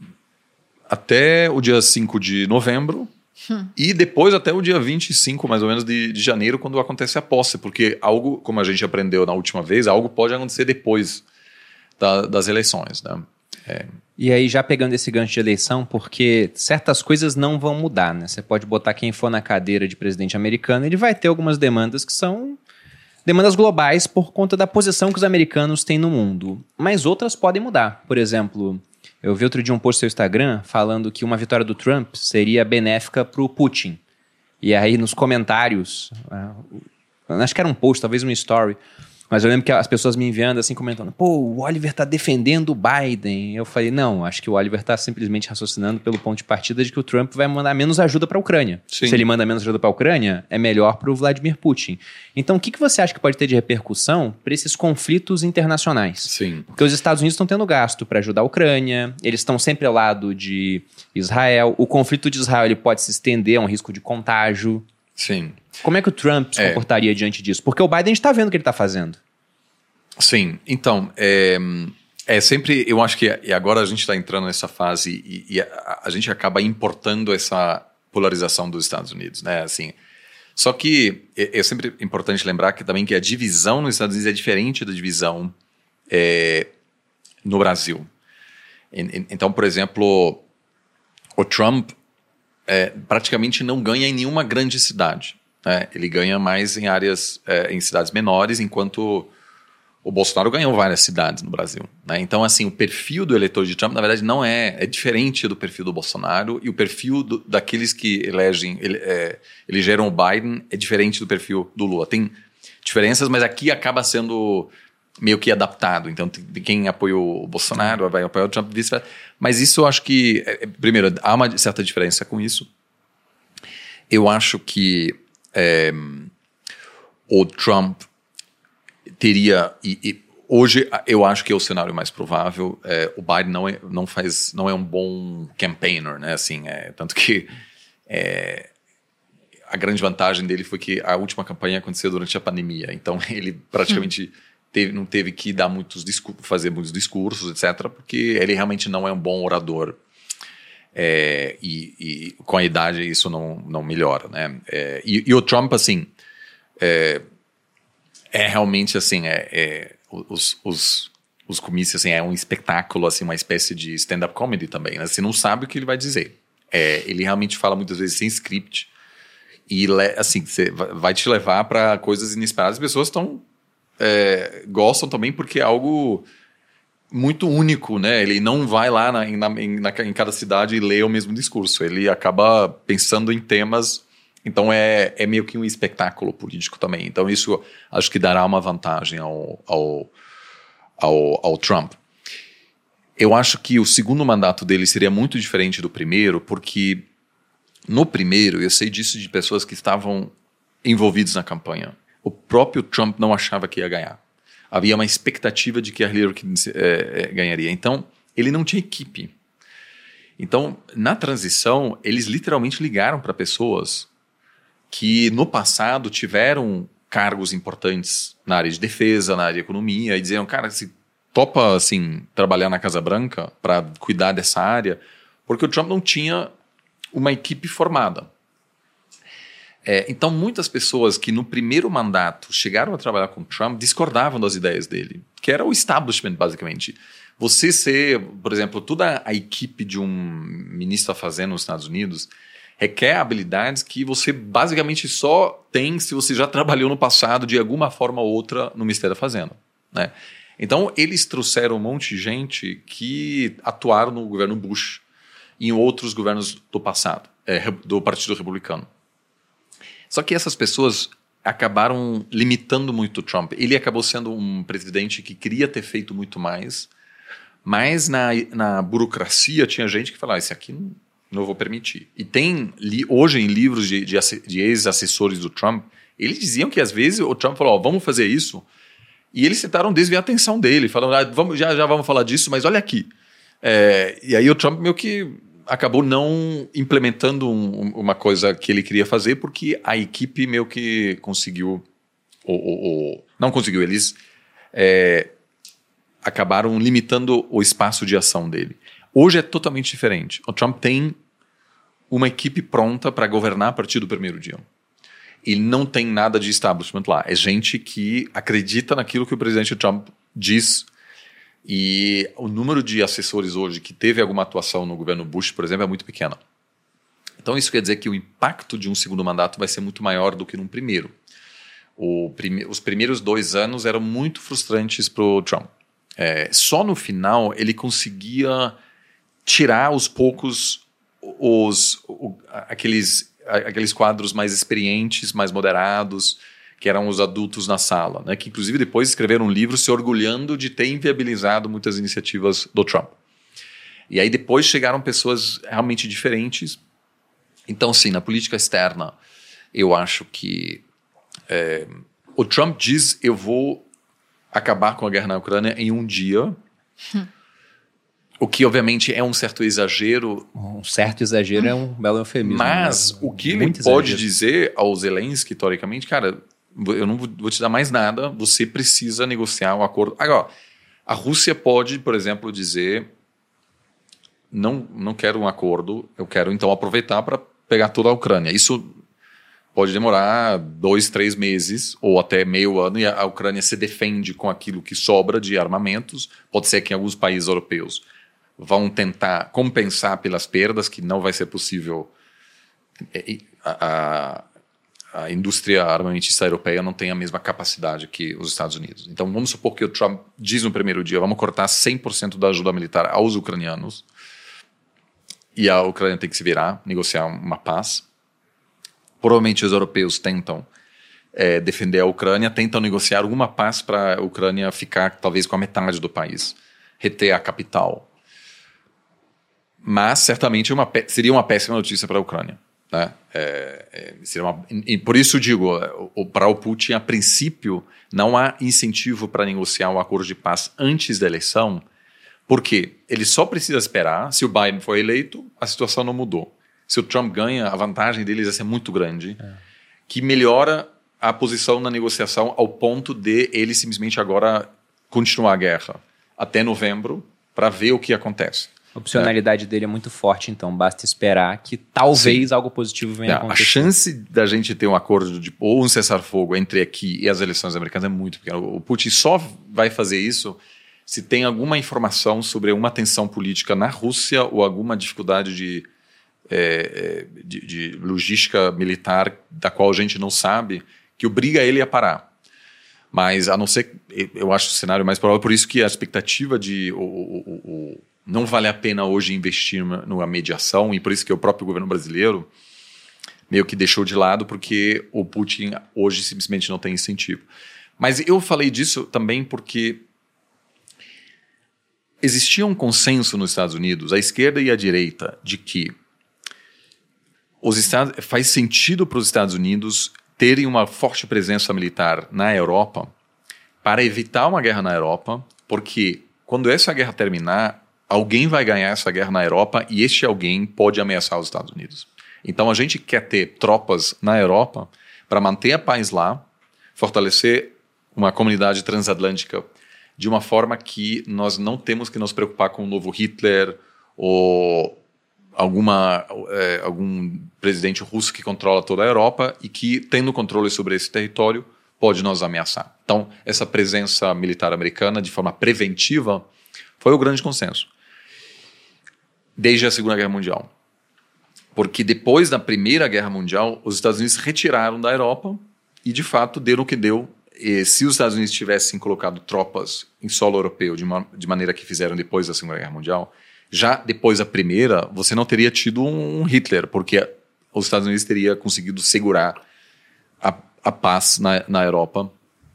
até o dia cinco de novembro hum. e depois até o dia vinte e cinco, mais ou menos, de, de janeiro, quando acontece a posse. Porque algo, como a gente aprendeu na última vez, algo pode acontecer depois da, das eleições. Né? É. E aí, já pegando esse gancho de eleição, porque certas coisas não vão mudar, né? Você pode botar quem for na cadeira de presidente americano, ele vai ter algumas demandas que são... demandas globais por conta da posição que os americanos têm no mundo. Mas outras podem mudar. Por exemplo, eu vi outro dia um post no seu Instagram falando que uma vitória do Trump seria benéfica para o Putin. E aí nos comentários, uh, acho que era um post, talvez um story, mas eu lembro que as pessoas me enviando assim, comentando, pô, o Oliver tá defendendo o Biden. Eu falei, não, acho que o Oliver tá simplesmente raciocinando pelo ponto de partida de que o Trump vai mandar menos ajuda para a Ucrânia. Sim. Se ele manda menos ajuda para a Ucrânia, é melhor para o Vladimir Putin. Então, o que, que você acha que pode ter de repercussão para esses conflitos internacionais? Sim. Porque os Estados Unidos estão tendo gasto para ajudar a Ucrânia, eles estão sempre ao lado de Israel. O conflito de Israel ele pode se estender, é um risco de contágio. Sim. Como é que o Trump se é. comportaria diante disso? Porque o Biden está vendo o que ele está fazendo. Sim, então, é, é sempre, eu acho que e agora a gente está entrando nessa fase e, e a, a gente acaba importando essa polarização dos Estados Unidos, né, assim. Só que é, é sempre importante lembrar que também que a divisão nos Estados Unidos é diferente da divisão é, no Brasil. E, então, por exemplo, o Trump é, praticamente não ganha em nenhuma grande cidade. Né? Ele ganha mais em áreas, é, em cidades menores, enquanto o Bolsonaro ganhou várias cidades no Brasil. Né? Então, assim, o perfil do eleitor de Trump, na verdade, não é, é diferente do perfil do Bolsonaro, e o perfil do, daqueles que elegem, ele, é, elegeram o Biden é diferente do perfil do Lula. Tem diferenças, mas aqui acaba sendo meio que adaptado. Então, tem quem apoiou o Bolsonaro vai apoiar o Trump, vice-versa. Mas isso eu acho que, é, primeiro, há uma certa diferença com isso. Eu acho que é, o Trump teria, e, e hoje, eu acho que é o cenário mais provável. É, o Biden não é, não, faz, não é um bom campaigner, né? Assim, é, tanto que é, a grande vantagem dele foi que a última campanha aconteceu durante a pandemia. Então, ele praticamente hum. teve, não teve que dar muitos fazer muitos discursos, etcétera, porque ele realmente não é um bom orador. É, e, e com a idade isso não, não melhora, né? É, e, e o Trump, assim, é, é realmente assim, é, é, os, os, os comícios, assim, é um espetáculo, assim, uma espécie de stand-up comedy também, né? Você não sabe o que ele vai dizer. É, ele realmente fala muitas vezes sem script e, assim, você vai te levar para coisas inesperadas. As pessoas estão é, gostam também porque é algo muito único, né? Ele não vai lá na, na, na, em cada cidade e lê o mesmo discurso. Ele acaba pensando em temas. Então é, é meio que um espetáculo político também. Então isso acho que dará uma vantagem ao, ao, ao, ao Trump. Eu acho que o segundo mandato dele seria muito diferente do primeiro, porque no primeiro, eu sei disso de pessoas que estavam envolvidas na campanha. O próprio Trump não achava que ia ganhar. Havia uma expectativa de que a Hillary é, é, ganharia. Então, ele não tinha equipe. Então, na transição, eles literalmente ligaram para pessoas que no passado tiveram cargos importantes na área de defesa, na área de economia, e diziam, cara, se topa assim, trabalhar na Casa Branca para cuidar dessa área, porque o Trump não tinha uma equipe formada. É, então, muitas pessoas que no primeiro mandato chegaram a trabalhar com Trump discordavam das ideias dele, que era o establishment, basicamente. Você ser, por exemplo, toda a equipe de um ministro da Fazenda nos Estados Unidos requer habilidades que você basicamente só tem se você já trabalhou no passado de alguma forma ou outra no Ministério da Fazenda, né? Então, eles trouxeram um monte de gente que atuaram no governo Bush e em outros governos do passado, é, do Partido Republicano. Só que essas pessoas acabaram limitando muito o Trump. Ele acabou sendo um presidente que queria ter feito muito mais, mas na, na burocracia tinha gente que falava, esse aqui não, não vou permitir. E tem, li, hoje em livros de, de, de ex-assessores do Trump, eles diziam que às vezes o Trump falou, oh, vamos fazer isso, e eles tentaram desviar a atenção dele, falando, ah, vamos, já, já vamos falar disso, mas olha aqui. É, e aí o Trump meio que acabou não implementando um, uma coisa que ele queria fazer, porque a equipe meio que conseguiu, ou, ou, ou não conseguiu, eles é, acabaram limitando o espaço de ação dele. Hoje é totalmente diferente. O Trump tem uma equipe pronta para governar a partir do primeiro dia. Ele não tem nada de establishment lá. É gente que acredita naquilo que o presidente Trump diz. E o número de assessores hoje que teve alguma atuação no governo Bush, por exemplo, é muito pequeno. Então isso quer dizer que o impacto de um segundo mandato vai ser muito maior do que num primeiro. O prime- os primeiros dois anos eram muito frustrantes para o Trump. É, só no final ele conseguia tirar aos poucos os, o, aqueles, aqueles quadros mais experientes, mais moderados, que eram os adultos na sala, né? Que inclusive depois escreveram um livro se orgulhando de ter inviabilizado muitas iniciativas do Trump. E aí depois chegaram pessoas realmente diferentes. Então, sim, na política externa, eu acho que é, o Trump diz, eu vou acabar com a guerra na Ucrânia em um dia, hum. o que obviamente é um certo exagero. Um certo exagero hum. é um belo eufemismo. Mas né? o que ele Muito pode exagero. dizer ao Zelensky, teoricamente, cara, eu não vou te dar mais nada, você precisa negociar um acordo. Agora, a Rússia pode, por exemplo, dizer, não, não quero um acordo, eu quero então aproveitar para pegar toda a Ucrânia. Isso pode demorar dois, três meses ou até meio ano, e a Ucrânia se defende com aquilo que sobra de armamentos. Pode ser que alguns países europeus vão tentar compensar pelas perdas, que não vai ser possível. A, a, a indústria armamentista europeia não tem a mesma capacidade que os Estados Unidos. Então, vamos supor que o Trump diz no primeiro dia, vamos cortar cem por cento da ajuda militar aos ucranianos, e a Ucrânia tem que se virar, negociar uma paz. Provavelmente os europeus tentam é, defender a Ucrânia, tentam negociar alguma paz para a Ucrânia ficar talvez com a metade do país, reter a capital. Mas certamente uma, seria uma péssima notícia para a Ucrânia, né? É, é, seria uma, e por isso digo, para o Putin, a princípio, não há incentivo para negociar um acordo de paz antes da eleição, porque ele só precisa esperar. Se o Biden for eleito, a situação não mudou. Se o Trump ganha, a vantagem deles vai ser muito grande, é. que melhora a posição na negociação ao ponto de ele simplesmente agora continuar a guerra até novembro para ver o que acontece. A opcionalidade é. dele é muito forte, então basta esperar que talvez Sim. algo positivo venha é, a acontecer. A chance da gente ter um acordo de, ou um cessar-fogo entre aqui e as eleições americanas é muito pequena. O Putin só vai fazer isso se tem alguma informação sobre uma tensão política na Rússia ou alguma dificuldade de, é, de, de logística militar da qual a gente não sabe, que obriga ele a parar. Mas, a não ser, eu acho o cenário mais provável, por isso que a expectativa de o, o, o, não vale a pena hoje investir numa mediação, e por isso que o próprio governo brasileiro meio que deixou de lado, porque o Putin hoje simplesmente não tem incentivo. Mas eu falei disso também porque existia um consenso nos Estados Unidos, a esquerda e a direita, de que os Estados, faz sentido para os Estados Unidos terem uma forte presença militar na Europa para evitar uma guerra na Europa, porque quando essa guerra terminar, alguém vai ganhar essa guerra na Europa e este alguém pode ameaçar os Estados Unidos. Então a gente quer ter tropas na Europa para manter a paz lá, fortalecer uma comunidade transatlântica de uma forma que nós não temos que nos preocupar com o novo Hitler ou alguma, é, algum presidente russo que controla toda a Europa e que, tendo controle sobre esse território, pode nos ameaçar. Então, essa presença militar americana, de forma preventiva, foi o grande consenso. Desde a Segunda Guerra Mundial. Porque depois da Primeira Guerra Mundial, os Estados Unidos retiraram da Europa e, de fato, deram o que deu. E se os Estados Unidos tivessem colocado tropas em solo europeu de, uma, de maneira que fizeram depois da Segunda Guerra Mundial, já depois da primeira, você não teria tido um Hitler, porque os Estados Unidos teria conseguido segurar a, a paz na, na Europa.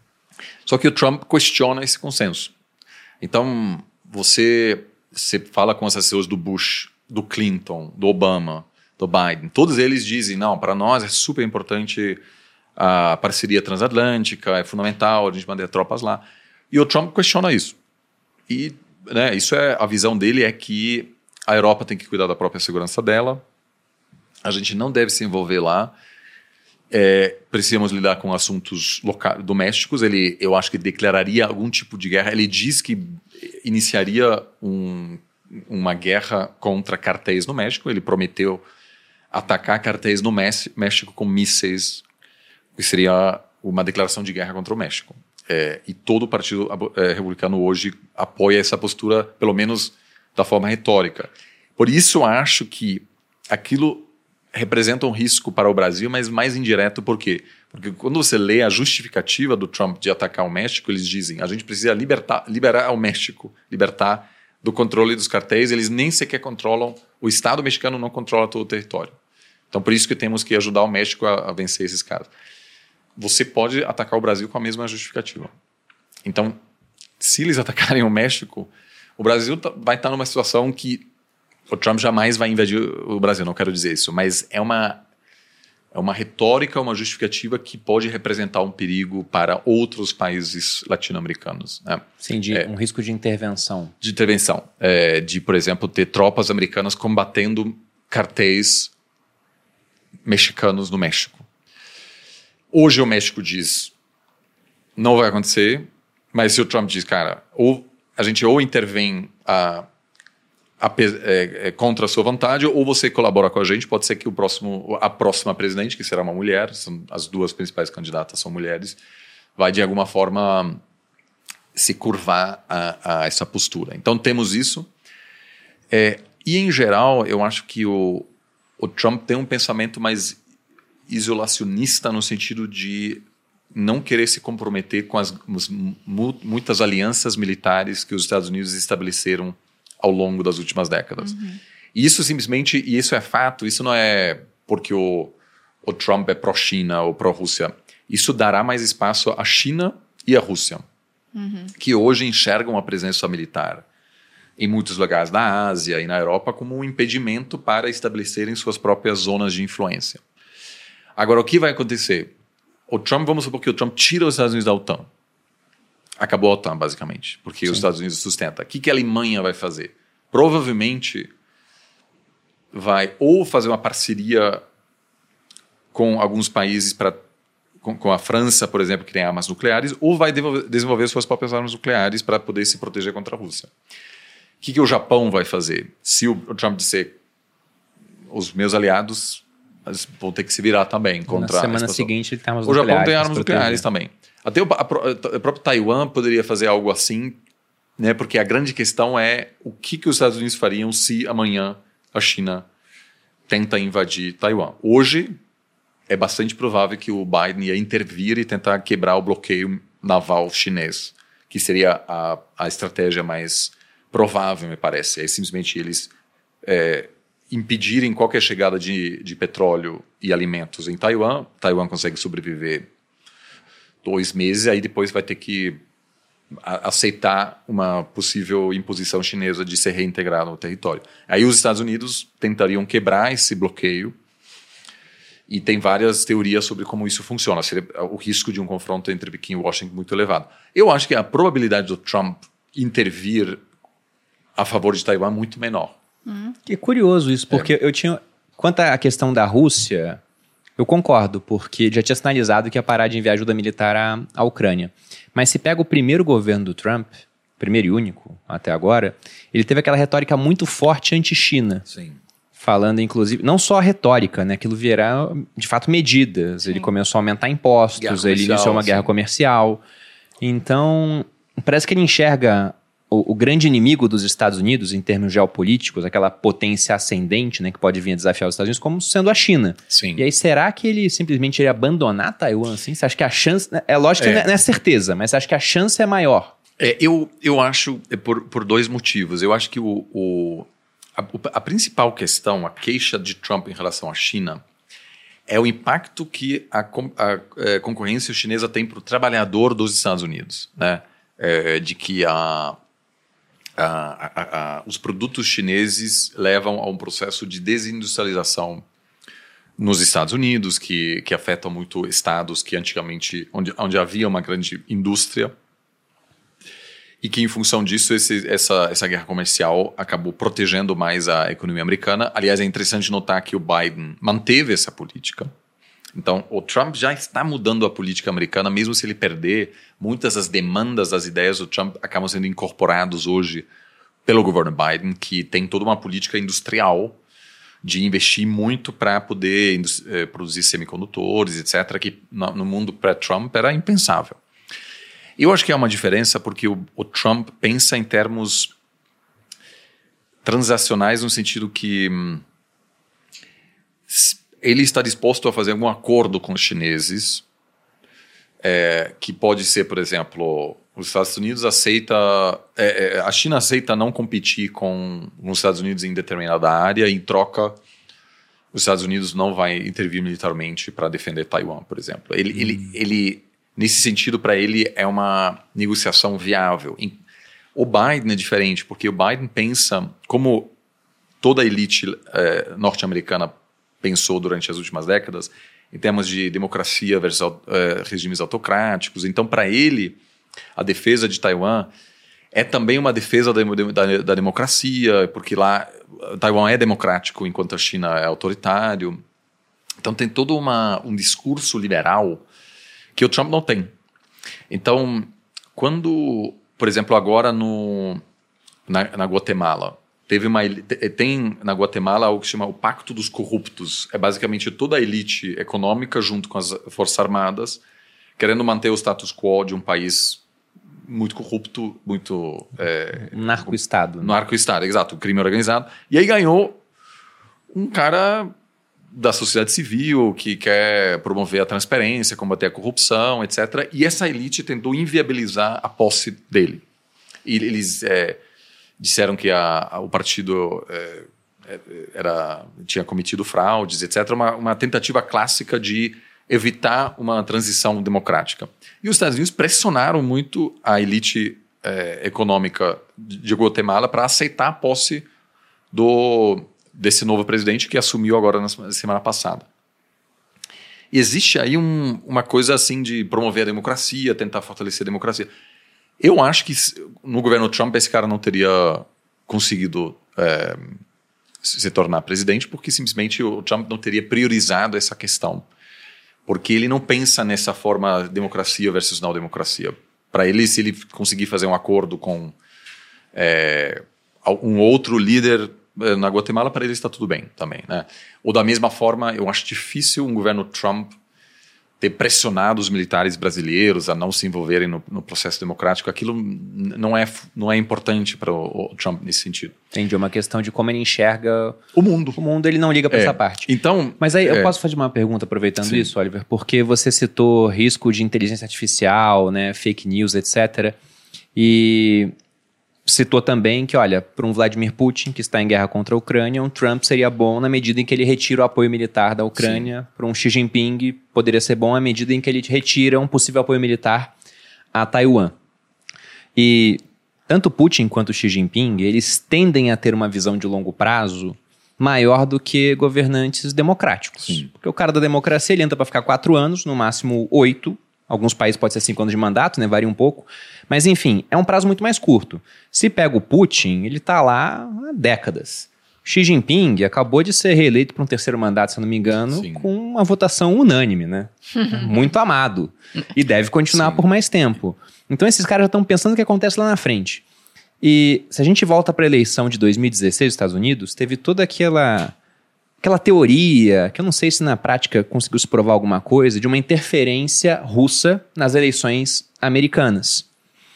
Só que o Trump questiona esse consenso. Então, você, você fala com os assessores do Bush, do Clinton, do Obama, do Biden, todos eles dizem, não, para nós é super importante a parceria transatlântica, é fundamental a gente manter tropas lá. E o Trump questiona isso. E Né, isso é, a visão dele é que a Europa tem que cuidar da própria segurança dela, a gente não deve se envolver lá, é, precisamos lidar com assuntos loca- domésticos. Ele, eu acho que declararia algum tipo de guerra. Ele diz que iniciaria um, uma guerra contra cartéis no México. Ele prometeu atacar cartéis no México com mísseis, que seria uma declaração de guerra contra o México. É, e todo o Partido é, Republicano hoje apoia essa postura, pelo menos da forma retórica. Por isso eu acho que aquilo representa um risco para o Brasil, mas mais indireto. Por quê? Porque quando você lê a justificativa do Trump de atacar o México, eles dizem, a gente precisa libertar, liberar o México, libertar do controle dos cartéis. Eles nem sequer controlam, o Estado mexicano não controla todo o território. Então por isso que temos que ajudar o México a, a vencer esses caras. Você pode atacar o Brasil com a mesma justificativa. Então, se eles atacarem o México, o Brasil vai estar numa situação que o Trump jamais vai invadir o Brasil, não quero dizer isso, mas é uma, é uma retórica, uma justificativa que pode representar um perigo para outros países latino-americanos. Né? Sim, de é, um risco de intervenção. De intervenção. É, de, por exemplo, ter tropas americanas combatendo cartéis mexicanos no México. Hoje o México diz, não vai acontecer, mas se o Trump diz, cara, ou a gente ou intervém a, a, é, é, contra a sua vontade, ou você colabora com a gente, pode ser que o próximo, a próxima presidente, que será uma mulher, são as duas principais candidatas são mulheres, vai de alguma forma se curvar a, a essa postura. Então temos isso. É, e em geral, eu acho que o, o Trump tem um pensamento mais isolacionista no sentido de não querer se comprometer com as, as muitas alianças militares que os Estados Unidos estabeleceram ao longo das últimas décadas. Uhum. E isso simplesmente, e isso é fato, isso não é porque o, o Trump é pró-China ou pró-Rússia. Isso dará mais espaço à China e à Rússia, uhum. que hoje enxergam a presença militar em muitos lugares da Ásia e na Europa como um impedimento para estabelecerem suas próprias zonas de influência. Agora, o que vai acontecer? O Trump, vamos supor que o Trump tira os Estados Unidos da OTAN. Acabou a OTAN, basicamente, porque Sim. os Estados Unidos sustentam. O que, que a Alemanha vai fazer? Provavelmente vai ou fazer uma parceria com alguns países, pra, com, com a França, por exemplo, que tem armas nucleares, ou vai desenvolver, desenvolver suas próprias armas nucleares para poder se proteger contra a Rússia. O que, que o Japão vai fazer? Se o, o Trump disser os meus aliados vão ter que se virar também contra Na semana seguinte ele tem armas o nucleares. O Japão tem armas nucleares também. Até o a, a próprio Taiwan poderia fazer algo assim, né? Porque a grande questão é o que, que os Estados Unidos fariam se amanhã a China tenta invadir Taiwan. Hoje é bastante provável que o Biden ia intervir e tentar quebrar o bloqueio naval chinês, que seria a, a estratégia mais provável, me parece. É simplesmente eles é, impedirem qualquer chegada de, de petróleo e alimentos em Taiwan. Taiwan consegue sobreviver dois meses, aí depois vai ter que a, aceitar uma possível imposição chinesa de se reintegrar no território. Aí os Estados Unidos tentariam quebrar esse bloqueio e tem várias teorias sobre como isso funciona. Seria o risco de um confronto entre Pequim e Washington muito elevado. Eu acho que a probabilidade do Trump intervir a favor de Taiwan é muito menor. Hum. Que curioso isso, porque é. eu tinha... Quanto à questão da Rússia, eu concordo, porque já tinha sinalizado que ia parar de enviar ajuda militar à, à Ucrânia. Mas se pega o primeiro governo do Trump, primeiro e único até agora, ele teve aquela retórica muito forte anti-China. Sim. Falando, inclusive, não só a retórica, né? Aquilo virá, de fato, medidas. Sim. Ele começou a aumentar impostos, ele iniciou uma guerra sim. comercial. Então, parece que ele enxerga o, o grande inimigo dos Estados Unidos, em termos geopolíticos, aquela potência ascendente, né, que pode vir a desafiar os Estados Unidos, como sendo a China. Sim. E aí, será que ele simplesmente iria abandonar Taiwan, assim? Você acha que a chance... É lógico que é. não é certeza, mas você acha que a chance é maior? É, eu, eu acho, é por, por dois motivos. Eu acho que o... o A, a principal questão, a queixa de Trump em relação à China, é o impacto que a, a, a concorrência chinesa tem para o trabalhador dos Estados Unidos, né? É, de que a, a, a, a, os produtos chineses levam a um processo de desindustrialização nos Estados Unidos, que, que afeta muito estados que antigamente, onde, onde havia uma grande indústria, e que, em função disso, esse, essa, essa guerra comercial acabou protegendo mais a economia americana. Aliás, é interessante notar que o Biden manteve essa política. Então, o Trump já está mudando a política americana, mesmo se ele perder. Muitas das demandas, das ideias do Trump acabam sendo incorporados hoje pelo governo Biden, que tem toda uma política industrial de investir muito para poder eh, produzir semicondutores, etcétera, que no, no mundo pré-Trump era impensável. Eu acho que há uma diferença porque o, o Trump pensa em termos transacionais no sentido que hum, ele está disposto a fazer algum acordo com os chineses, é, que pode ser, por exemplo, os Estados Unidos aceita, é, a China aceita não competir com os Estados Unidos em determinada área, e em troca os Estados Unidos não vai intervir militarmente para defender Taiwan, por exemplo. Ele, hum. ele, ele Nesse sentido, para ele, é uma negociação viável. O Biden é diferente, porque o Biden pensa, como toda a elite eh, norte-americana pensou durante as últimas décadas, em termos de democracia versus eh, regimes autocráticos. Então, para ele, a defesa de Taiwan é também uma defesa da, da, da democracia, porque lá Taiwan é democrático, enquanto a China é autoritário. Então, tem todo uma, um discurso liberal que o Trump não tem. Então, quando, por exemplo, agora no, na, na Guatemala, teve uma, tem na Guatemala algo que se chama o Pacto dos Corruptos. É basicamente toda a elite econômica junto com as Forças Armadas, querendo manter o status quo de um país muito corrupto, muito... É, narco-estado. Né? Narco-estado, exato, crime organizado. E aí ganhou um cara da sociedade civil, que quer promover a transparência, combater a corrupção, etcétera. E essa elite tentou inviabilizar a posse dele. E eles é, disseram que a, a, o partido é, era, tinha cometido fraudes, etcétera. Uma, uma tentativa clássica de evitar uma transição democrática. E os Estados Unidos pressionaram muito a elite é, econômica de Guatemala para aceitar a posse do... desse novo presidente que assumiu agora na semana passada. existe aí um, uma coisa assim de promover a democracia, tentar fortalecer a democracia. Eu acho que no governo Trump esse cara não teria conseguido é, se tornar presidente porque simplesmente o Trump não teria priorizado essa questão. Porque ele não pensa nessa forma democracia versus não democracia. Para ele, se ele conseguir fazer um acordo com é, um outro líder na Guatemala, para ele está tudo bem também, né? Ou da mesma forma, eu acho difícil um governo Trump ter pressionado os militares brasileiros a não se envolverem no, no processo democrático. Aquilo não é, não é importante para o, o Trump nesse sentido. Entendi, é uma questão de como ele enxerga o mundo. O mundo, ele não liga para é. essa parte. Então, Mas aí é. eu posso fazer uma pergunta aproveitando Sim. isso, Oliver, porque você citou risco de inteligência artificial, né, fake news, etcétera. E citou também que, olha, para um Vladimir Putin que está em guerra contra a Ucrânia, um Trump seria bom na medida em que ele retira o apoio militar da Ucrânia. Para um Xi Jinping poderia ser bom na medida em que ele retira um possível apoio militar a Taiwan. E tanto Putin quanto Xi Jinping, eles tendem a ter uma visão de longo prazo maior do que governantes democráticos. Sim. Porque o cara da democracia, ele entra para ficar quatro anos, no máximo oito. Alguns países pode ser cinco anos de mandato, né? Varia um pouco. Mas, enfim, é um prazo muito mais curto. Se pega o Putin, ele está lá há décadas. Xi Jinping acabou de ser reeleito para um terceiro mandato, se eu não me engano, Sim. com uma votação unânime, né? Muito amado. E deve continuar Sim. por mais tempo. Então, esses caras já estão pensando o que acontece lá na frente. E se a gente volta para a eleição de dois mil e dezesseis dos Estados Unidos, teve toda aquela... aquela teoria, que eu não sei se na prática conseguiu se provar alguma coisa, de uma interferência russa nas eleições americanas.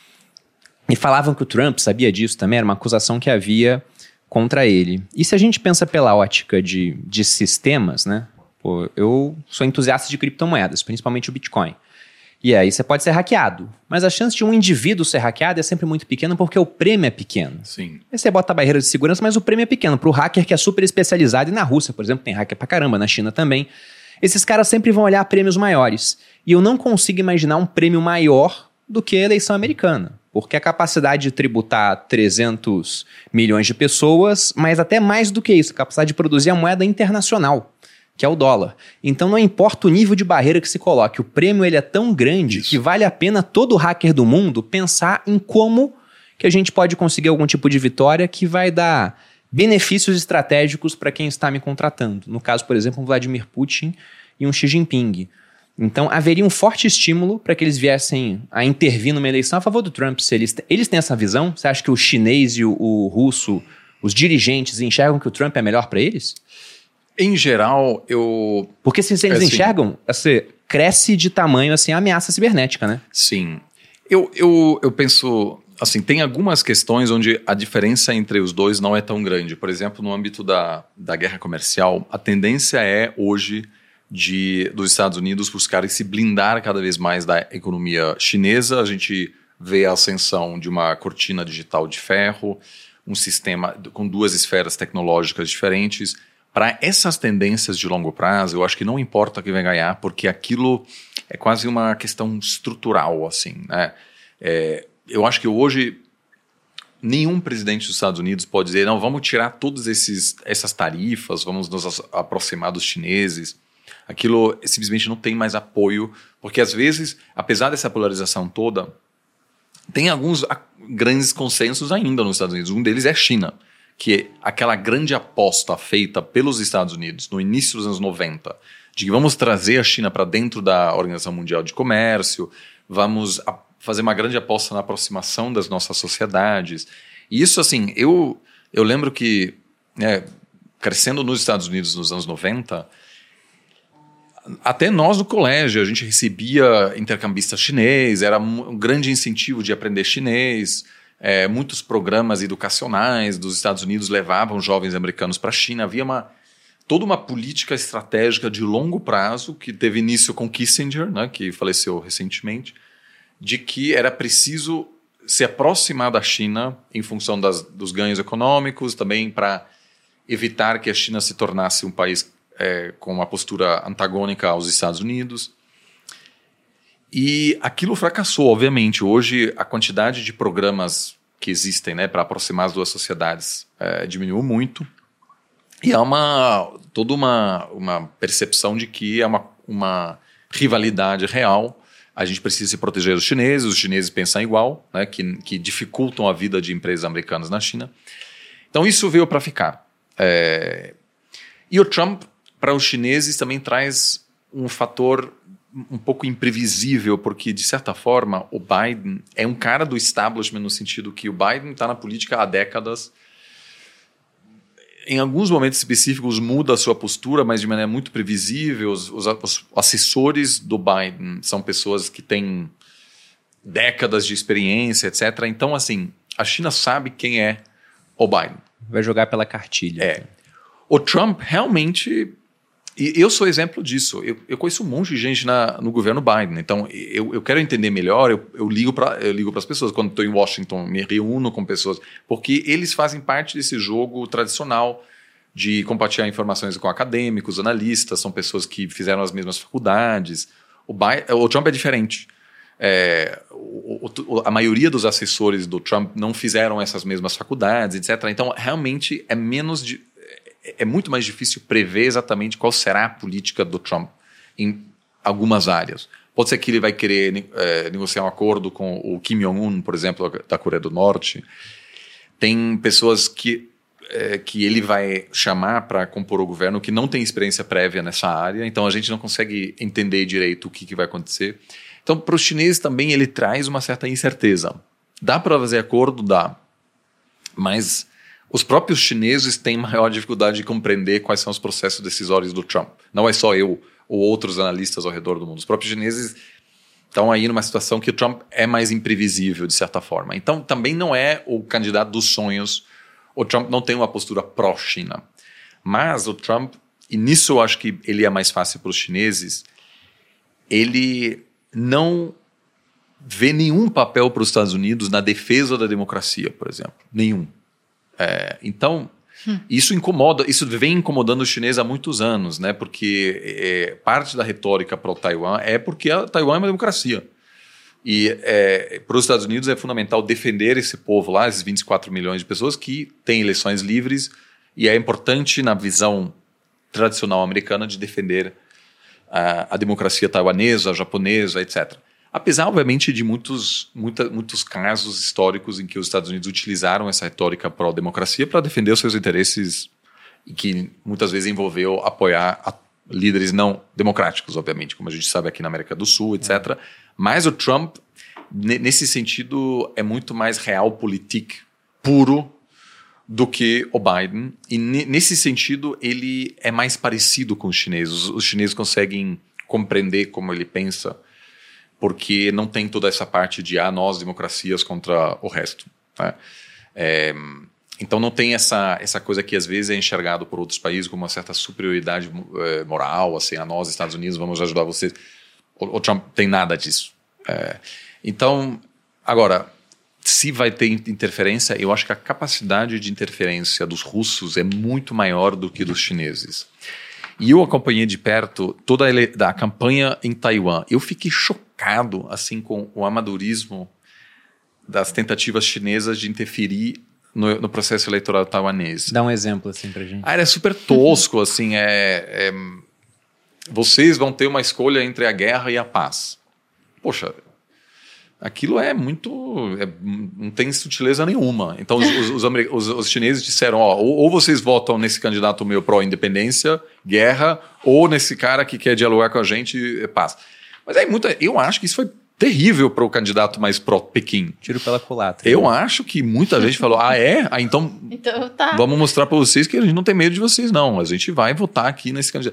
E falavam que o Trump sabia disso também, era uma acusação que havia contra ele. E se a gente pensa pela ótica de, de sistemas, né? Pô, eu sou entusiasta de criptomoedas, principalmente o Bitcoin. E aí você pode ser hackeado, mas a chance de um indivíduo ser hackeado é sempre muito pequena porque o prêmio é pequeno. Sim. Aí você bota a barreira de segurança, mas o prêmio é pequeno. Para o hacker que é super especializado, e na Rússia, por exemplo, tem hacker pra caramba, na China também. Esses caras sempre vão olhar prêmios maiores. E eu não consigo imaginar um prêmio maior do que a eleição americana. Porque a capacidade de tributar trezentos milhões de pessoas, mas até mais do que isso, a capacidade de produzir a moeda internacional, que é o dólar. Então não importa o nível de barreira que se coloque, o prêmio ele é tão grande Isso. que vale a pena todo hacker do mundo pensar em como que a gente pode conseguir algum tipo de vitória que vai dar benefícios estratégicos para quem está me contratando. No caso, por exemplo, um Vladimir Putin e um Xi Jinping. Então haveria um forte estímulo para que eles viessem a intervir numa eleição a favor do Trump. Se eles, eles têm essa visão? Você acha que o chinês e o, o russo, os dirigentes, enxergam que o Trump é melhor para eles? Em geral, eu... Porque se, se eles assim, enxergam, assim, cresce de tamanho assim, a ameaça cibernética, né? Sim. Eu, eu, eu penso... Assim, tem algumas questões onde a diferença entre os dois não é tão grande. Por exemplo, no âmbito da, da guerra comercial, a tendência é, hoje, de, dos Estados Unidos buscarem se blindar cada vez mais da economia chinesa. A gente vê a ascensão de uma cortina digital de ferro, um sistema com duas esferas tecnológicas diferentes. Para essas tendências de longo prazo, eu acho que não importa quem vai ganhar, porque aquilo é quase uma questão estrutural, assim, né? É, eu acho que hoje nenhum presidente dos Estados Unidos pode dizer, não, vamos tirar todas esses, essas tarifas, vamos nos aproximar dos chineses. Aquilo simplesmente não tem mais apoio, porque às vezes, apesar dessa polarização toda, tem alguns grandes consensos ainda nos Estados Unidos. Um deles é a China, que é aquela grande aposta feita pelos Estados Unidos no início dos anos noventa, de que vamos trazer a China para dentro da Organização Mundial de Comércio, vamos a, fazer uma grande aposta na aproximação das nossas sociedades. E isso, assim, eu, eu lembro que, é, crescendo nos Estados Unidos nos anos noventa, até nós no colégio, a gente recebia intercambista chinês, era um grande incentivo de aprender chinês. É, muitos programas educacionais dos Estados Unidos levavam jovens americanos para a China. Havia uma, toda uma política estratégica de longo prazo que teve início com Kissinger, né, que faleceu recentemente, de que era preciso se aproximar da China em função das, dos ganhos econômicos, também para evitar que a China se tornasse um país é, com uma postura antagônica aos Estados Unidos. E aquilo fracassou, obviamente. Hoje, a quantidade de programas que existem, né, para aproximar as duas sociedades é, diminuiu muito. E há uma, toda uma, uma percepção de que é uma, uma rivalidade real. A gente precisa se proteger dos chineses, os chineses pensam igual, né, que, que dificultam a vida de empresas americanas na China. Então isso veio para ficar. É... E o Trump, para os chineses, também traz um fator um pouco imprevisível, porque, de certa forma, o Biden é um cara do establishment no sentido que o Biden está na política há décadas. Em alguns momentos específicos muda a sua postura, mas de maneira muito previsível. Os, os, os assessores do Biden são pessoas que têm décadas de experiência, etcétera. Então, assim, a China sabe quem é o Biden. Vai jogar pela cartilha. É. O Trump realmente... E eu sou exemplo disso. Eu, eu conheço um monte de gente na, no governo Biden. Então, eu, eu quero entender melhor, eu, eu ligo para eu ligo para as pessoas. Quando estou em Washington, me reúno com pessoas. Porque eles fazem parte desse jogo tradicional de compartilhar informações com acadêmicos, analistas, são pessoas que fizeram as mesmas faculdades. O, Biden, o Trump é diferente. É, o, o, a maioria dos assessores do Trump não fizeram essas mesmas faculdades, etcétera. Então, realmente, é menos... De, é muito mais difícil prever exatamente qual será a política do Trump em algumas áreas. Pode ser que ele vai querer é, negociar um acordo com o Kim Jong-un, por exemplo, da Coreia do Norte. Tem pessoas que, é, que ele vai chamar para compor o governo que não tem experiência prévia nessa área, então a gente não consegue entender direito o que, que vai acontecer. Então, para os chineses também ele traz uma certa incerteza. Dá para fazer acordo? Dá. Mas... os próprios chineses têm maior dificuldade de compreender quais são os processos decisórios do Trump. Não é só eu ou outros analistas ao redor do mundo. Os próprios chineses estão aí numa situação que o Trump é mais imprevisível, de certa forma. Então, também não é o candidato dos sonhos. O Trump não tem uma postura pró-China. Mas o Trump, e nisso eu acho que ele é mais fácil para os chineses, ele não vê nenhum papel para os Estados Unidos na defesa da democracia, por exemplo. Nenhum. É, então, hum. isso incomoda, isso vem incomodando os chineses há muitos anos, né? Porque é, parte da retórica para o Taiwan é porque a Taiwan é uma democracia. E é, para os Estados Unidos é fundamental defender esse povo lá, esses vinte e quatro milhões de pessoas que têm eleições livres, e é importante na visão tradicional americana de defender a, a democracia taiwanesa, japonesa, etcétera. Apesar, obviamente, de muitos, muita, muitos casos históricos em que os Estados Unidos utilizaram essa retórica pró-democracia para defender os seus interesses e que muitas vezes envolveu apoiar a líderes não democráticos, obviamente, como a gente sabe aqui na América do Sul, etcétera. É. Mas o Trump, nesse sentido, é muito mais realpolitik puro do que o Biden. E nesse sentido, ele é mais parecido com os chineses. Os chineses conseguem compreender como ele pensa, porque não tem toda essa parte de ah, nós, democracias, contra o resto. Né? É, então não tem essa, essa coisa que às vezes é enxergado por outros países como uma certa superioridade é, moral, assim, a nós, Estados Unidos, vamos ajudar vocês. O, o Trump tem nada disso. É, então, agora, se vai ter interferência, eu acho que a capacidade de interferência dos russos é muito maior do que dos chineses. E eu acompanhei de perto toda a, a campanha em Taiwan. Eu fiquei chocado assim, com o amadorismo das tentativas chinesas de interferir no, no processo eleitoral taiwanês. Dá um exemplo assim pra gente. Ah, era super tosco. assim, é, é, vocês vão ter uma escolha entre a guerra e a paz. Poxa, aquilo é muito... É, não tem sutileza nenhuma. Então, os, os, os, os chineses disseram, ó, ou, ou vocês votam nesse candidato meu pró-independência, guerra, ou nesse cara que quer dialogar com a gente, é paz. Mas aí, muita, eu acho que isso foi terrível para o candidato mais pró-Pequim. Tiro pela culatra. Eu né? acho que muita gente falou, ah, é? Ah, então, então tá. Vamos mostrar para vocês que a gente não tem medo de vocês, não. A gente vai votar aqui nesse candidato.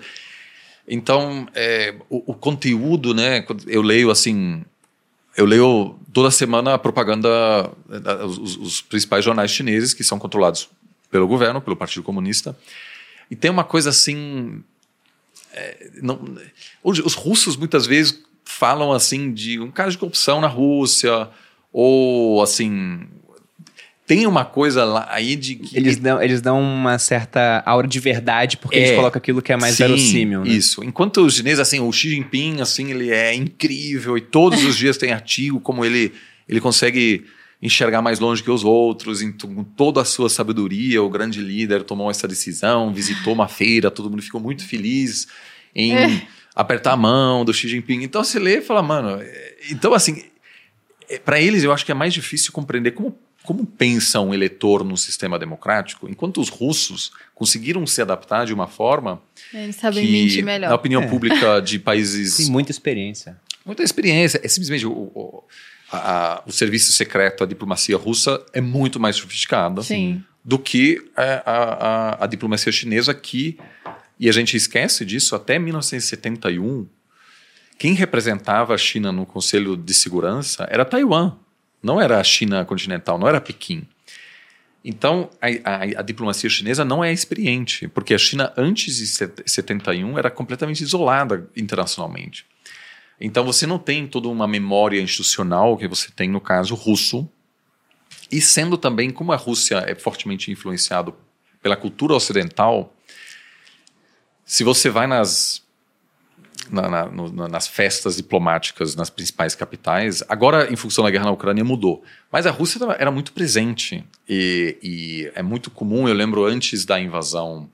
Então, é, o, o conteúdo, né, eu leio assim... Eu leio toda semana a propaganda, os, os principais jornais chineses, que são controlados pelo governo, pelo Partido Comunista. E tem uma coisa assim... É, não, os, os russos muitas vezes falam assim de um caso de corrupção na Rússia, ou assim... Tem uma coisa lá aí de que... Eles dão, eles dão uma certa aura de verdade, porque é, eles colocam aquilo que é mais sim, verossímil. Né? Isso. Enquanto os chineses, assim, o Xi Jinping, assim, ele é incrível e todos os dias tem artigo como ele, ele consegue enxergar mais longe que os outros, em, com toda a sua sabedoria, o grande líder tomou essa decisão, visitou uma feira, todo mundo ficou muito feliz em... É. apertar a mão do Xi Jinping. Então você lê e fala, mano... Então, assim, para eles eu acho que é mais difícil compreender como, como pensa um eleitor no sistema democrático, enquanto os russos conseguiram se adaptar de uma forma... Eles sabem que, mentir melhor. na opinião É. pública de países... Tem muita experiência. Muita experiência. É simplesmente o, o, a, o serviço secreto, a diplomacia russa é muito mais sofisticada Sim. do que a, a, a, a diplomacia chinesa que... E a gente esquece disso, até mil novecentos e setenta e um, quem representava a China no Conselho de Segurança era Taiwan, não era a China continental, não era Pequim. Então, a, a, a diplomacia chinesa não é experiente, porque a China, antes de setenta e um, era completamente isolada internacionalmente. Então, você não tem toda uma memória institucional que você tem no caso russo, e sendo também, como a Rússia é fortemente influenciada pela cultura ocidental, se você vai nas, na, na, no, nas festas diplomáticas nas principais capitais, agora, em função da guerra na Ucrânia, mudou. Mas a Rússia era muito presente. E, e é muito comum, eu lembro antes da invasão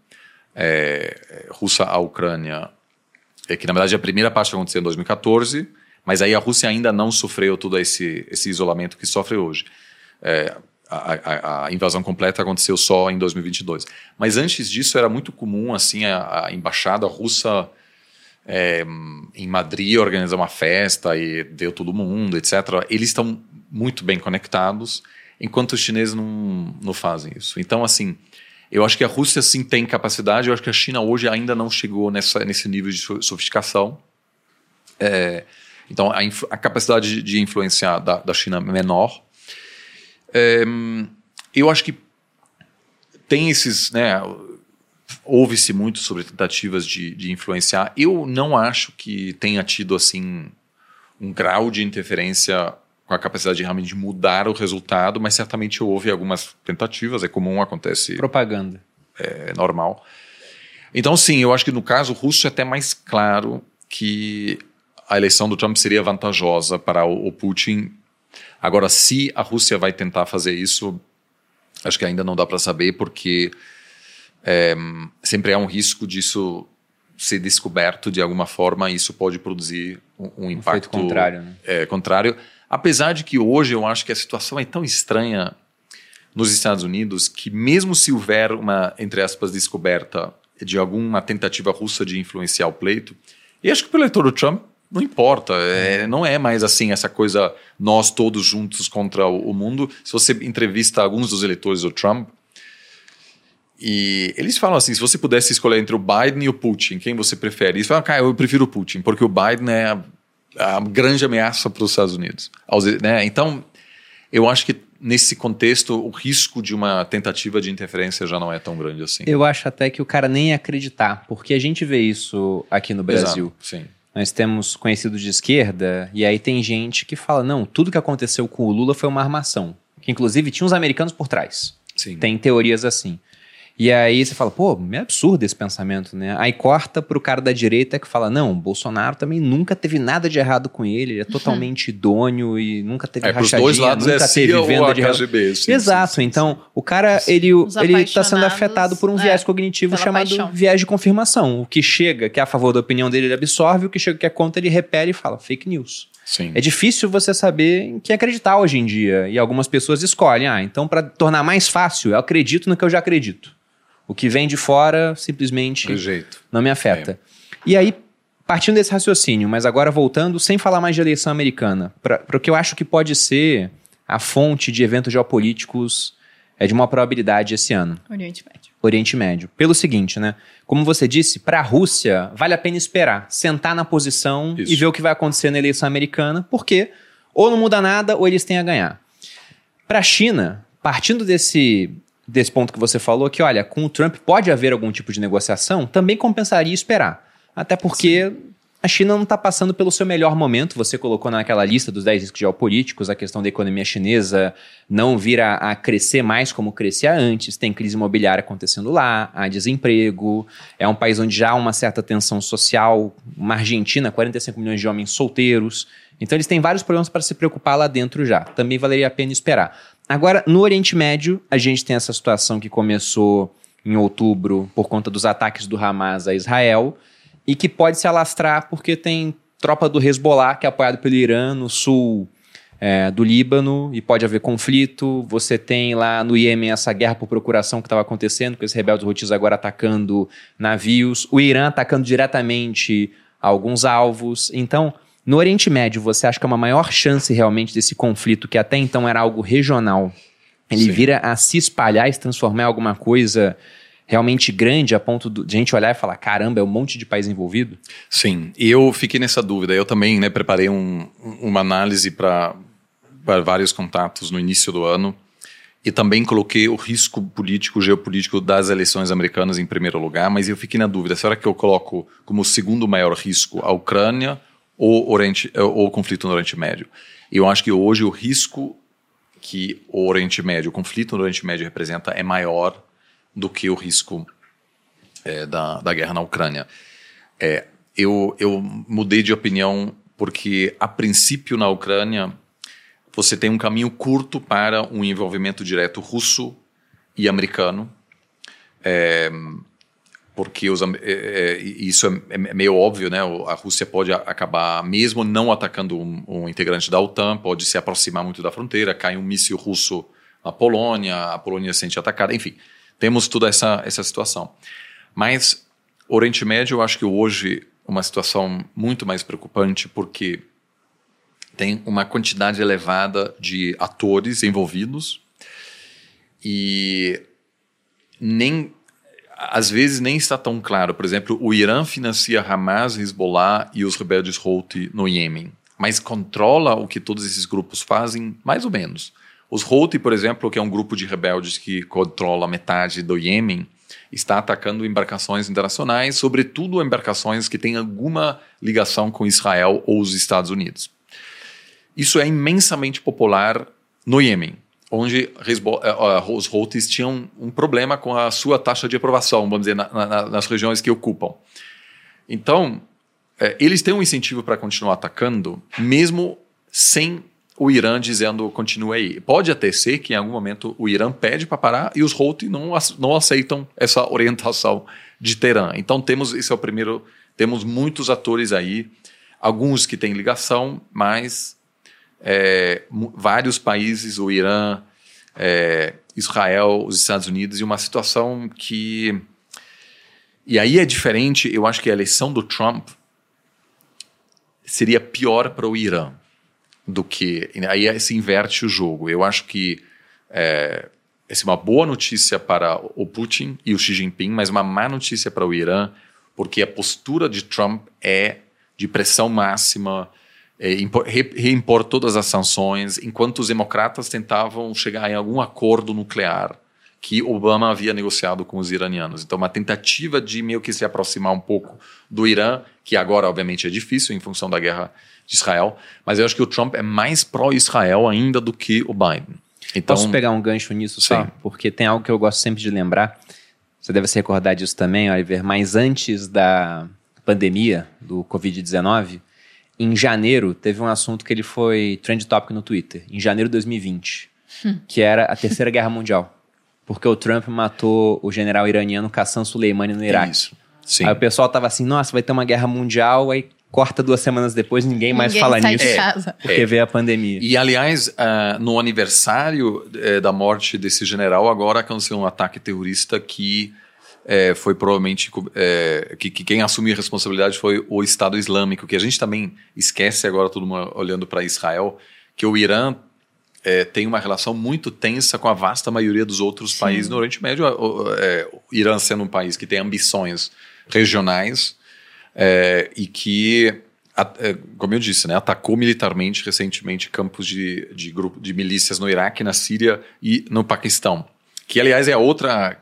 é, russa à Ucrânia, é que na verdade a primeira parte aconteceu em dois mil e catorze, mas aí a Rússia ainda não sofreu todo esse, esse isolamento que sofre hoje. É, A, a, a invasão completa aconteceu só em dois mil e vinte e dois. Mas antes disso era muito comum assim, a, a embaixada russa é, em Madrid organizar uma festa e deu todo mundo, etcétera. Eles estão muito bem conectados, enquanto os chineses não, não fazem isso. Então, assim, eu acho que a Rússia sim tem capacidade, eu acho que a China hoje ainda não chegou nessa, nesse nível de sofisticação. É, então, a, a capacidade de influenciar da, da China é menor. É, eu acho que tem esses, né, ouve-se muito sobre tentativas de, de influenciar. Eu não acho que tenha tido assim um grau de interferência com a capacidade de realmente mudar o resultado, mas certamente houve algumas tentativas, é comum, acontece. Propaganda. É normal. Então sim, eu acho que no caso russo é até mais claro que a eleição do Trump seria vantajosa para o, o Putin. Agora, se a Rússia vai tentar fazer isso, acho que ainda não dá para saber, porque é, sempre há um risco disso ser descoberto de alguma forma, e isso pode produzir um, um impacto efeito contrário, né? é, contrário. Apesar de que hoje eu acho que a situação é tão estranha nos Estados Unidos que mesmo se houver uma, entre aspas, descoberta de alguma tentativa russa de influenciar o pleito, e acho que para o eleitor do Trump não importa, é, não é mais assim essa coisa nós todos juntos contra o, o mundo. Se você entrevista alguns dos eleitores do Trump, e eles falam assim, se você pudesse escolher entre o Biden e o Putin, quem você prefere? Eles falam, cara, eu prefiro o Putin, porque o Biden é a, a grande ameaça para os Estados Unidos. Né? Então, eu acho que nesse contexto, o risco de uma tentativa de interferência já não é tão grande assim. Eu acho até que o cara nem ia acreditar, porque a gente vê isso aqui no Brasil. Exato, sim. Nós temos conhecidos de esquerda, e aí tem gente que fala, não, tudo que aconteceu com o Lula foi uma armação. Que inclusive tinha uns americanos por trás. Sim. Tem teorias assim. E aí você fala, pô, é absurdo esse pensamento, né? Aí corta pro cara da direita que fala, não, Bolsonaro também nunca teve nada de errado com ele, ele é totalmente idôneo e nunca teve É, pros rachadinha, dois lados nunca é teve C I A venda ou de... K G B. Sim, Exato, sim, sim, então sim. o cara, ele, Os ele tá sendo apaixonados, afetado por um é, viés cognitivo pela chamado paixão. viés de confirmação. O que chega, que é a favor da opinião dele, ele absorve, o que chega que é contra, ele repele e fala, fake news. Sim. É difícil você saber em que acreditar hoje em dia. E algumas pessoas escolhem. Ah, então para tornar mais fácil, eu acredito no que eu já acredito. O que vem de fora simplesmente De jeito. não me afeta. É. E aí, partindo desse raciocínio, mas agora voltando, sem falar mais de eleição americana, para o que eu acho que pode ser a fonte de eventos geopolíticos é de uma probabilidade esse ano. Oriente Médio. Oriente Médio. Pelo seguinte, né? Como você disse, para a Rússia, vale a pena esperar, sentar na posição Isso. e ver o que vai acontecer na eleição americana, porque ou não muda nada ou eles têm a ganhar. Para a China, partindo desse, desse ponto que você falou, que olha, com o Trump pode haver algum tipo de negociação, também compensaria esperar. Até porque Sim. a China não está passando pelo seu melhor momento. Você colocou naquela lista dos dez riscos geopolíticos a questão da economia chinesa não vir a, a crescer mais como crescia antes. Tem crise imobiliária acontecendo lá, há desemprego. É um país onde já há uma certa tensão social. Uma Argentina, quarenta e cinco milhões de homens solteiros. Então eles têm vários problemas para se preocupar lá dentro já. Também valeria a pena esperar. Agora, no Oriente Médio, a gente tem essa situação que começou em outubro por conta dos ataques do Hamas a Israel. e que pode se alastrar porque tem tropa do Hezbollah, que é apoiado pelo Irã, no sul é, do Líbano, e pode haver conflito. Você tem lá no Iêmen essa guerra por procuração que estava acontecendo, com os rebeldes houthis agora atacando navios, o Irã atacando diretamente alguns alvos. Então, no Oriente Médio, você acha que é uma maior chance realmente desse conflito, que até então era algo regional, ele Sim. vira a se espalhar e se transformar em alguma coisa realmente grande, a ponto de a gente olhar e falar, caramba, é um monte de país envolvido? Sim, e eu fiquei nessa dúvida. Eu também, né, preparei um, uma análise para vários contatos no início do ano e também coloquei o risco político, geopolítico das eleições americanas em primeiro lugar, mas eu fiquei na dúvida, será que eu coloco como segundo maior risco a Ucrânia ou, Oriente, ou o conflito no Oriente Médio? Eu acho que hoje o risco que o Oriente Médio, o conflito no Oriente Médio representa é maior do que o risco é, da, da guerra na Ucrânia. É, eu, eu mudei de opinião porque, a princípio, na Ucrânia, você tem um caminho curto para um envolvimento direto russo e americano, é, porque os, é, é, isso é, é meio óbvio, né? A Rússia pode acabar, mesmo não atacando um, um integrante da OTAN, pode se aproximar muito da fronteira, cai um míssil russo na Polônia, a Polônia se sente atacada, enfim. Temos toda essa, essa situação. Mas o Oriente Médio, eu acho que hoje é uma situação muito mais preocupante porque tem uma quantidade elevada de atores envolvidos e nem, às vezes nem está tão claro. Por exemplo, o Irã financia Hamas, Hezbollah e os rebeldes Houthi no Iêmen, mas controla o que todos esses grupos fazem, mais ou menos. Os Houthi, por exemplo, que é um grupo de rebeldes que controla metade do Iêmen, está atacando embarcações internacionais, sobretudo embarcações que têm alguma ligação com Israel ou os Estados Unidos. Isso é imensamente popular no Iêmen, onde os Houthis tinham um problema com a sua taxa de aprovação, vamos dizer, na, na, nas regiões que ocupam. Então, é, eles têm um incentivo para continuar atacando, mesmo sem o Irã dizendo continue aí. Pode até ser que em algum momento o Irã pede para parar e os Houthi não, não aceitam essa orientação de Teherã. Então temos, esse é o primeiro, temos muitos atores aí, alguns que têm ligação, mas é, vários países, o Irã, é, Israel, os Estados Unidos, e uma situação que... E aí é diferente, eu acho que a eleição do Trump seria pior para o Irã do que... Aí se inverte o jogo. Eu acho que é, essa é uma boa notícia para o Putin e o Xi Jinping, mas uma má notícia para o Irã, porque a postura de Trump é de pressão máxima, é, impor, re, reimpor todas as sanções, enquanto os democratas tentavam chegar em algum acordo nuclear que Obama havia negociado com os iranianos. Então, uma tentativa de meio que se aproximar um pouco do Irã, que agora, obviamente, é difícil em função da guerra de Israel, mas eu acho que o Trump é mais pró-Israel ainda do que o Biden. Então, posso pegar um gancho nisso só? Sim. Porque tem algo que eu gosto sempre de lembrar, você deve se recordar disso também, Oliver, mas antes da pandemia do covid dezenove, em janeiro teve um assunto que ele foi trend topic no Twitter, em janeiro de dois mil e vinte, hum. que era a Terceira Guerra Mundial. Porque o Trump matou o general iraniano Qassem Soleimani no Iraque. Isso. Sim. Aí o pessoal tava assim, nossa, vai ter uma guerra mundial, aí corta duas semanas depois, ninguém, ninguém mais fala nisso. De casa. Porque é. veio a pandemia. E, aliás, uh, no aniversário uh, da morte desse general, agora aconteceu um ataque terrorista que uh, foi provavelmente... Uh, que, que quem assumiu a responsabilidade foi o Estado Islâmico, que a gente também esquece agora, todo mundo olhando para Israel, que o Irã É, tem uma relação muito tensa com a vasta maioria dos outros Sim. países no Oriente Médio. O, o, é, o Irã sendo um país que tem ambições regionais é, e que, a, é, como eu disse, né, atacou militarmente recentemente campos de, de, grupo, de milícias no Iraque, na Síria e no Paquistão. Que, aliás, é outra,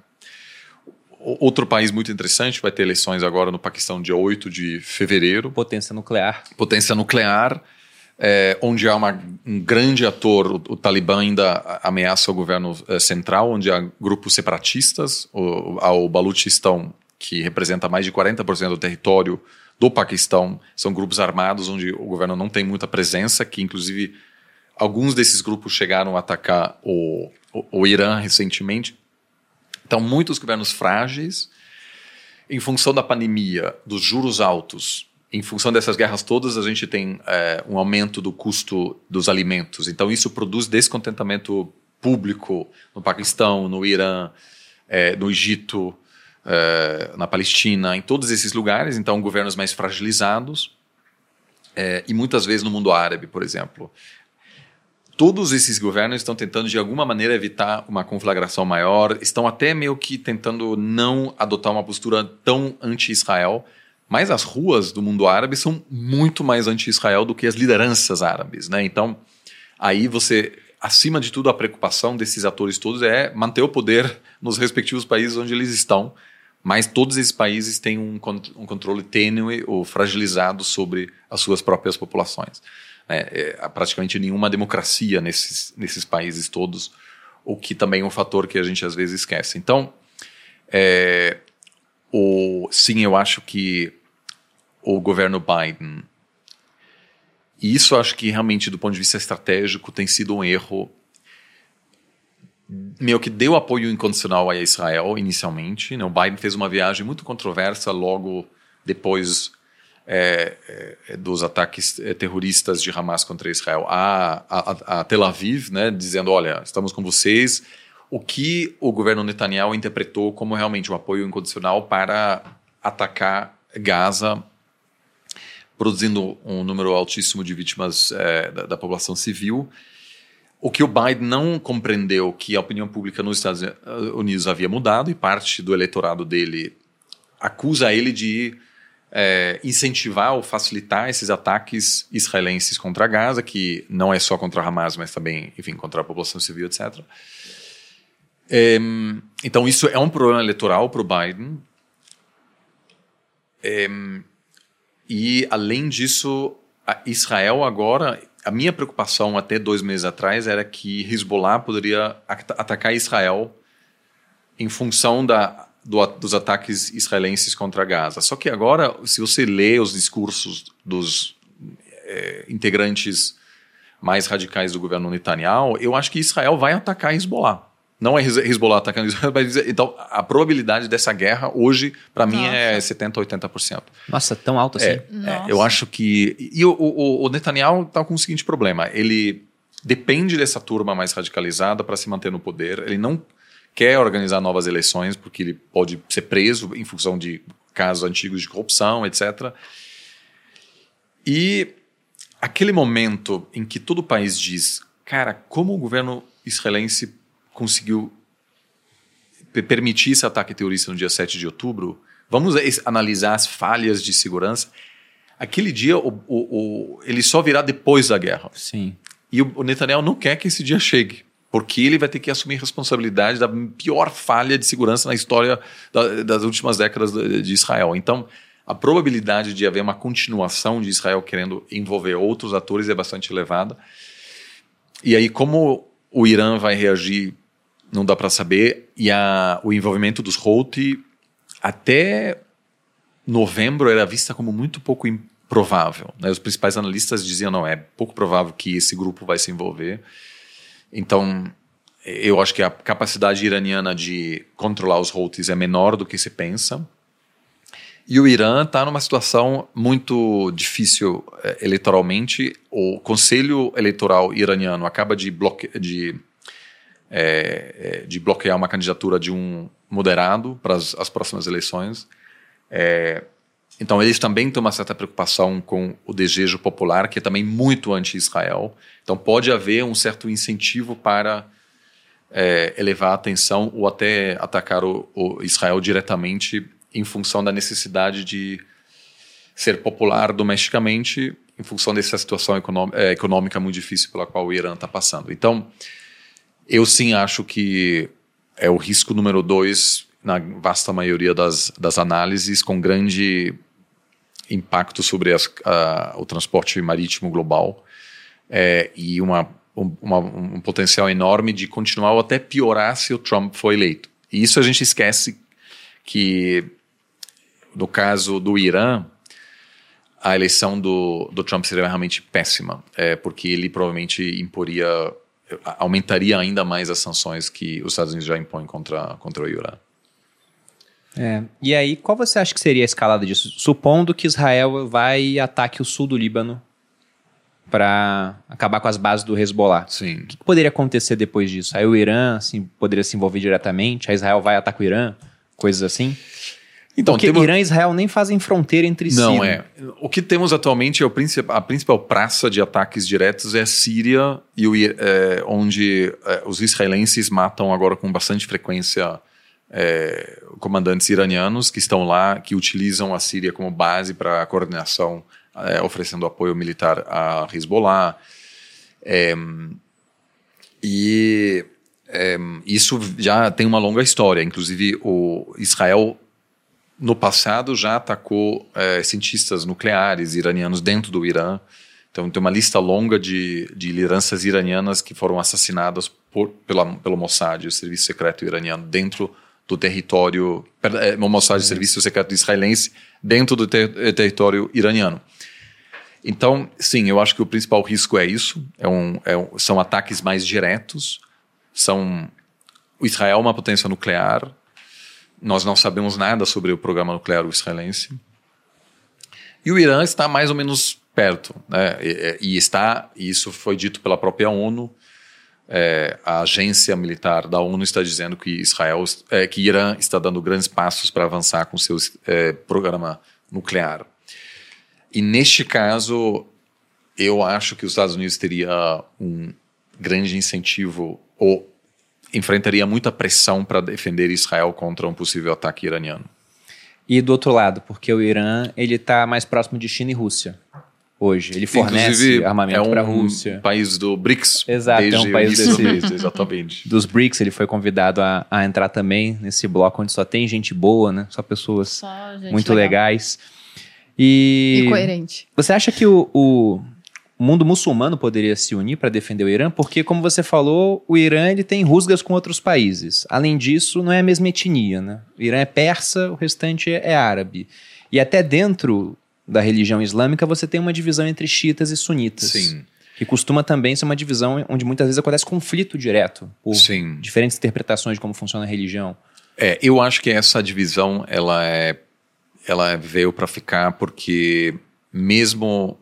outro país muito interessante. Vai ter eleições agora no Paquistão, dia oito de fevereiro. Potência nuclear. Potência nuclear. É, onde há uma, um grande ator, o, o Talibã ainda ameaça o governo é, central, onde há grupos separatistas, o, há o Baluchistão, que representa mais de quarenta por cento do território do Paquistão, são grupos armados onde o governo não tem muita presença, que inclusive alguns desses grupos chegaram a atacar o, o, o Irã recentemente. Então, muitos governos frágeis. em função da pandemia, dos juros altos, em função dessas guerras todas, a gente tem é, um aumento do custo dos alimentos. Então, isso produz descontentamento público no Paquistão, no Irã, é, no Egito, é, na Palestina, em todos esses lugares. Então, governos mais fragilizados. É, e muitas vezes no mundo árabe, por exemplo. Todos esses governos estão tentando, de alguma maneira, evitar uma conflagração maior, estão até meio que tentando não adotar uma postura tão anti-Israel, mas as ruas do mundo árabe são muito mais anti-Israel do que as lideranças árabes, né? Então, aí você, acima de tudo, a preocupação desses atores todos é manter o poder nos respectivos países onde eles estão, mas todos esses países têm um, um controle tênue ou fragilizado sobre as suas próprias populações. É, é, praticamente nenhuma democracia nesses, nesses países todos, o que também é um fator que a gente às vezes esquece. Então, é, o, sim, eu acho que o governo Biden, e isso eu acho que realmente do ponto de vista estratégico tem sido um erro, meio que deu apoio incondicional a Israel inicialmente, né? O Biden fez uma viagem muito controversa logo depois é, é, dos ataques é, terroristas de Hamas contra Israel a, a, a Tel Aviv, né? Dizendo, olha, estamos com vocês, o que o governo Netanyahu interpretou como realmente um apoio incondicional para atacar Gaza, produzindo um número altíssimo de vítimas é, da, da população civil. O que o Biden não compreendeu, que a opinião pública nos Estados Unidos havia mudado, e parte do eleitorado dele acusa ele de é, incentivar ou facilitar esses ataques israelenses contra Gaza, que não é só contra Hamas, mas também, enfim, contra a população civil, etcétera. É, então, isso é um problema eleitoral para o Biden. É, e, além disso, Israel agora... A minha preocupação até dois meses atrás era que Hezbollah poderia at- atacar Israel em função da, do, dos ataques israelenses contra Gaza. Só que agora, se você lê os discursos dos é, integrantes mais radicais do governo Netanyahu, eu acho que Israel vai atacar Hezbollah. Não é Hezbollah atacando Israel, mas então a probabilidade dessa guerra hoje, para mim, é setenta por cento, oitenta por cento. Nossa, tão alto assim? É, é, eu acho que... E o, o, o Netanyahu está com o seguinte problema, ele depende dessa turma mais radicalizada para se manter no poder, ele não quer organizar novas eleições porque ele pode ser preso em função de casos antigos de corrupção, etcétera. E aquele momento em que todo o país diz, cara, como o governo israelense conseguiu permitir esse ataque terrorista no dia sete de outubro, vamos analisar as falhas de segurança. Aquele dia, o, o, o, ele só virá depois da guerra. Sim. E o, o Netanyahu não quer que esse dia chegue, porque ele vai ter que assumir responsabilidade da pior falha de segurança na história da, das últimas décadas de, de Israel. Então, a probabilidade de haver uma continuação de Israel querendo envolver outros atores é bastante elevada. E aí, como o Irã vai reagir, não dá para saber, e a, o envolvimento dos Houthi até novembro era vista como muito pouco improvável, né? Os principais analistas diziam, não, é pouco provável que esse grupo vai se envolver. Então, eu acho que a capacidade iraniana de controlar os Houthis é menor do que se pensa. E o Irã está numa situação muito difícil eh, eleitoralmente. O Conselho Eleitoral iraniano acaba de, bloque de, é, de bloquear uma candidatura de um moderado para as, as próximas eleições. É, então, eles também têm uma certa preocupação com o desejo popular, que é também muito anti-Israel. Então, pode haver um certo incentivo para é, elevar a atenção ou até atacar o, o Israel diretamente em função da necessidade de ser popular domesticamente, em função dessa situação econômica, é, econômica muito difícil pela qual o Irã está passando. Então, eu sim acho que é o risco número dois na vasta maioria das, das análises, com grande impacto sobre as, a, o transporte marítimo global é, e uma, um, uma, um potencial enorme de continuar ou até piorar se o Trump for eleito. E isso a gente esquece que, no caso do Irã, a eleição do, do Trump seria realmente péssima, é, porque ele provavelmente imporia, aumentaria ainda mais as sanções que os Estados Unidos já impõem contra, contra o Irã. É. E aí, qual você acha que seria a escalada disso? Supondo que Israel vai e ataque o sul do Líbano para acabar com as bases do Hezbollah. Sim. O que poderia acontecer depois disso? Aí o Irã assim, poderia se envolver diretamente, aí Israel vai e ataca o Irã, coisas assim? Então, Porque temos... Irã e Israel nem fazem fronteira entre Não, si. Não, é. O que temos atualmente, é o princip... a principal praça de ataques diretos é a Síria, e o, é, onde é, os israelenses matam agora com bastante frequência é, comandantes iranianos que estão lá, que utilizam a Síria como base para a coordenação, é, oferecendo apoio militar a Hezbollah. É, e é, isso já tem uma longa história. Inclusive, o Israel... no passado já atacou é, cientistas nucleares iranianos dentro do Irã. Então tem uma lista longa de, de lideranças iranianas que foram assassinadas por, pela, pelo Mossad, o serviço secreto iraniano, dentro do território... É, o Mossad, o serviço secreto israelense, dentro do ter, território iraniano. Então, sim, eu acho que o principal risco é isso. É um, é um, são ataques mais diretos. São, o Israel é uma potência nuclear. Nós não sabemos nada sobre o programa nuclear israelense. E o Irã está mais ou menos perto, né? E, e está, e isso foi dito pela própria ONU, é, a agência militar da ONU está dizendo que Israel, é, que Irã está dando grandes passos para avançar com seu é, programa nuclear. E neste caso, eu acho que os Estados Unidos teria um grande incentivo, ou enfrentaria muita pressão para defender Israel contra um possível ataque iraniano. E do outro lado, porque o Irã ele está mais próximo de China e Rússia hoje. Ele fornece Inclusive, armamento é para a um Rússia. País do BRICS. Exato, desde é um país o início desse, do mês, exatamente. Dos BRICS, ele foi convidado a, a entrar também nesse bloco onde só tem gente boa, né? Só pessoas Só gente muito legal. legais. E, E coerente. Você acha que o, o mundo muçulmano poderia se unir para defender o Irã? Porque, como você falou, o Irã ele tem rusgas com outros países. Além disso, não é a mesma etnia, né? O Irã é persa, o restante é árabe. E até dentro da religião islâmica você tem uma divisão entre xiitas e sunitas. Sim. Que costuma também ser uma divisão onde muitas vezes acontece conflito direto por Sim. diferentes interpretações de como funciona a religião. É, eu acho que essa divisão ela, é, ela veio para ficar porque mesmo...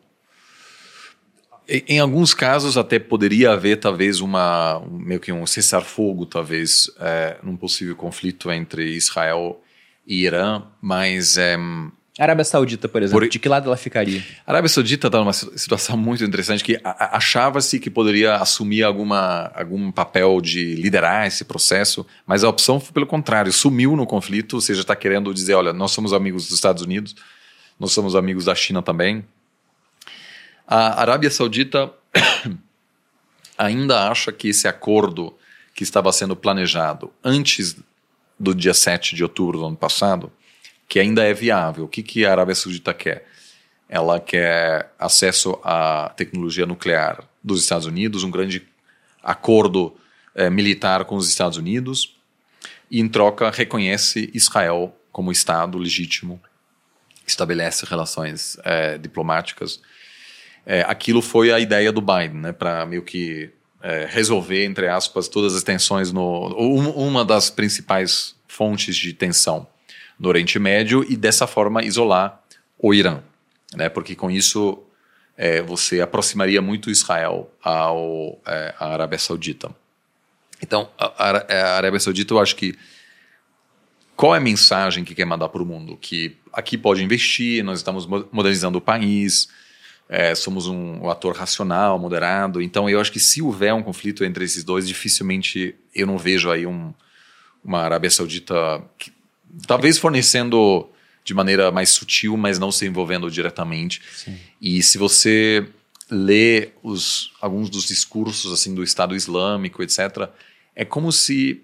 Em alguns casos até poderia haver talvez uma, meio que um cessar-fogo, talvez, é, num possível conflito entre Israel e Irã, mas... É, a Arábia Saudita, por exemplo, por... de que lado ela ficaria? A Arábia Saudita está numa situação muito interessante que achava-se que poderia assumir alguma, algum papel de liderar esse processo, mas a opção foi pelo contrário, sumiu no conflito, ou seja, está querendo dizer, olha, nós somos amigos dos Estados Unidos, nós somos amigos da China também. A Arábia Saudita ainda acha que esse acordo que estava sendo planejado antes do dia sete de outubro do ano passado, que ainda é viável. O que, que a Arábia Saudita quer? Ela quer acesso à tecnologia nuclear dos Estados Unidos, um grande acordo eh, militar com os Estados Unidos, e em troca reconhece Israel como Estado legítimo, estabelece relações eh, diplomáticas. É, aquilo foi a ideia do Biden, né, para meio que é, resolver, entre aspas, todas as tensões no... Um, uma das principais fontes de tensão no Oriente Médio e dessa forma isolar o Irã, né, porque com isso é, você aproximaria muito Israel ao, é, à Arábia Saudita. Então, a, a Arábia Saudita, eu acho que qual é a mensagem que quer mandar para o mundo? Que aqui pode investir, nós estamos modernizando o país... É, somos um, um ator racional, moderado. Então eu acho que se houver um conflito entre esses dois, dificilmente eu não vejo aí um, uma Arábia Saudita que, talvez fornecendo de maneira mais sutil, mas não se envolvendo diretamente. Sim. E se você lê os, alguns dos discursos assim, do Estado Islâmico, etcétera, é como se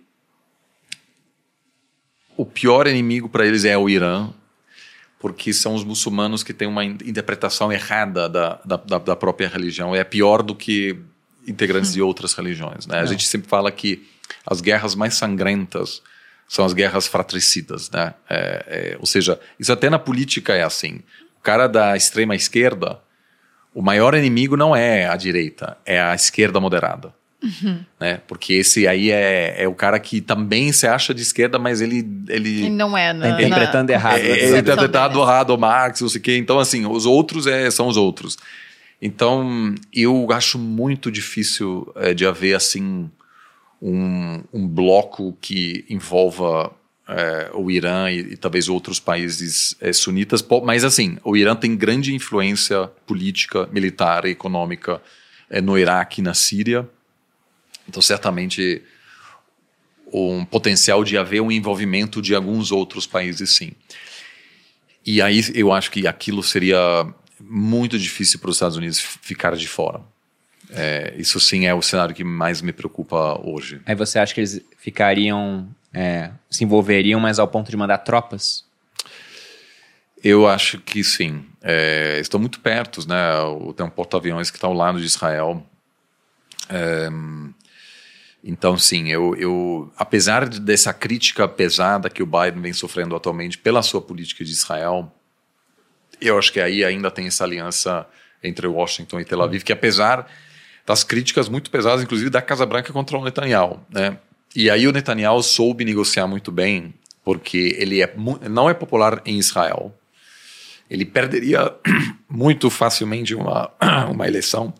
o pior inimigo para eles é o Irã, porque são os muçulmanos que têm uma interpretação errada da, da, da própria religião. É pior do que integrantes hum. de outras religiões, né? A gente sempre fala que as guerras mais sangrentas são as guerras fratricidas, né? É, é, ou seja, isso até na política é assim. O cara da extrema esquerda, o maior inimigo não é a direita, é a esquerda moderada. Uhum. Né? Porque esse aí é, é o cara que também se acha de esquerda, mas ele... Ele, ele não é. Está interpretando na, errado. É, ele está interpretando errado o Marx, não sei o quê. Então, assim, os outros é, são os outros. Então, eu acho muito difícil é, de haver, assim, um, um bloco que envolva é, o Irã e, e talvez outros países é, sunitas. Mas, assim, o Irã tem grande influência política, militar e econômica é, no Iraque e na Síria. Então, certamente, um potencial de haver um envolvimento de alguns outros países, sim. E aí eu acho que aquilo seria muito difícil para os Estados Unidos ficar de fora. É, isso, sim, é o cenário que mais me preocupa hoje. Aí você acha que eles ficariam, é, se envolveriam mais ao ponto de mandar tropas? Eu acho que sim. É, estão muito perto, né? Tem um porta-aviões que está ao lado de Israel. É, Então, sim, eu, eu, apesar dessa crítica pesada que o Biden vem sofrendo atualmente pela sua política de Israel, eu acho que aí ainda tem essa aliança entre Washington e Tel Aviv, que apesar das críticas muito pesadas, inclusive da Casa Branca contra o Netanyahu, né? E aí o Netanyahu soube negociar muito bem, porque ele é, não é popular em Israel. Ele perderia muito facilmente uma, uma eleição.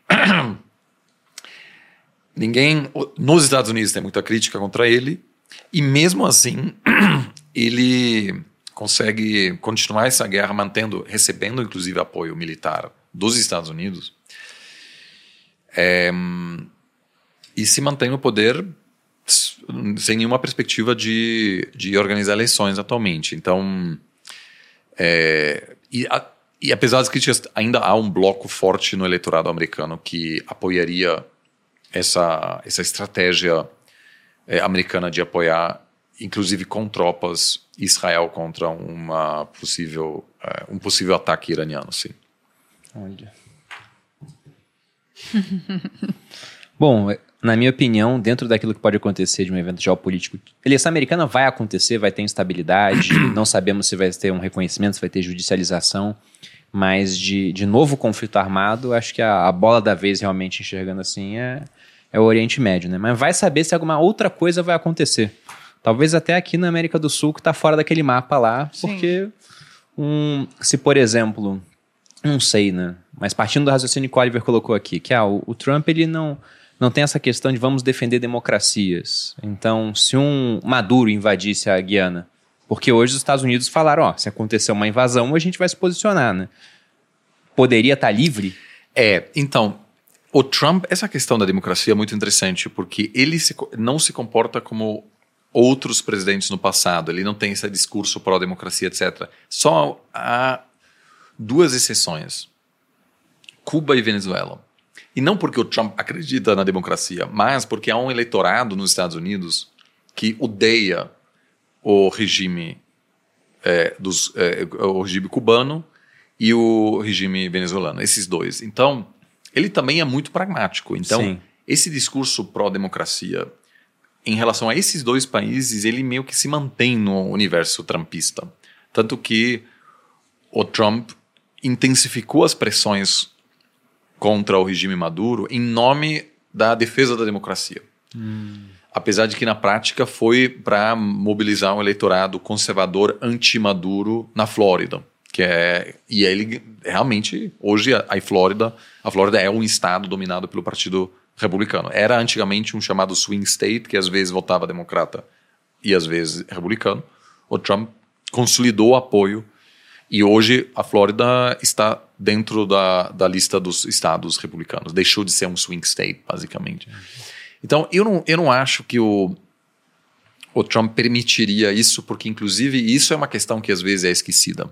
Ninguém nos Estados Unidos tem muita crítica contra ele, e mesmo assim ele consegue continuar essa guerra mantendo, recebendo inclusive apoio militar dos Estados Unidos, é, e se mantém no poder sem nenhuma perspectiva de, de organizar eleições atualmente. Então, é, e, a, e apesar das críticas, ainda há um bloco forte no eleitorado americano que apoiaria essa, essa estratégia é, americana de apoiar, inclusive com tropas, Israel contra uma possível, é, um possível ataque iraniano, sim. Olha. Bom, na minha opinião, dentro daquilo que pode acontecer de um evento geopolítico, a eleição americana vai acontecer, vai ter instabilidade, não sabemos se vai ter um reconhecimento, se vai ter judicialização, mas de, de novo conflito armado, acho que a, a bola da vez, realmente enxergando assim, é, é o Oriente Médio, né? Mas vai saber se alguma outra coisa vai acontecer. Talvez até aqui na América do Sul, que está fora daquele mapa lá, porque um, se, por exemplo, não sei, né? Mas partindo do raciocínio que o Oliver colocou aqui, que ah, o, o Trump ele não, não tem essa questão de vamos defender democracias. Então, se um Maduro invadisse a Guiana, porque hoje os Estados Unidos falaram, ó, se acontecer uma invasão, a gente vai se posicionar, né? Poderia estar livre? É, então, o Trump, essa questão da democracia é muito interessante, porque ele se, não se comporta como outros presidentes no passado, ele não tem esse discurso pró-democracia, etcétera. Só há duas exceções, Cuba e Venezuela. E não porque o Trump acredita na democracia, mas porque há um eleitorado nos Estados Unidos que odeia o regime, é, dos, é, o regime cubano e o regime venezuelano, esses dois. Então, ele também é muito pragmático. Então, Sim. esse discurso pró-democracia, em relação a esses dois países, ele meio que se mantém no universo trumpista. Tanto que o Trump intensificou as pressões contra o regime Maduro em nome da defesa da democracia. Hum. Apesar de que, na prática, foi para mobilizar um eleitorado conservador anti-Maduro na Flórida. Que é, e ele realmente, hoje, a, a, Flórida, a Flórida é um estado dominado pelo Partido Republicano. Era antigamente um chamado swing state, que às vezes votava democrata e às vezes republicano. O Trump consolidou o apoio e hoje a Flórida está dentro da, da lista dos estados republicanos. Deixou de ser um swing state, basicamente. Então, eu não, eu não acho que o, o Trump permitiria isso, porque, inclusive, isso é uma questão que às vezes é esquecida.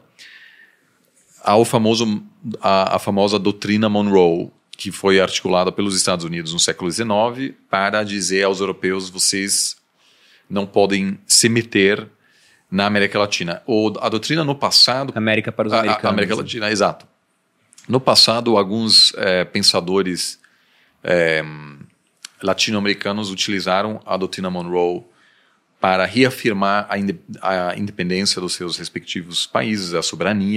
Há o famoso, a, a famosa doutrina Monroe, que foi articulada pelos Estados Unidos no século dezenove para dizer aos europeus, vocês não podem se meter na América Latina. O, a doutrina no passado... América para os americanos. A, a América Latina, exato. No passado, alguns é, pensadores é, latino-americanos utilizaram a doutrina Monroe para reafirmar a, inde, a independência dos seus respectivos países, a soberania,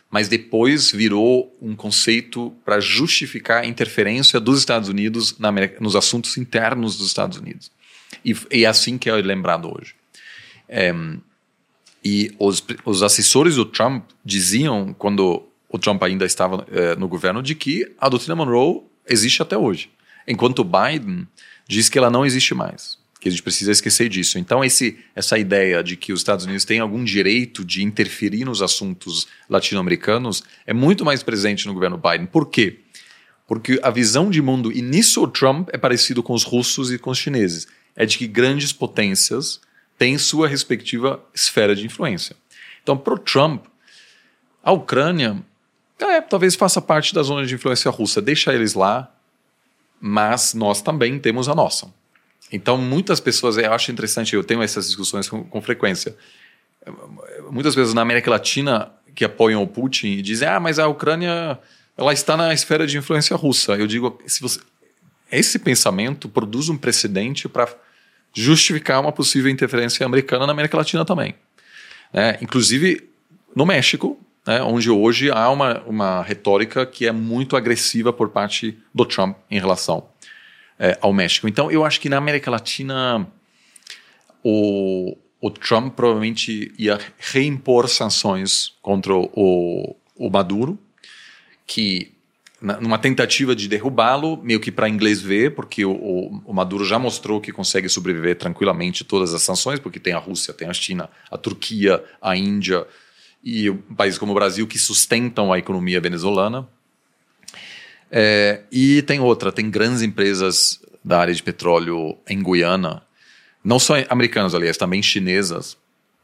mas depois virou um conceito para justificar a interferência dos Estados Unidos na América, nos assuntos internos dos Estados Unidos. E, e é assim que é lembrado hoje. É, e os, os assessores do Trump diziam, quando o Trump ainda estava é, no governo, de que a doutrina Monroe existe até hoje. Enquanto o Biden diz que ela não existe mais, que a gente precisa esquecer disso. Então, esse, essa ideia de que os Estados Unidos têm algum direito de interferir nos assuntos latino-americanos é muito mais presente no governo Biden. Por quê? Porque a visão de mundo, e nisso o Trump é parecido com os russos e com os chineses, é de que grandes potências têm sua respectiva esfera de influência. Então, para o Trump, a Ucrânia é, talvez faça parte da zona de influência russa, deixa eles lá, mas nós também temos a nossa. Então, muitas pessoas, eu acho interessante, eu tenho essas discussões com, com frequência, muitas pessoas na América Latina que apoiam o Putin e dizem, ah, mas a Ucrânia ela está na esfera de influência russa. Eu digo, se você, esse pensamento produz um precedente para justificar uma possível interferência americana na América Latina também. É, inclusive no México, né, onde hoje há uma, uma retórica que é muito agressiva por parte do Trump em relação é, ao México. Então, eu acho que na América Latina o, o Trump provavelmente ia reimpor sanções contra o, o Maduro, que na, numa tentativa de derrubá-lo, meio que para inglês ver, porque o, o, o Maduro já mostrou que consegue sobreviver tranquilamente todas as sanções, porque tem a Rússia, tem a China, a Turquia, a Índia e países como o Brasil que sustentam a economia venezuelana. É, e tem outra, tem grandes empresas da área de petróleo em Guiana, não só americanas, aliás, também chinesas.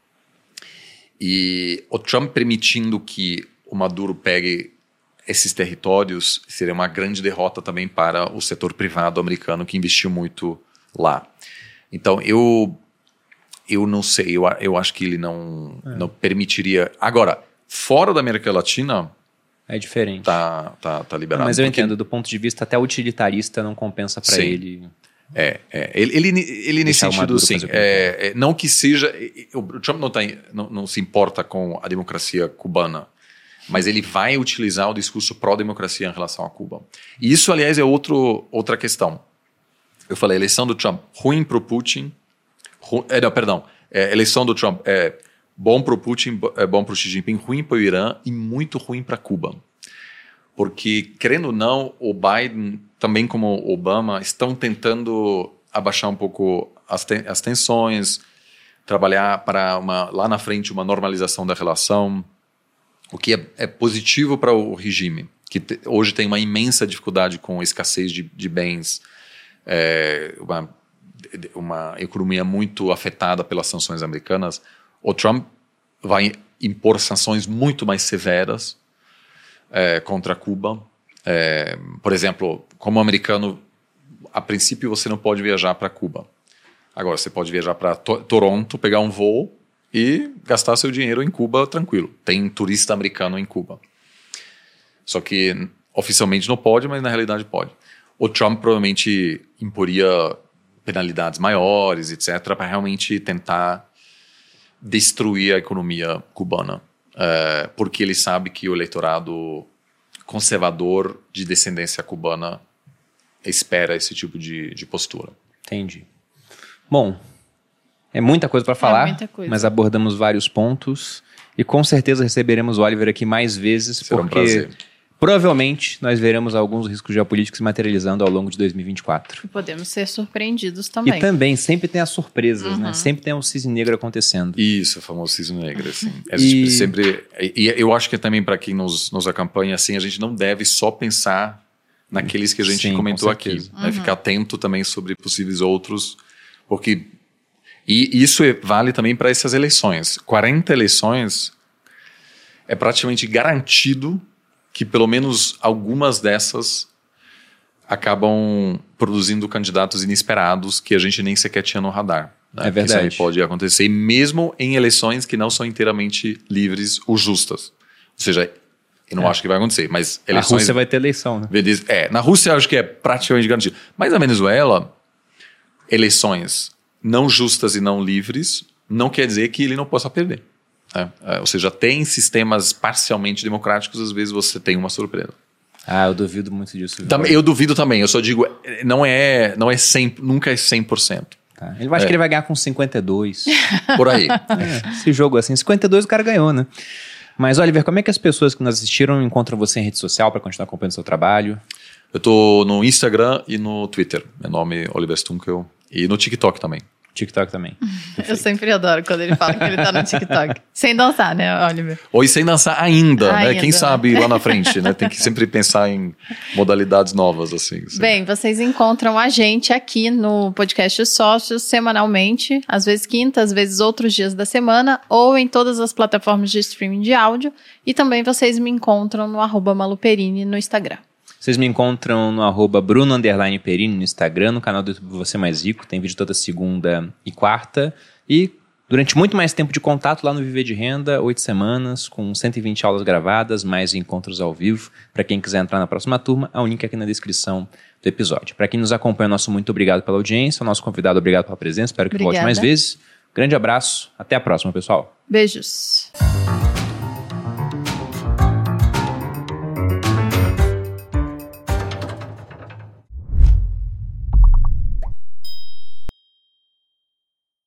E o Trump permitindo que o Maduro pegue esses territórios seria uma grande derrota também para o setor privado americano que investiu muito lá. Então, eu, eu não sei, eu, eu acho que ele não, é. não permitiria. Agora, fora da América Latina, é diferente. Tá, tá, tá liberado. Mas eu porque... entendo, do ponto de vista até utilitarista, não compensa para ele. É, é, ele, ele, ele nesse sentido, sim. É, é, não que seja. O Trump não, tá, não, não se importa com a democracia cubana, mas ele vai utilizar o discurso pró-democracia em relação a Cuba. E isso, aliás, é outro, outra questão. Eu falei, eleição do Trump ruim para o Putin. Ru, é, não, perdão. É, eleição do Trump é bom para o Putin, é bom para o Xi Jinping, ruim para o Irã e muito ruim para Cuba. Porque, querendo ou não, o Biden, também como o Obama, estão tentando abaixar um pouco as, ten, as tensões, trabalhar para, uma, lá na frente, uma normalização da relação, o que é, é positivo para o regime, que te, hoje tem uma imensa dificuldade com escassez de, de bens, é, uma, uma economia muito afetada pelas sanções americanas. O Trump vai impor sanções muito mais severas é, contra Cuba. É, por exemplo, como americano, a princípio você não pode viajar para Cuba. Agora, você pode viajar para to- Toronto, pegar um voo e gastar seu dinheiro em Cuba tranquilo. Tem turista americano em Cuba. Só que oficialmente não pode, mas na realidade pode. O Trump provavelmente imporia penalidades maiores, etcétera, para realmente tentar destruir a economia cubana. É, porque ele sabe que o eleitorado conservador de descendência cubana espera esse tipo de, de postura. Entendi. Bom, é muita coisa para falar, é muita coisa. Mas abordamos vários pontos e com certeza receberemos o Oliver aqui mais vezes, será porque um prazer. Provavelmente nós veremos alguns riscos geopolíticos se materializando ao longo de dois mil e vinte e quatro. E podemos ser surpreendidos também. E também, sempre tem as surpresas, uhum. né? Sempre tem um cisne negro acontecendo. Isso, o famoso cisne negro, assim. A gente e... sempre... E eu acho que também para quem nos, nos acompanha, assim, a gente não deve só pensar naqueles que a gente Sim, comentou aqui. Né? Uhum. Ficar atento também sobre possíveis outros, porque... E isso vale também para essas eleições. quarenta eleições é praticamente garantido que pelo menos algumas dessas acabam produzindo candidatos inesperados que a gente nem sequer tinha no radar. Né? É verdade. Isso aí pode acontecer mesmo em eleições que não são inteiramente livres ou justas. Ou seja, eu não é. acho que vai acontecer, mas eleições... Na Rússia vai ter eleição, né? É, na Rússia eu acho que é praticamente garantido. Mas na Venezuela, eleições não justas e não livres não quer dizer que ele não possa perder. É, é, ou seja, até em sistemas parcialmente democráticos, às vezes você tem uma surpresa. Ah, eu duvido muito disso. Também, eu duvido também, eu só digo, não é, não é cem, nunca é cem por cento. Tá. Ele vai, acho É. que ele vai ganhar com cinquenta e dois. Por aí. É, esse jogo assim, cinquenta e dois o cara ganhou, né? Mas, Oliver, como é que as pessoas que nos assistiram encontram você em rede social para continuar acompanhando o seu trabalho? Eu tô no Instagram e no Twitter. Meu nome é Oliver Stunkel. E no TikTok também. TikTok também. Eu sempre adoro quando ele fala que ele tá no TikTok. Sem dançar, né, Oliver? Ou e sem dançar ainda, né? Ainda, Quem né? sabe lá na frente, né? Tem que sempre pensar em modalidades novas, assim. assim. Bem, vocês encontram a gente aqui no podcast Sócios semanalmente, às vezes quinta, às vezes outros dias da semana, ou em todas as plataformas de streaming de áudio. E também vocês me encontram no arroba Maluperini no Instagram. Vocês me encontram no arroba Bruno underline Perini no Instagram, no canal do YouTube Você Mais Rico. Tem vídeo toda segunda e quarta. E durante muito mais tempo de contato lá no Viver de Renda, oito semanas, com cento e vinte aulas gravadas, mais encontros ao vivo. Para quem quiser entrar na próxima turma, há um link aqui na descrição do episódio. Para quem nos acompanha, nosso muito obrigado pela audiência. Nosso convidado, obrigado pela presença. Espero que volte Obrigada. mais vezes. Grande abraço. Até a próxima, pessoal. Beijos.